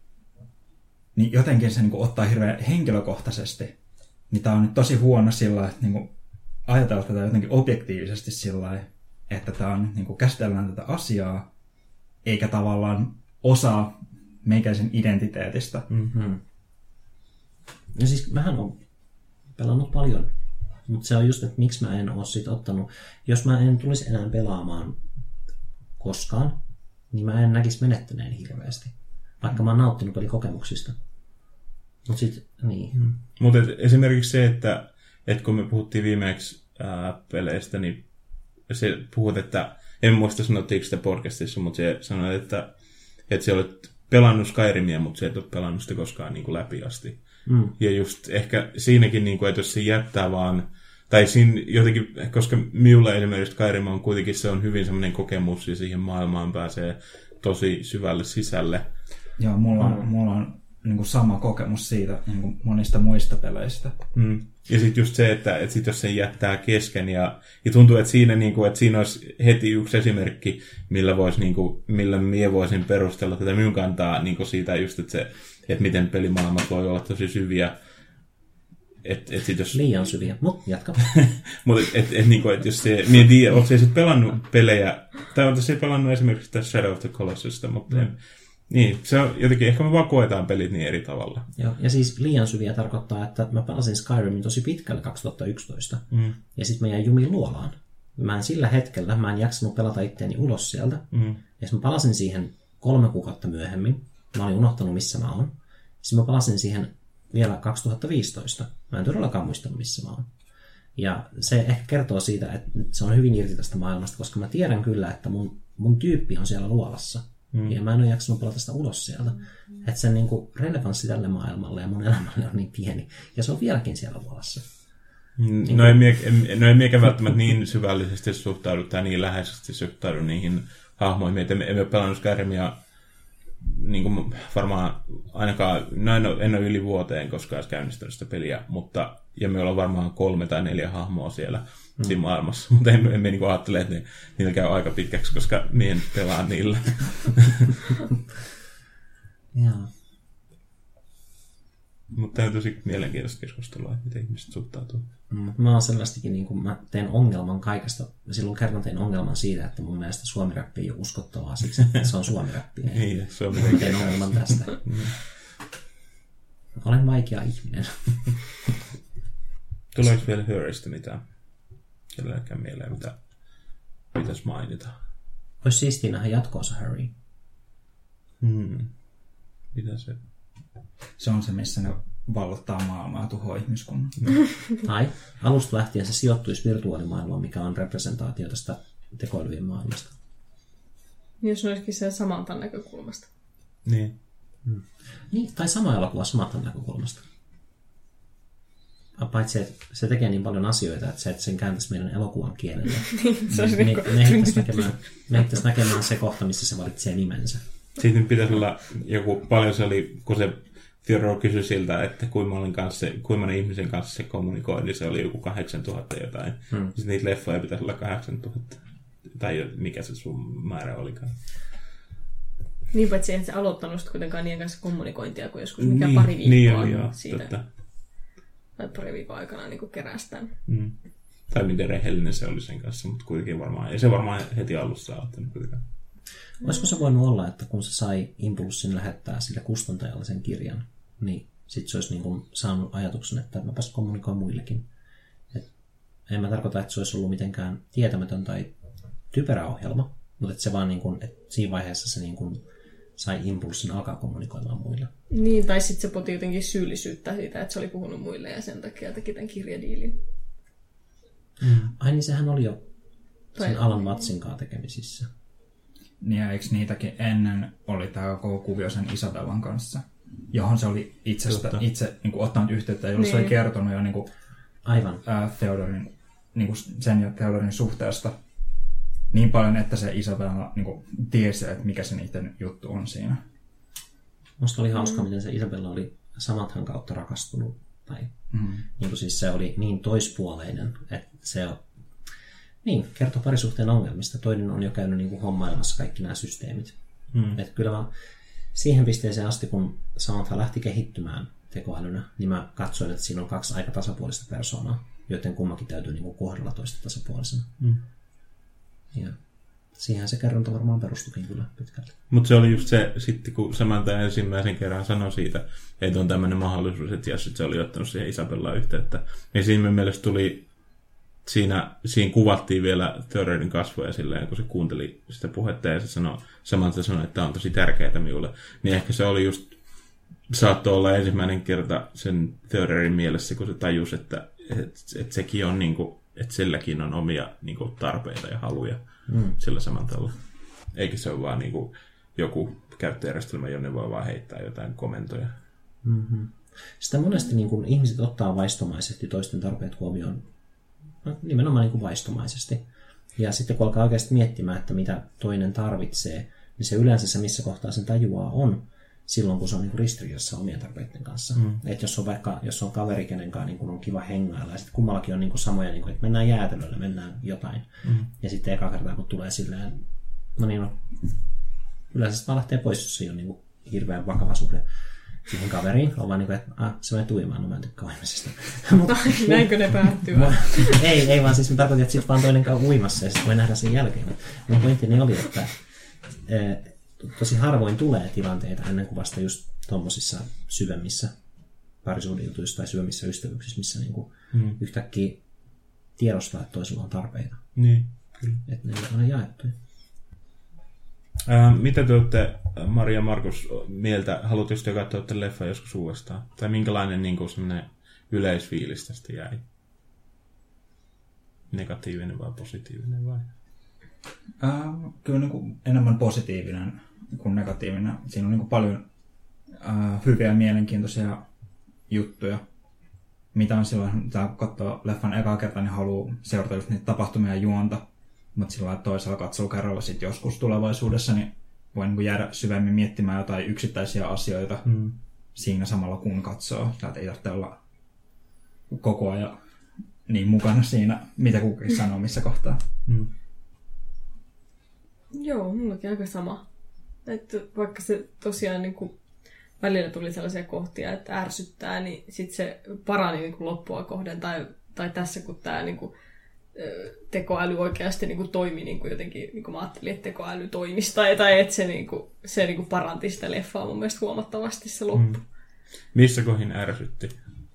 S3: niin jotenkin se niin kuin ottaa hirveän henkilökohtaisesti. Niin tää on nyt tosi huono sillä, että niin kuin ajatella tätä jotenkin objektiivisesti sillä, että tää on, niin kuin käsitellään tätä asiaa, eikä tavallaan osaa meikäisen identiteetistä.
S4: Mm-hmm. Ja siis mähän on pelannut paljon Mutta se on just, että miksi mä en ole sit ottanut, jos mä en tulisi enää pelaamaan koskaan, niin mä en näkisi menettäneen hirveästi. Vaikka mä oon nauttinut pelikokemuksista. Mutta sitten, niin. Hmm.
S2: Mutta esimerkiksi se, että, että kun me puhuttiin viimeksi ää, peleistä, niin se puhut, että, en muista sanottiinko sitä podcastissa, mutta se sanoi, että, että sä olet pelannut Skyrimia, mutta sä et ole pelannut sitä koskaan niin kuin läpi asti. Hmm. Ja just ehkä siinäkin, niin kuin, että jos se jättää vaan, tai siinä jotenkin, koska minulle esimerkiksi Skyrim on kuitenkin, se on hyvin semmoinen kokemus, ja siihen maailmaan pääsee tosi syvälle sisälle.
S3: Joo, mulla on, mm. mulla on niin kuin sama kokemus siitä niin kuin monista muista peleistä.
S2: Mm. Ja sitten just se, että, että sit jos sen jättää kesken, ja, ja tuntuu, että siinä, niin kuin, että siinä olisi heti yksi esimerkki, millä, vois, niin kuin, millä minä voisin perustella tätä minun kantaa niin kuin siitä just, että, se, että miten pelimaailmat voi olla tosi syviä. Et, et sit jos...
S4: Liian syviä, mutta jatka.
S2: Mutta et, et, niinku, et jos se, minä en tiedä, oletko se sitten pelannut pelejä, tai oletko se pelannut esimerkiksi tästä Shadow of the Colossusta, mutta mm. niin, se on jotenkin, ehkä me vaan koetaan pelit niin eri tavalla.
S4: Joo, ja siis liian syviä tarkoittaa, että mä pelasin Skyrimin tosi pitkälle kaksituhattayksitoista, mm. ja sitten mä jäin jumiin luolaan. Mä en sillä hetkellä, mä en jaksanut pelata itteeni ulos sieltä, mm. ja sitten mä palasin siihen kolme kuukautta myöhemmin, mä olin unohtanut missä mä oon, sitten mä palasin siihen vielä kaksituhattaviisitoista. Mä en todellakaan muistanut, missä mä oon. Ja se ehkä kertoo siitä, että se on hyvin irti tästä maailmasta, koska mä tiedän kyllä, että mun, mun tyyppi on siellä luolassa. Mm. Ja mä en ole jaksanut pelata sitä ulos sieltä. Mm. Että sen niin kuin relevanssi tälle maailmalle ja mun elämälle on niin pieni. Ja se on vieläkin siellä luolassa.
S2: Mm. Niin no, en mie, en, no en miekään välttämättä niin syvällisesti suhtaudu tai niin läheisesti suhtaudu niihin hahmoihin. Että en, en ole pelannut Skyrimia niin kuin varmaan ainakaan, no en ole, en ole yli vuoteen koskaan käynnistänyt sitä peliä, mutta, ja me ollaan varmaan kolme tai neljä hahmoa siellä mm. siinä maailmassa, mutta emme, emme niin kuin ajattele, että ne, niillä käy aika pitkäksi, koska me en pelaa niillä.
S4: Joo.
S2: Mutta tämä on tosi mielenkiintoista keskustelua, että miten ihmiset suhtautuu.
S4: Mm. Mä oon selvästikin, niin kun mä teen ongelman kaikesta. Silloin kerran tein ongelman siitä, että mun mielestä suomi-räppi ei ole uskottavaa siksi, että se on suomi-räppi.
S2: Ei, suomi
S4: teen ongelman tästä. Mm. Olen vaikea ihminen.
S2: Tuleeko vielä Hurrystä mitään? Kenelläkään mieleen, mitä pitäisi mainita?
S4: Olisi siistiä nähdä jatkoosa Hurry.
S2: Hmm. Mitä se?
S3: Se on se, missä ne vallottaa maailmaa ja tuhoaa ihmiskunnan.
S4: Tai alusta lähtien se sijoittuisi virtuaalimaailmaan, mikä on representaatio tästä tekoälyjen maailmasta.
S1: Jos ne olisikin sen Samantan näkökulmasta.
S2: Niin.
S4: Hmm. niin. Tai sama elokuva Samantan näkökulmasta. Paitsi, että se tekee niin paljon asioita, että se, että sen kääntäisi meidän elokuvan kielelle.
S1: se olisi
S4: me,
S1: niin
S4: me ehdittäisi näkemään, näkemään se kohta, missä se valitsee nimensä.
S2: Siitä nyt pitäisi olla joku, paljon se oli, kun se Theodore kysyi siltä, että kuinka monen, kanssa, kuinka monen ihmisen kanssa se kommunikoi, niin se oli joku kahdeksantuhatta jotain. Hmm. Sitten niitä leffoja pitäisi olla kahdeksantuhatta. Tai mikä se sun määrä olikaan.
S1: Niin, paitsi eihän se aloittanut sitten kuitenkaan niiden kanssa kommunikointia, kun joskus mikä niin, pari viikkoa
S2: niin oli, joo,
S1: siitä.
S2: Totta.
S1: Tai pari viikon aikana niin keräsi tämän.
S2: Mm. Tai miten rehellinen se oli sen kanssa, mutta kuitenkin varmaan, ei se varmaan heti alussa aloittanut kuitenkaan.
S4: Olisiko se voinut olla, että kun se sai impulssin lähettää sille kustantajalle sen kirjan, niin sitten se olisi niin kuin saanut ajatuksen, että mäpäs kommunikoin muillekin. Et en mä tarkoita, että se olisi ollut mitenkään tietämätön tai typerä ohjelma, mutta että se vaan niin kuin, että siinä vaiheessa se niin kuin sai impulssin alkaa kommunikoimaan muille.
S1: Niin, tai sitten se poti jotenkin syyllisyyttä siitä, että se oli puhunut muille ja sen takia teki tämän kirjadiilin.
S4: Mm. Ai niin, sehän oli jo sen Alan Wattsin kanssa tekemisissä.
S3: Niin ja eikö niitäkin ennen oli tämä koko kuvio sen Isabellan kanssa, johon se oli itsestä, itse niin kuin, ottanut yhteyttä, jolla niin. se oli kertonut jo niin kuin,
S4: Aivan.
S3: Ää, Theodorin, niin kuin sen ja Theodorin suhteesta niin paljon, että se Isabella niin kuin, tiesi, että mikä se niiden juttu on siinä.
S4: Musta oli hauskaa, mm. miten se Isabella oli Samanthan kautta rakastunut. Tai, mm. niin kuin siis se oli niin toispuoleinen, että se on niin, kertoo parisuhteen ongelmista. Toinen on jo käynyt niin kuin hommailemassa kaikki nämä systeemit. Mm. Että kyllä mä siihen pisteeseen asti, kun Samantha lähti kehittymään tekoälynä, niin mä katsoin, että siinä on kaksi aika tasapuolista persoonaa, joten kummakin täytyy niin kuin kohdella toista tasapuolisena. Mm. Ja siihen se kerronta varmaan perustukin kyllä pitkälti.
S2: Mutta se oli just se, sitten kun Samantha ensimmäisen kerran sanoi siitä, että on tämmöinen mahdollisuus, että jos se oli ottanut siihen Isabellaan yhteyttä, niin siinä mielestä tuli siinä, siinä kuvattiin vielä Thorerin kasvoja silleen, kun se kuunteli sitä puhetta ja se sanoi, samalta sanoi, että tämä on tosi tärkeää minulle. Niin ehkä se oli just, saattoi olla ensimmäinen kerta sen Thorerin mielessä, kun se tajusi, että, että, että sekin on niin kuin, että silläkin on omia niin kuin, tarpeita ja haluja mm. sillä samalla tavalla. Eikä se ole vaan niin kuin, joku käyttöjärjestelmä, jonne voi vaan heittää jotain komentoja.
S4: Mm-hmm. Sitä monesti niin kuin, ihmiset ottaa vaistomaisesti toisten tarpeet huomioon, no, nimenomaan niin kuin vaistomaisesti. Ja sitten kun alkaa oikeasti miettimään, että mitä toinen tarvitsee, niin se yleensä se, missä kohtaa sen tajuaa, on silloin, kun se on niin kuin ristiriidassa omien tarpeiden kanssa. Mm. Että jos on vaikka jos on kaveri, kenen kanssa niin kuin on kiva hengailla, ja sitten kummallakin on niin kuin samoja, niin kuin, että mennään jäätelölle, mennään jotain. Mm. Ja sitten eka kertaa, kun tulee silleen, no niin, no, yleensä vaan lähtee pois, jos se on niin kuin hirveän vakava suhde siihen kaveriin. On vaan niin kuin, että ah, se menee tuimaan, no mä en tykkää uimisesta.
S1: Näinkö ne päättyy?
S4: ei, ei vaan siis mä tarkoitin, että sitten vaan toinen käy uimassa ja sitten voi nähdä sen jälkeen. Mun pointtini oli, että e, tosi harvoin tulee tilanteita ennen kuin vasta just tommosissa syvemmissä parisuhdejutuissa tai syvemmissä ystävyyksissä, missä niinku hmm. yhtäkkiä tiedostaa, että toisella on tarpeita.
S2: Niin, kyllä.
S4: Että ne on jaettu.
S2: Äh, mitä te olette, Maria ja Markus, mieltä? Haluatteko te katsoa tämän leffan joskus uudestaan? Tai minkälainen niin kuin, yleisfiilis tästä jäi? Negatiivinen vai positiivinen vai?
S3: Äh, kyllä niin kuin enemmän positiivinen kuin negatiivinen. Siinä on niin kuin paljon äh, hyviä ja mielenkiintoisia juttuja. Mitä on silloin, kun katsoo leffan ekaa kertaa, niin haluaa seurata just niitä tapahtumia ja juonta. Mutta sillä toisella katselukerralla sitten joskus tulevaisuudessa niin voi niin kuin jäädä syvemmin miettimään jotain yksittäisiä asioita mm. siinä samalla kun katsoo. Täältä ei tarvitse olla koko ajan niin mukana siinä, mitä kukin sanoo missä kohtaa. Mm.
S1: Joo, mullakin aika sama. Että vaikka se tosiaan niin kuin välillä tuli sellaisia kohtia, että ärsyttää, niin sitten se parani niin kuin loppua kohden. Tai, tai tässä, kun tämä niin kuin tekoäly oikeasti niin kuin toimi niin kuin jotenkin, niin kuin mä ajattelin, että tekoäly toimisi, tai, tai että se, niin kuin, se niin kuin paranti sitä leffaa mun mielestä huomattavasti se loppu. Mm.
S2: Missä kohin ärsytti?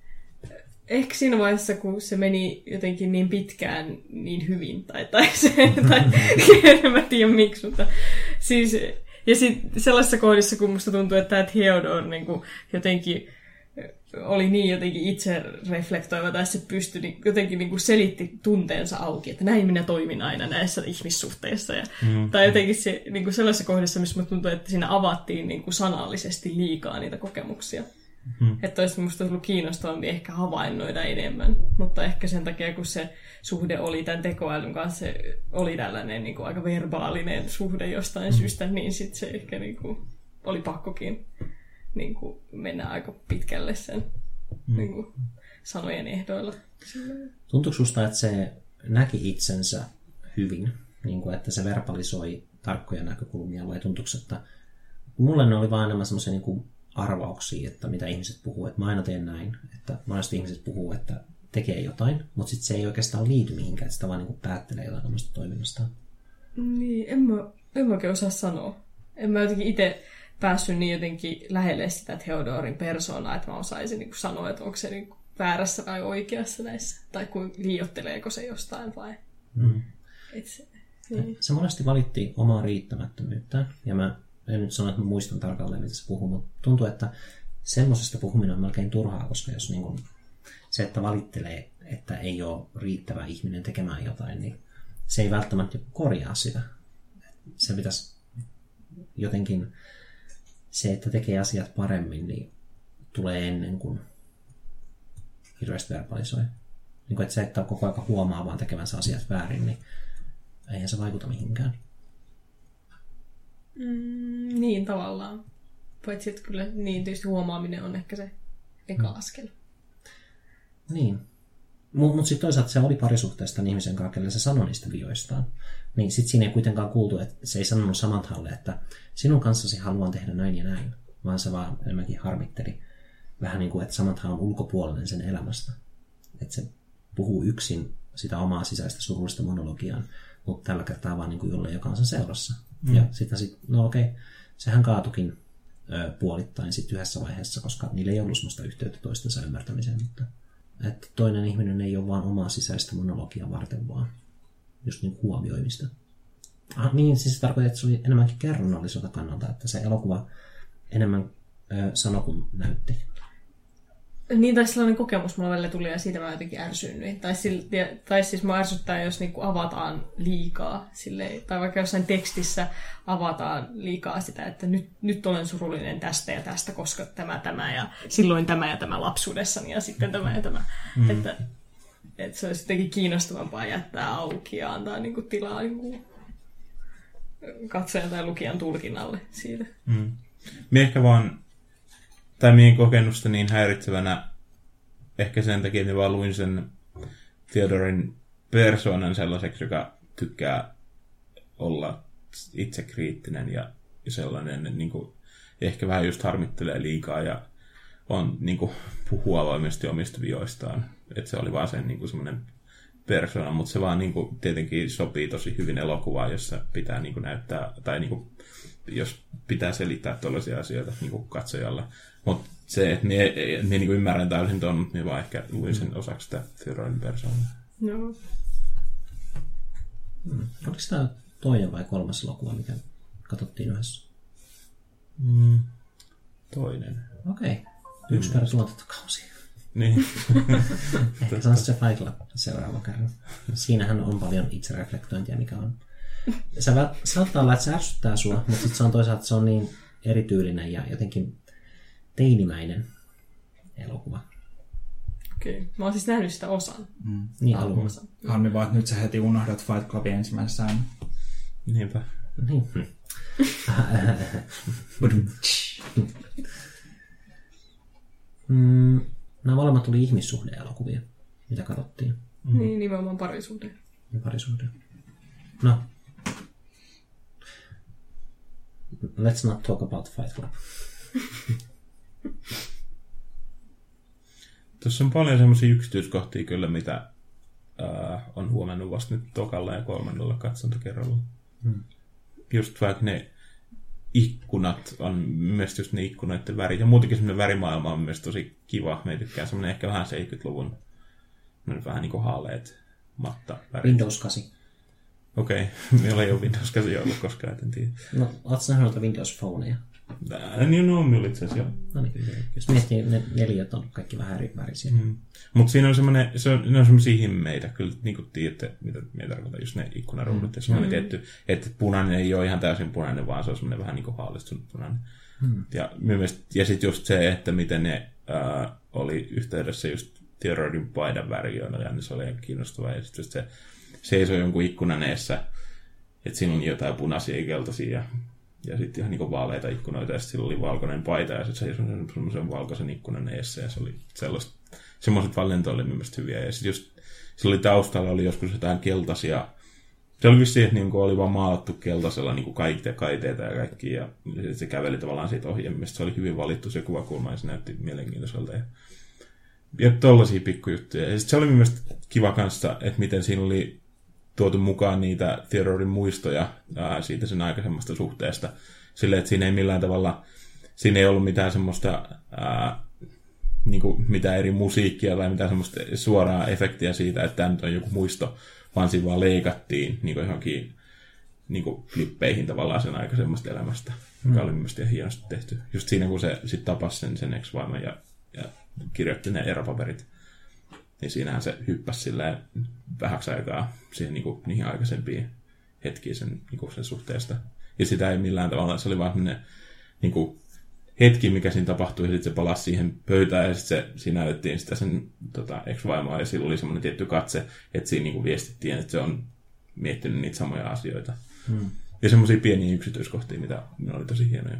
S1: Ehkä siinä vaiheessa, kun se meni jotenkin niin pitkään niin hyvin, tai, tai se, tai en mä tiedä miksi, mutta siis, ja sitten sellaisessa kohdissa, kun musta tuntuu, että tämä Theodore niin kuin jotenkin oli niin jotenkin itse reflektoiva, tai se pystyi niin, jotenkin niin kuin selitti tunteensa auki, että näin minä toimin aina näissä ihmissuhteissa. Ja, mm. Tai jotenkin se, niin kuin sellaisessa kohdassa, missä musta tuntuu, että siinä avattiin niin kuin sanallisesti liikaa niitä kokemuksia. Mm. Että olisi musta tullut kiinnostavampi ehkä havainnoida enemmän, mutta ehkä sen takia, kun se suhde oli tämän tekoälyn kanssa, se oli tällainen niin kuin aika verbaalinen suhde jostain mm. syystä, niin sitten se ehkä niin kuin oli pakkokin niin kuin mennä aika pitkälle sen mm. niin kuin sanojen ehdoilla.
S4: Tuntuuko susta, että se näki itsensä hyvin, niin kuin, että se verbalisoi tarkkoja näkökulmia, vai tuntuuko, että mulle ne oli vaan enemmän semmoisia niin kuin arvauksia, että mitä ihmiset puhuu, että mä aina teen näin, että monesti ihmiset puhuu, että tekee jotain, mutta sitten se ei oikeastaan liity mihinkään, että sitä vaan niin kuin päättelee jotain tämmöistä toiminnasta.
S1: Niin, en mä, en mä oikein osaa sanoa. En mä jotenkin itse päässyt niin jotenkin lähelle sitä Theodorin persoonaa, että mä osaisin niin kuin sanoa, että onko se niin kuin väärässä vai oikeassa näissä, tai kuin liioitteleeko se jostain vai... Mm. Et se, niin.
S4: se monesti valitti omaa riittämättömyyttään, ja mä en nyt sano, että mä muistan tarkalleen, mitä se puhuu, mutta tuntuu, että semmoisesta puhuminen on melkein turhaa, koska jos niin kuin se, että valittelee, että ei ole riittävä ihminen tekemään jotain, niin se ei välttämättä korjaa sitä. Se pitäisi jotenkin, se, että tekee asiat paremmin, niin tulee ennen kuin hirveästi verbalisoi. Niin kuin, että se, että koko ajan huomaa vaan tekevänsä asiat väärin, niin eihän se vaikuta mihinkään.
S1: Mm, niin, tavallaan. Paitsi, että kyllä niin tietysti huomaaminen on ehkä se eka mm. askel.
S4: Niin. Mutta mut sitten toisaalta se oli parisuhteesta ihmisen kanssa, kelle se sanoi niistä vioistaan. Niin sitten siinä ei kuitenkaan kuultu, että se ei sanonut Samanthalle, että sinun kanssasi haluan tehdä näin ja näin, vaan se vaan enemmänkin harmitteli. Vähän niin kuin, että Samantha on ulkopuolinen sen elämästä. Että se puhuu yksin sitä omaa sisäistä surullista monologiaan, mutta tällä kertaa vaan niin kuin jolle, joka on sen seurassa. Mm. Ja sitten, sit, no okei, sehän kaatukin ö, puolittain sitten yhdessä vaiheessa, koska niillä ei ollut sellaista yhteyttä toistensa ymmärtämiseen. Mutta että toinen ihminen ei ole vaan omaa sisäistä monologia varten, vaan just niin huomioimista. Ah, niin, siis se tarkoittaa, että se oli enemmänkin kerronnalliselta kannalta, että se elokuva enemmän ö, sanoi kuin näytti.
S1: Niin, tai sellainen kokemus mulla välillä tuli ja siitä mä jotenkin ärsyynnyin. Tai, tai siis mä ärsyttää, jos niinku avataan liikaa. Silleen, tai vaikka jossain tekstissä avataan liikaa sitä, että nyt, nyt olen surullinen tästä ja tästä, koska tämä, tämä ja silloin tämä ja tämä lapsuudessani ja sitten tämä ja tämä. Mm. Että, että se olisi jotenkin kiinnostavampaa jättää auki ja antaa niinku tilaa niinku katsojan tai lukijan tulkinnalle siitä.
S2: Mm. Mie ehkä vaan, tai mie en kokenut sitä niin häiritsevänä ehkä sen takia, että vaan luin sen Theodorin persoonan sellaiseksi, joka tykkää olla itsekriittinen ja sellainen, niin kuin, ehkä vähän just harmittelee liikaa ja on niin kuin, puhuu avoimesti omista vioistaan. Että se oli vaan sen niin kuin, semmoinen persona, mutta se vaan niin kuin, tietenkin sopii tosi hyvin elokuvaan, jossa pitää niin kuin, näyttää, tai niin kuin, jos pitää selittää tällaisia asioita niin kuin katsojalle. Mutta se, että minä niin ymmärrän täysin tuon, mutta minä vaan ehkä luin sen osaksi sitä Theodorin persoonaa.
S1: No.
S4: Hmm. Oliko tämä toinen vai kolmas elokuva, mikä katsottiin yhdessä?
S2: Mm. Toinen.
S4: Okei. Okay. Yksi per tuotantokausi.
S2: Niin.
S4: Ehkä se on se Fight Club seuraava kerran. Siinähän on paljon itsereflektointia, mikä on. Se saattaa olla, että se ärsyttää sua, mutta sitten se on toisaalta se on niin erityylinen ja jotenkin teinimäinen elokuva.
S1: Okei. Okay. Mä oon siis nähnyt sitä osan.
S4: Mm. Niin alkuosan.
S3: Harmi vaan, että nyt sä heti unohdat Fight Clubin ensimmäisen säännön.
S2: Niinpä.
S4: Niin. mm, nämä molemmat tuli ihmissuhde-elokuvia, mitä katsottiin.
S1: Mm. Niin, nimenomaan parisuhde.
S4: Parisuhde. No. Let's not talk about Fight Club.
S2: Tuossa on paljon semmoisia yksityiskohtia kyllä, mitä ää, on huomannut vasta nyt tokalla ja kolmannella katsontakerralla. Hmm. Just vaikka ne ikkunat on myös just ne ikkunoiden värit. Ja muutenkin semmoinen värimaailma on myös tosi kiva. Me tykkään semmoinen ehkä vähän seitsemänkymmentäluvun vähän niin kuin haaleet matta värit.
S4: Windows kahdeksan.
S2: Okei, okay. Meillä ei ole Windows kahdeksan ollut koskaan, en tiedä.
S4: No, ootko nähnyt noita Windows Phoneja?
S2: Niin, no, minulla itse asiassa joo.
S4: No niin, jos miettii, ne neliöt on kaikki vähän eri värisiä.
S2: Mm. Mutta siinä on semmoinen, se on, ne on semmoisia himmeitä, kyllä niin kuin tiedätte, mitä me tarkoitan, just ne ikkunaruudut, ja semmoinen mm. tietty, että punainen ei ole ihan täysin punainen, vaan se on semmoinen vähän niin kuin haalistunut punainen. Mm. Ja, ja sitten just se, että miten ne äh, oli yhteydessä just Theodorin paidan värijoina, ja niin se oli ihan kiinnostavaa, ja sitten se seisoi jonkun ikkunan eessä, että siinä on jotain punaisia ja keltaisia, ja Ja sitten ihan niinku vaaleita ikkunoita, ja sitten sillä oli valkoinen paita, ja sitten se oli semmoisen valkoisen ikkunan eessä, ja se oli sellaista, semmoiset valintoja oli mielestäni hyviä, ja sitten just, sillä oli taustalla oli joskus jotain keltaisia, se oli vissiin, että niinku oli vaan maalattu keltaisella niinku kaiteita, kaiteita ja kaikki, ja sitten se käveli tavallaan siitä ohi, ja se oli hyvin valittu se kuvakulma, ja se näytti mielenkiintoiselta, ja, ja tollaisia pikkujuttuja, ja sitten se oli mielestäni kiva kanssa, että miten siinä oli tuotu mukaan niitä Theodorin muistoja ää, siitä sen aikaisemmasta suhteesta. Silleen, että siinä ei millään tavalla, siinä ei ollut mitään semmoista, ää, niinku, mitään eri musiikkia tai mitään semmoista suoraa efektiä siitä, että tämä nyt on joku muisto, vaan siinä vaan leikattiin niinku johonkin niinku klippeihin tavallaan sen aikaisemmasta elämästä, mm. joka oli mielestäni ihan hienosti tehty. Just siinä, kun se sitten tapasi sen, sen ex-vaimon ja, ja kirjoitti ne eropaperit. Niin siinähän se hyppäsi silleen vähäksi aikaa siihen, niin kuin, niihin aikaisempiin hetkiin sen, niin kuin sen suhteesta. Ja sitä ei millään tavalla, se oli vaan sellainen niin kuin, hetki, mikä siinä tapahtui, ja sitten se palasi siihen pöytään, ja sitten se, siinä näytettiin sitä sen tota, ex-vaimoa, ja sillä oli semmoinen tietty katse, että siinä niin kuin, viestittiin, että se on miettinyt niitä samoja asioita. Hmm. Ja semmoisia pieniä yksityiskohtia, mitä ne oli tosi hienoja.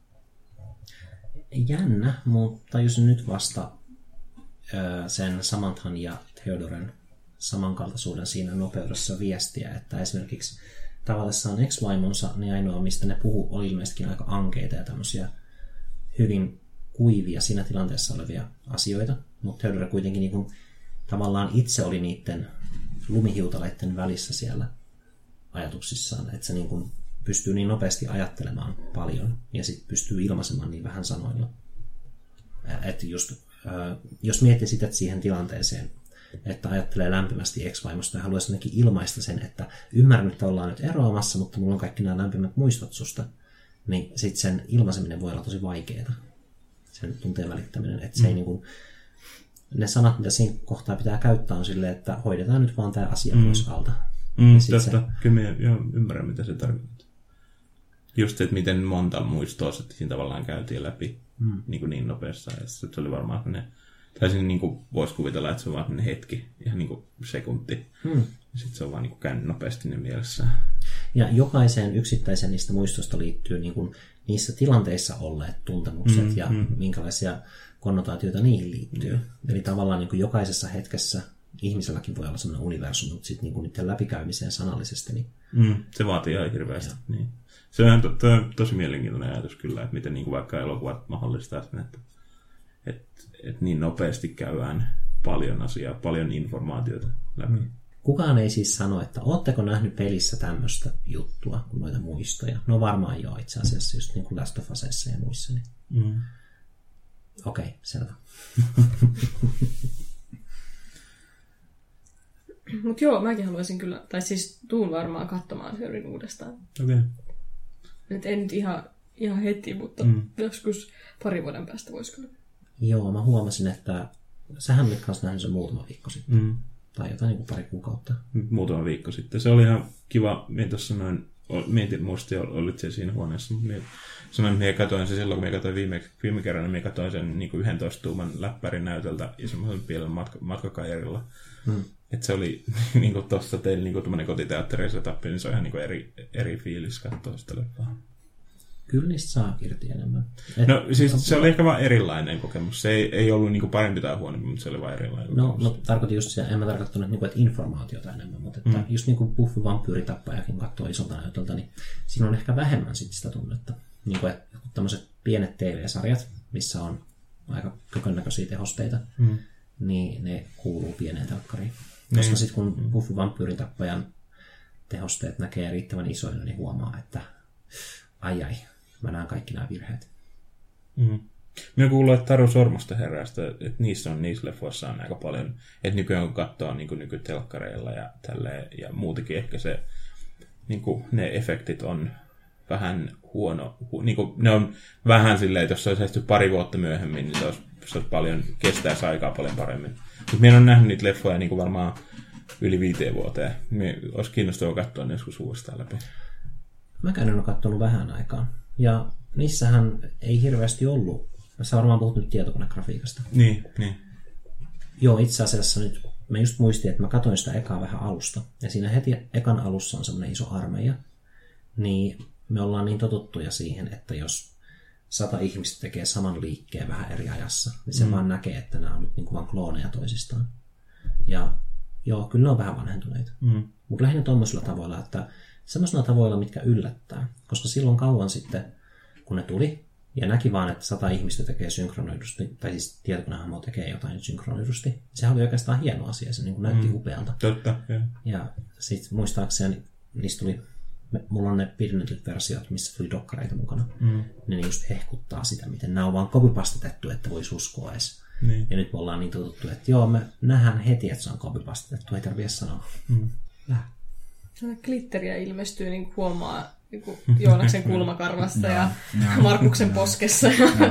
S4: Jännä, mutta jos nyt vasta sen Samanthan ja Theodoren samankaltaisuuden siinä nopeudessa viestiä, että esimerkiksi tavallissaan ex-vaimonsa, niin ainoa mistä ne puhuu, oli ilmeisestikin aika ankeita ja tämmöisiä hyvin kuivia siinä tilanteessa olevia asioita, mutta Theodore kuitenkin niin kuin, tavallaan itse oli niiden lumihiutaleiden välissä siellä ajatuksissaan, että se niin kuin pystyy niin nopeasti ajattelemaan paljon ja sitten pystyy ilmaisemaan niin vähän sanoilla. Että just jos miettii sitä siihen tilanteeseen, että ajattelee lämpimästi ex-vaimosta ja haluaisi ainakin ilmaista sen, että ymmärrän, että ollaan nyt eroamassa, mutta mulla on kaikki nämä lämpimät muistot susta, niin sitten sen ilmaiseminen voi olla tosi vaikeaa. Sen tunteen välittäminen, että se mm. ei niin kuin, ne sanat, mitä siinä kohtaa pitää käyttää, on silleen, että hoidetaan nyt vaan tämä asia mm. pois alta.
S2: Mm, tästä, se... kyllä minä ymmärrän, mitä se tarkoittaa. Just se, että miten monta muistoa että siinä tavallaan käytiin läpi mm. niin, kuin niin nopeassa. Ja se oli varmaan sellainen, tai siinä niin kuin voisi kuvitella, että se on vaan sellainen hetki, ihan niin kuin sekunti. Mm. Sitten se on vaan niin kuin käynyt nopeasti ne mielessä.
S4: Ja jokaiseen yksittäiseen niistä muistoista liittyy niin kuin niissä tilanteissa olleet tuntemukset mm, ja mm. minkälaisia konnotaatioita niihin liittyy. Mm. Eli tavallaan niin kuin jokaisessa hetkessä ihmiselläkin voi olla sellainen universumi, mutta sitten niin niiden läpikäymiseen sanallisesti. Niin...
S2: Mm, se vaatii ihan hirveästi. Niin. Se on to, to, tosi mielenkiintoinen ajatus kyllä, että miten niin kuin vaikka elokuvat mahdollistaa sen, että, että, että niin nopeasti käydään paljon asiaa, paljon informaatiota läpi. Mm.
S4: Kukaan ei siis sano, että ootteko nähnyt pelissä tämmöistä juttua kuin noita muistoja. No varmaan joo itse asiassa, just niin kuin Last of Usissa ja muissa. Niin... Mm. Okei, okay, selvä.
S1: Mutta joo, mäkin haluaisin kyllä, tai siis tuun varmaan katsomaan sen uudestaan.
S2: Okei. Okay.
S1: Nyt en nyt ihan, ihan heti, mutta mm. joskus pari vuoden päästä voisi kyllä.
S4: Joo, mä huomasin, että sähän nyt kanssa nähnyt sen muutama viikko sitten. Mm. Tai jotain niin kuin pari kuukautta.
S2: Muutama viikko sitten. Se oli ihan kiva. Mietin tuossa noin, mietin musta, olit siellä siinä huoneessa. Sanoin, että minä katsoin se silloin, kun minä katsoin viime, viime kerran, niin minä katsoin sen niin kuin yksitoista tuuman läppärin näytöltä ja semmoisen pienen matka, matkakajerilla. Hmm. Että se oli niin kuin tuossa teillä niin kuin kotiteatterisetappi, niin se on ihan niin kuin eri, eri fiilis katsoa sitä leffaa.
S4: Kyllä niistä saa irti enemmän.
S2: Et, no siis se on... oli ehkä vaan erilainen kokemus. Se ei, ei ollut niinku parempi tai huonompi, mutta se oli vaan erilainen
S4: no, no tarkoitin just se, en mä tarkoittanut, että, että informaatiota enemmän, mutta että mm. just niin kuin Buffy vampyyritappajakin katsoo isolta näytöltä, niin siinä on ehkä vähemmän sit sitä tunnetta. Niin kuin että tämmöiset pienet T V-sarjat, missä on aika kökönnäköisiä tehosteita, mm. niin ne kuuluu pieneen telkkariin. Mm. Koska sitten kun mm. Buffy vampyyritappajan tehosteet näkee riittävän isoina, niin huomaa, että ai ai. Mä näen kaikki nämä virheet.
S2: Mm. Minä kuullut, että Taru Sormusta herästä, että niissä on niissä leffoissa on aika paljon, että nykyään kun katsoo niin kuin nykytelkkareilla ja tälleen, ja muutenkin ehkä se, niin kuin ne efektit on vähän huono, hu, niin kuin ne on vähän silleen, että jos se olisi tehty pari vuotta myöhemmin, niin se olisi, se olisi paljon, kestäisi aikaa paljon paremmin. Mutta minä olen nähnyt niitä leffoja niin kuin varmaan yli viiteen vuoteen. Minä olisi kiinnostavaa katsoa ne joskus uudestaan läpi.
S4: Mäkään en ole katsonut vähän aikaa. Ja niissähän ei hirveästi ollut. Sä varmaan puhut nyt tietokonegrafiikasta.
S2: Niin, niin.
S4: Joo, itse asiassa nyt mä just muistin, että mä katsoin sitä ekaa vähän alusta. Ja siinä heti ekan alussa on semmoinen iso armeija. Niin me ollaan niin totuttuja siihen, että jos sata ihmistä tekee saman liikkeen vähän eri ajassa, niin se mm. vaan näkee, että nämä on nyt niin kuin vaan klooneja toisistaan. Ja joo, kyllä ne on vähän vanhentuneita. Mm. Mutta lähinnä tuommoisilla tavoilla, että semmoisilla tavoilla, mitkä yllättää. Koska silloin kauan sitten, kun ne tuli, ja näki vaan, että sata ihmistä tekee synkronoidusti, tai siis tietokonehahmo tekee jotain synkronoidusti, sehän oli oikeastaan hieno asia, se niin kuin näytti mm. upealta.
S2: Totta, yeah.
S4: Ja sitten muistaakseni, niistä tuli, mulla on ne pidennetyt versiot, missä tuli dokkareita mukana, mm. ne just hehkuttaa sitä, miten nämä on vaan copypastetettu, että voisi uskoa edes. Niin. Ja nyt me ollaan niin totuttu, että joo, me nähdään heti, että se on copypastetettu, ei tarvitse sanoa. Mm. Läh.
S1: Glitteriä ilmestyy, niin huomaa niin Joonaksen kulmakarvasta ja Markuksen poskessa.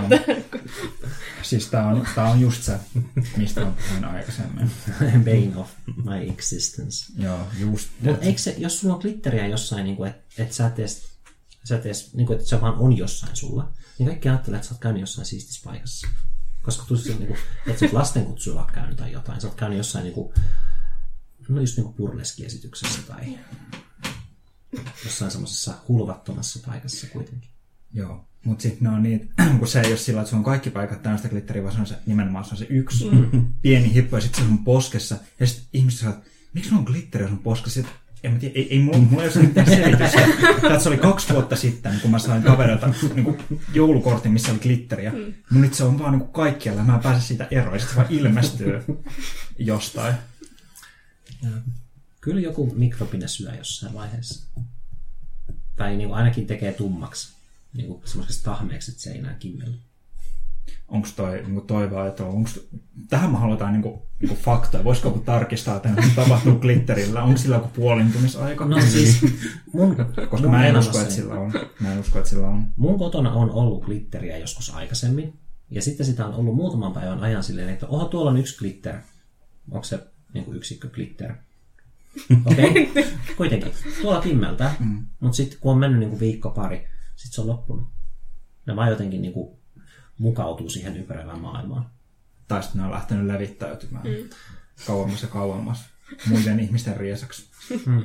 S3: Siis tää on, tää on just se, mistä mä puhuin aikaisemmin.
S4: Bane of my existence.
S3: Joo, just.
S4: Mutta eikö se, jos sulla on glitteriä jossain, niin että et sä tees, sä tees, niin kuin, että se vaan on jossain sulla, niin kaikki ajattelee, että sä oot käynyt jossain siistissä paikassa. Koska tuossa, niin kuin, että sä oot lastenkutsuilla oot käynyt tai jotain, sä oot käynyt jossain niin kuin, no just niin kuin burleski-esityksessä tai jossain semmoisessa hulvattomassa paikassa kuitenkin.
S3: Joo, mutta sitten ne on niitä, kun se ei ole sillä, että se on kaikki paikat täynnä sitä glitteriä, vaan se on se, nimenomaan se on se yksi mm. pieni hippo ja sitten se on poskessa. Ja sitten ihmiset sanoo, että miksi se on glitteriä sun poskessa? Sitten, en mä tiedä, ei, ei mulla, mulla ei ole mitään selitystä. Tätä se oli kaksi vuotta sitten, kun mä sain kaverilta niin joulukortin, missä oli glitteriä. Mm. Mutta nyt se on vaan niin kaikkialla ja mä en pääse siitä eroon ja sitten se vaan ilmestyy jostain.
S4: Ja kyllä joku mikrobine syö jossain vaiheessa. Tai niin kuin ainakin tekee tummaksi. Niin kuin semmoisesta tahmeeksi, että se ei enää kimmellä.
S3: onko toi niinku toivoa, että onko tähän mä halutaan niinku, niinku faktoja. Voisiko joku tarkistaa, että tapahtuu glitterillä? Onko sillä joku puolintumisaika?
S4: No siis, mun,
S3: koska
S4: mun
S3: mä en usko, että sillä on. Mä en usko, että sillä on.
S4: Mun kotona on ollut glitteriä joskus aikaisemmin. Ja sitten sitä on ollut muutaman päivän ajan silleen, että oho, tuolla on yksi glitter. Onko se niinku yksikkö glitter? Okei, okay. Kuitenkin. Tuolla kimmeltää. Mm. Mutta sitten kun on mennyt niinku viikko pari, sitten se on loppunut. Ne vaan jotenkin niinku mukautuu siihen ympäröivään maailmaan.
S3: Tai sitten ne on lähtenyt levittäytymään mm. kauemmas ja kauemmas muiden ihmisten riesaksi. Mm.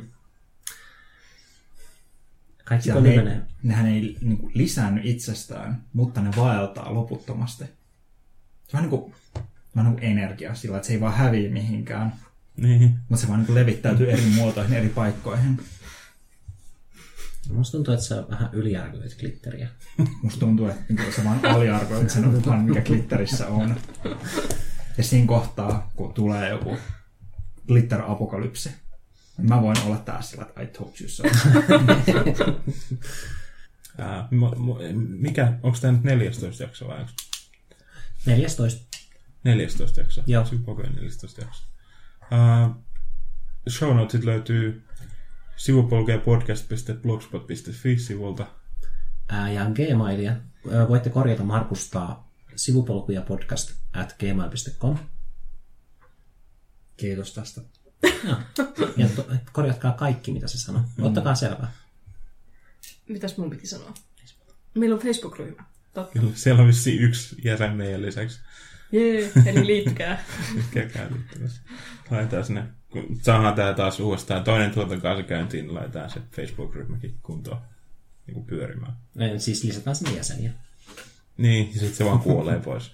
S4: Kaikki peli menee.
S3: Ne, nehän ei niinku lisännyt itsestään, mutta ne vaeltaa loputtomasti. Se on vähän niin kuin, vähän niin kuin energia sillä, että se ei vaan häviä mihinkään.
S2: Niin.
S3: Mutta se vaan niin levittäytyy eri muotoihin, eri paikkoihin.
S4: Musta tuntuu, että sä vähän yliarvioit glitteriä.
S3: Musta tuntuu, että sä vaan aliarvioit sen, mikä glitterissä on. Ja siinä kohtaa, kun tulee joku glitter-apokalypsi, mä voin olla taas sillä, että I told you so.
S2: Mikä, onko tämä nyt neljästoista jakso vai onko?
S4: neljästoista.
S2: neljästoista jakso?
S4: Joo.
S2: Koko ajan neljästoista jakso. Uh, show notesit löytyy sivupolkeapodcast piste blogspot piste fi sivulta.
S4: Ää, ja Gmailia. Voitte korjata Markusta sivupolkujapodcast at gmail piste com.
S3: Kiitos tästä.
S4: Ja, ja to, korjatkaa kaikki, mitä se sanoo. Ottakaa selvää.
S1: Mitäs mun piti sanoa? Meillä on Facebook-ryhmä. Totta.
S2: Kyllä, siellä on vissiin yksi jäsen meidän lisäksi.
S1: Jee, eli liittykää.
S2: Liittykää liittymässä. Laitetaan sinne, kun saadaan tää taas uudestaan toinen tuotantokausi käyntiin, niin laitetaan se Facebook-ryhmäkin kuntoon niin kuin pyörimään.
S4: Ne, siis lisätään sinne jäseniä.
S2: Niin, ja sitten se vaan kuolee pois.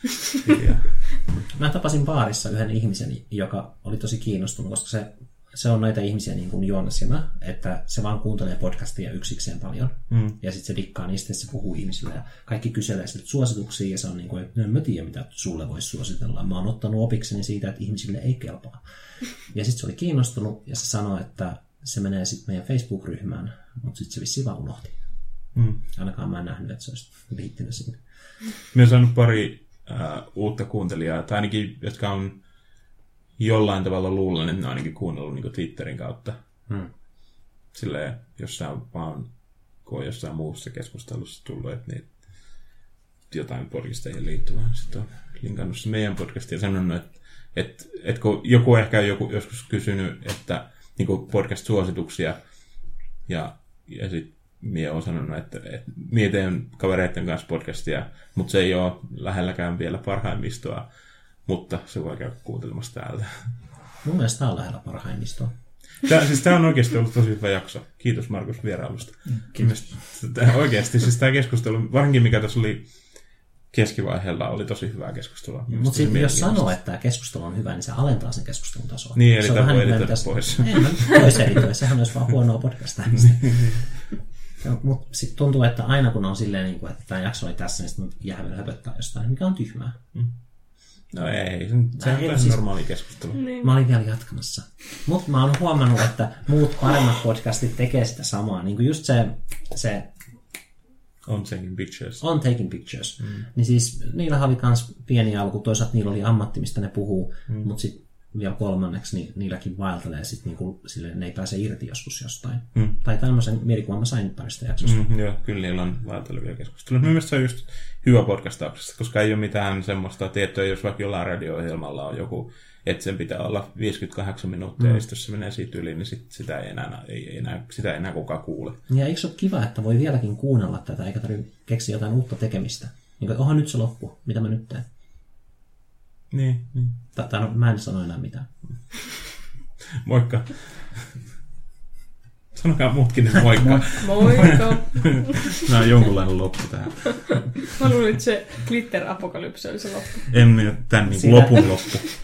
S4: Mä tapasin baarissa yhden ihmisen, joka oli tosi kiinnostunut, koska se, se on noita ihmisiä niin kuin Joonas ja mä, että se vaan kuuntelee podcastia yksikseen paljon. Mm. Ja sitten se dikkaa niistä, että se puhuu ihmisille. Ja kaikki kyselee sitten suosituksia, ja se on niin kuin, että no, en mä tiedä, mitä sulle voisi suositella. Mä oon ottanut opikseni siitä, että ihmisille ei kelpaa. Ja sitten se oli kiinnostunut, ja se sanoi, että se menee sitten meidän Facebook-ryhmään, mutta sitten se vissiin vaan unohti. Mm. Ainakaan mä en nähnyt, että se olisi liittynyt sinne.
S2: Mä oon saanut pari Uh, uutta kuuntelijaa, tai ainakin, jotka on jollain tavalla luullen, että ne on ainakin kuunnellut niin Twitterin kautta. Hmm. Silleen, jossain vaan, kun on jossain muussa keskustelussa tullut, että niitä jotain podcastiin liittyy, sitten on linkannut se meidän podcastiin ja sanonut, että, että, että kun joku ehkä on joku, joskus kysynyt, että niin podcast-suosituksia, ja, ja sitten minä olen sanonut, että, että minä teen kavereiden kanssa podcastia, mutta se ei ole lähelläkään vielä parhaimmistoa, mutta se voi käydä kuuntelemassa täältä.
S4: Mun mielestä tämä on lähellä parhaimmistoa.
S2: Tämä, siis tämä on oikeasti ollut tosi hyvä jakso. Kiitos Markus vierailusta.
S3: Kiitos.
S2: Tämä, oikeasti siis tämä keskustelu, varsinkin mikä tässä oli keskivaiheella, oli tosi hyvää keskustelua.
S4: Mutta sitten jos sanoo, että tämä keskustelu on hyvä, niin se alentaa sen keskustelun tasoa.
S2: Niin, eli tämä voi editoida pois.
S4: En mä voisi editoida, sehän olisi vaan huonoa podcastaamista. Mutta sitten tuntuu, että aina kun on silleen, niin kuin, että tämä jakso oli tässä, niin sitten jää vielä höpöttää jostain, mikä on tyhmää. Mm.
S2: No ei, se, se on täysin siis normaali keskustelu.
S4: Niin. Mä olin vielä jatkamassa. Mutta mä oon huomannut, että muut paremmat podcastit tekee sitä samaa. Niin kuin just se, se
S2: On Taking Pictures.
S4: On Taking Pictures. Mm. Niin siis niillä oli myös pieni alku. Toisaalta niillä oli ammatti, mistä ne puhuu, mm. mutta sitten vielä kolmanneksi niin niilläkin vaeltelee sit niinku silleen, ne ei pääse irti joskus jostain. Mm. Tai tämmöisen mielikuvan mä sain parista jaksosta.
S2: Mm, joo, kyllä niillä on vaeltelevia keskusteluja. Mm. Mielestäni se on just hyvä podcastauksesta, koska ei ole mitään semmoista tiettyä, jos vaikka jollain radio-ohjelmalla on joku, että sen pitää olla viisikymmentäkahdeksan minuuttia, mm. ja jos se menee siitä yli, niin sit sitä, ei enää, ei enää, sitä ei enää kukaan kuule.
S4: Ja eikö se ole kiva, että voi vieläkin kuunnella tätä, eikä tarvitse keksiä jotain uutta tekemistä? Niin kuin, oha nyt se loppu, mitä mä nyt teen?
S2: Niin, niin.
S4: Tai no, mä en sano enää mitään.
S2: Moikka. Sanokaa muutkin nyt moikka.
S1: Moikka.
S2: Nämä on jonkunlainen loppu tähän.
S1: Mä luulin, että se glitter-apokalypse oli se loppu.
S2: En minä tämän niin lopun loppu.